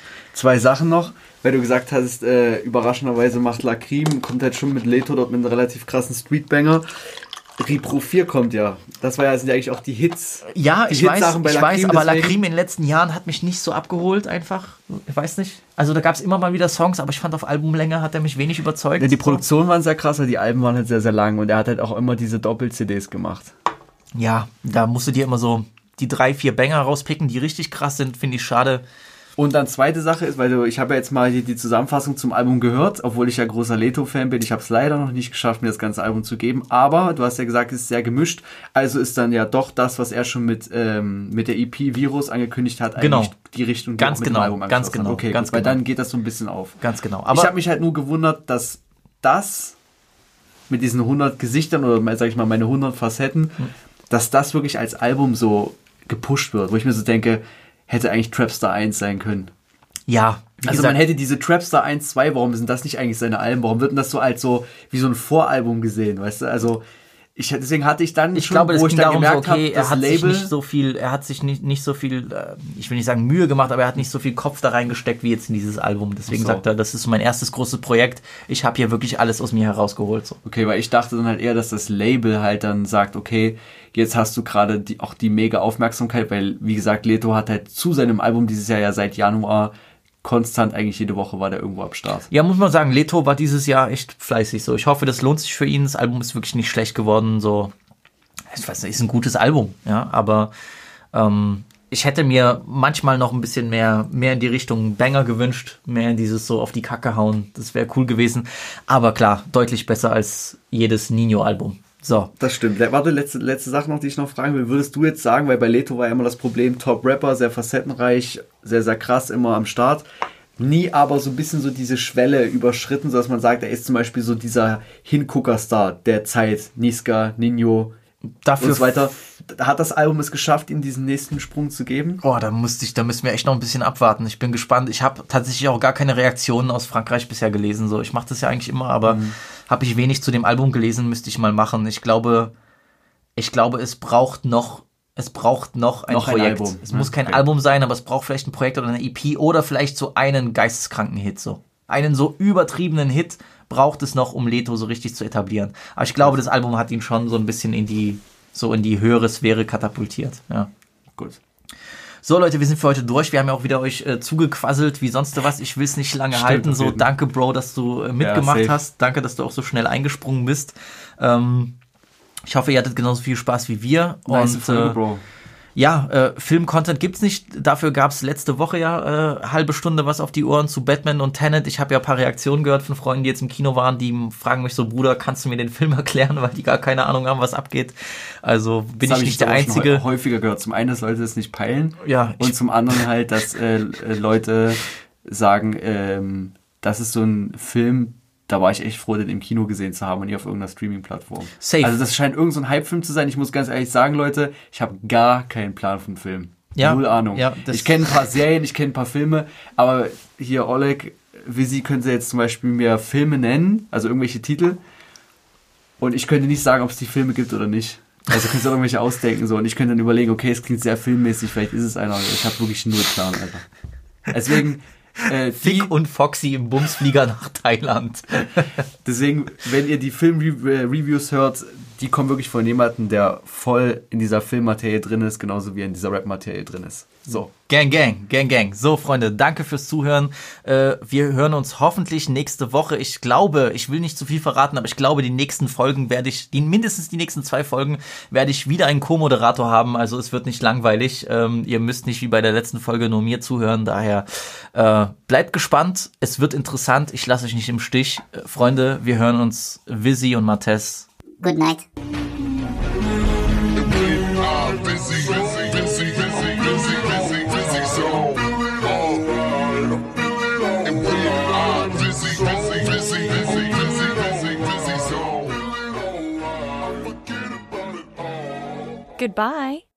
2 Sachen noch. Weil du gesagt hast, überraschenderweise macht Lacrim, kommt halt schon mit Leto dort mit einem relativ krassen Streetbanger. Repro 4 kommt ja. Das sind ja eigentlich auch die Hits. Ja, die ich weiß, aber Lacrim in den letzten Jahren hat mich nicht so abgeholt einfach. Ich weiß nicht. Also da gab es immer mal wieder Songs, aber ich fand auf Albumlänge hat er mich wenig überzeugt. Ja, die Produktionen waren sehr krass, aber die Alben waren halt sehr, sehr lang und er hat halt auch immer diese Doppel-CDs gemacht. Ja, da musst du dir immer so die 3, 4 Banger rauspicken, die richtig krass sind, finde ich schade. Und dann zweite Sache ist, weil ich habe ja jetzt mal die Zusammenfassung zum Album gehört, obwohl ich ja großer Leto-Fan bin. Ich habe es leider noch nicht geschafft, mir das ganze Album zu geben. Aber du hast ja gesagt, es ist sehr gemischt. Also ist dann ja doch das, was er schon mit der EP Virus angekündigt hat, eigentlich die Richtung, die ganz auch mit genau, dem Album ganz genau, okay, ganz weil genau. dann geht das so ein bisschen auf. Ganz genau. Aber ich habe mich halt nur gewundert, dass das mit diesen 100 Gesichtern oder sag ich mal meine 100 Facetten, dass das wirklich als Album so gepusht wird, wo ich mir so denke, hätte eigentlich Trapstar 1 sein können. Ja, also man hätte diese Trapstar 1, 2, warum sind das nicht eigentlich seine Alben? Warum wird denn das so als so wie so ein Voralbum gesehen, weißt du? Also deswegen hatte ich dann glaube, wo ich dann gemerkt so, okay, habe, das er hat sich nicht so viel, ich will nicht sagen Mühe gemacht, aber er hat nicht so viel Kopf da reingesteckt wie jetzt in dieses Album. Deswegen sagt er, das ist mein erstes großes Projekt. Ich habe hier wirklich alles aus mir herausgeholt. So. Okay, weil ich dachte dann halt eher, dass das Label halt dann sagt, okay, jetzt hast du gerade auch die mega Aufmerksamkeit, weil, wie gesagt, Leto hat halt zu seinem Album dieses Jahr ja seit Januar konstant, eigentlich jede Woche war der irgendwo am Start. Ja, muss man sagen, Leto war dieses Jahr echt fleißig. So, ich hoffe, das lohnt sich für ihn. Das Album ist wirklich nicht schlecht geworden. So, ich weiß nicht, ist ein gutes Album, ja, aber ich hätte mir manchmal noch ein bisschen mehr in die Richtung Banger gewünscht, mehr in dieses so auf die Kacke hauen. Das wäre cool gewesen. Aber klar, deutlich besser als jedes Nino-Album. So. Das stimmt. Warte, letzte Sache noch, die ich noch fragen will. Würdest du jetzt sagen, weil bei Leto war ja immer das Problem, Top-Rapper, sehr facettenreich, sehr, sehr krass, immer am Start, nie aber so ein bisschen so diese Schwelle überschritten, sodass man sagt, er ist zum Beispiel so dieser Hingucker-Star der Zeit, Niska, Nino dafür und so weiter. Hat das Album es geschafft, ihm diesen nächsten Sprung zu geben? Oh, da müssen wir echt noch ein bisschen abwarten. Ich bin gespannt. Ich habe tatsächlich auch gar keine Reaktionen aus Frankreich bisher gelesen. So, ich mache das ja eigentlich immer, aber habe ich wenig zu dem Album gelesen, müsste ich mal machen. Ich glaube, es braucht noch ein Projekt. Album. Es muss kein Album sein, aber es braucht vielleicht ein Projekt oder eine EP oder vielleicht so einen geisteskranken Hit. So. Einen so übertriebenen Hit braucht es noch, um Leto so richtig zu etablieren. Aber ich glaube, das Album hat ihn schon so ein bisschen in die höhere Sphäre katapultiert. Ja. Gut. So Leute, wir sind für heute durch. Wir haben ja auch wieder euch zugequasselt wie sonst was. Ich will es nicht lange halten. So, danke Bro, dass du mitgemacht hast. Danke, dass du auch so schnell eingesprungen bist. Ich hoffe, ihr hattet genauso viel Spaß wie wir. Nice Folge, Bro. Ja, Film-Content gibt's nicht. Dafür gab's letzte Woche ja halbe Stunde was auf die Ohren zu Batman und Tenet. Ich habe ja ein paar Reaktionen gehört von Freunden, die jetzt im Kino waren, die fragen mich so, Bruder, kannst du mir den Film erklären, weil die gar keine Ahnung haben, was abgeht. Also bin ich nicht der Einzige. Schon häufiger gehört. Zum einen, dass Leute es nicht peilen. Ja. Und zum anderen halt, dass Leute sagen, das ist so ein Film, da war ich echt froh, den im Kino gesehen zu haben und nicht auf irgendeiner Streaming-Plattform. Safe. Also das scheint irgend so ein Hype-Film zu sein. Ich muss ganz ehrlich sagen, Leute, ich habe gar keinen Plan vom Film. Ja. Null Ahnung. Ja, ich kenne ein paar Serien, ich kenne ein paar Filme, aber hier, Oleg, Visi könnte jetzt zum Beispiel mir Filme nennen, also irgendwelche Titel, und ich könnte nicht sagen, ob es die Filme gibt oder nicht. Also könntest du auch irgendwelche ausdenken so und ich könnte dann überlegen, okay, es klingt sehr filmmäßig, vielleicht ist es einer, ich habe wirklich null Plan, Alter. Deswegen Fick und Foxy im Bumsflieger nach Thailand. Deswegen, wenn ihr die Film-Reviews hört, die kommen wirklich von jemandem, der voll in dieser Filmmaterie drin ist, genauso wie in dieser Rap-Materie drin ist. So. Gang, gang, gang, gang. So, Freunde, danke fürs Zuhören. Wir hören uns hoffentlich nächste Woche. Ich glaube, ich will nicht zu viel verraten, aber ich glaube, die nächsten Folgen mindestens die nächsten 2 Folgen werde ich wieder einen Co-Moderator haben. Also es wird nicht langweilig. Ihr müsst nicht wie bei der letzten Folge nur mir zuhören. Daher bleibt gespannt. Es wird interessant. Ich lasse euch nicht im Stich. Freunde, wir hören uns. Visi und Matthes. Good night. Goodbye.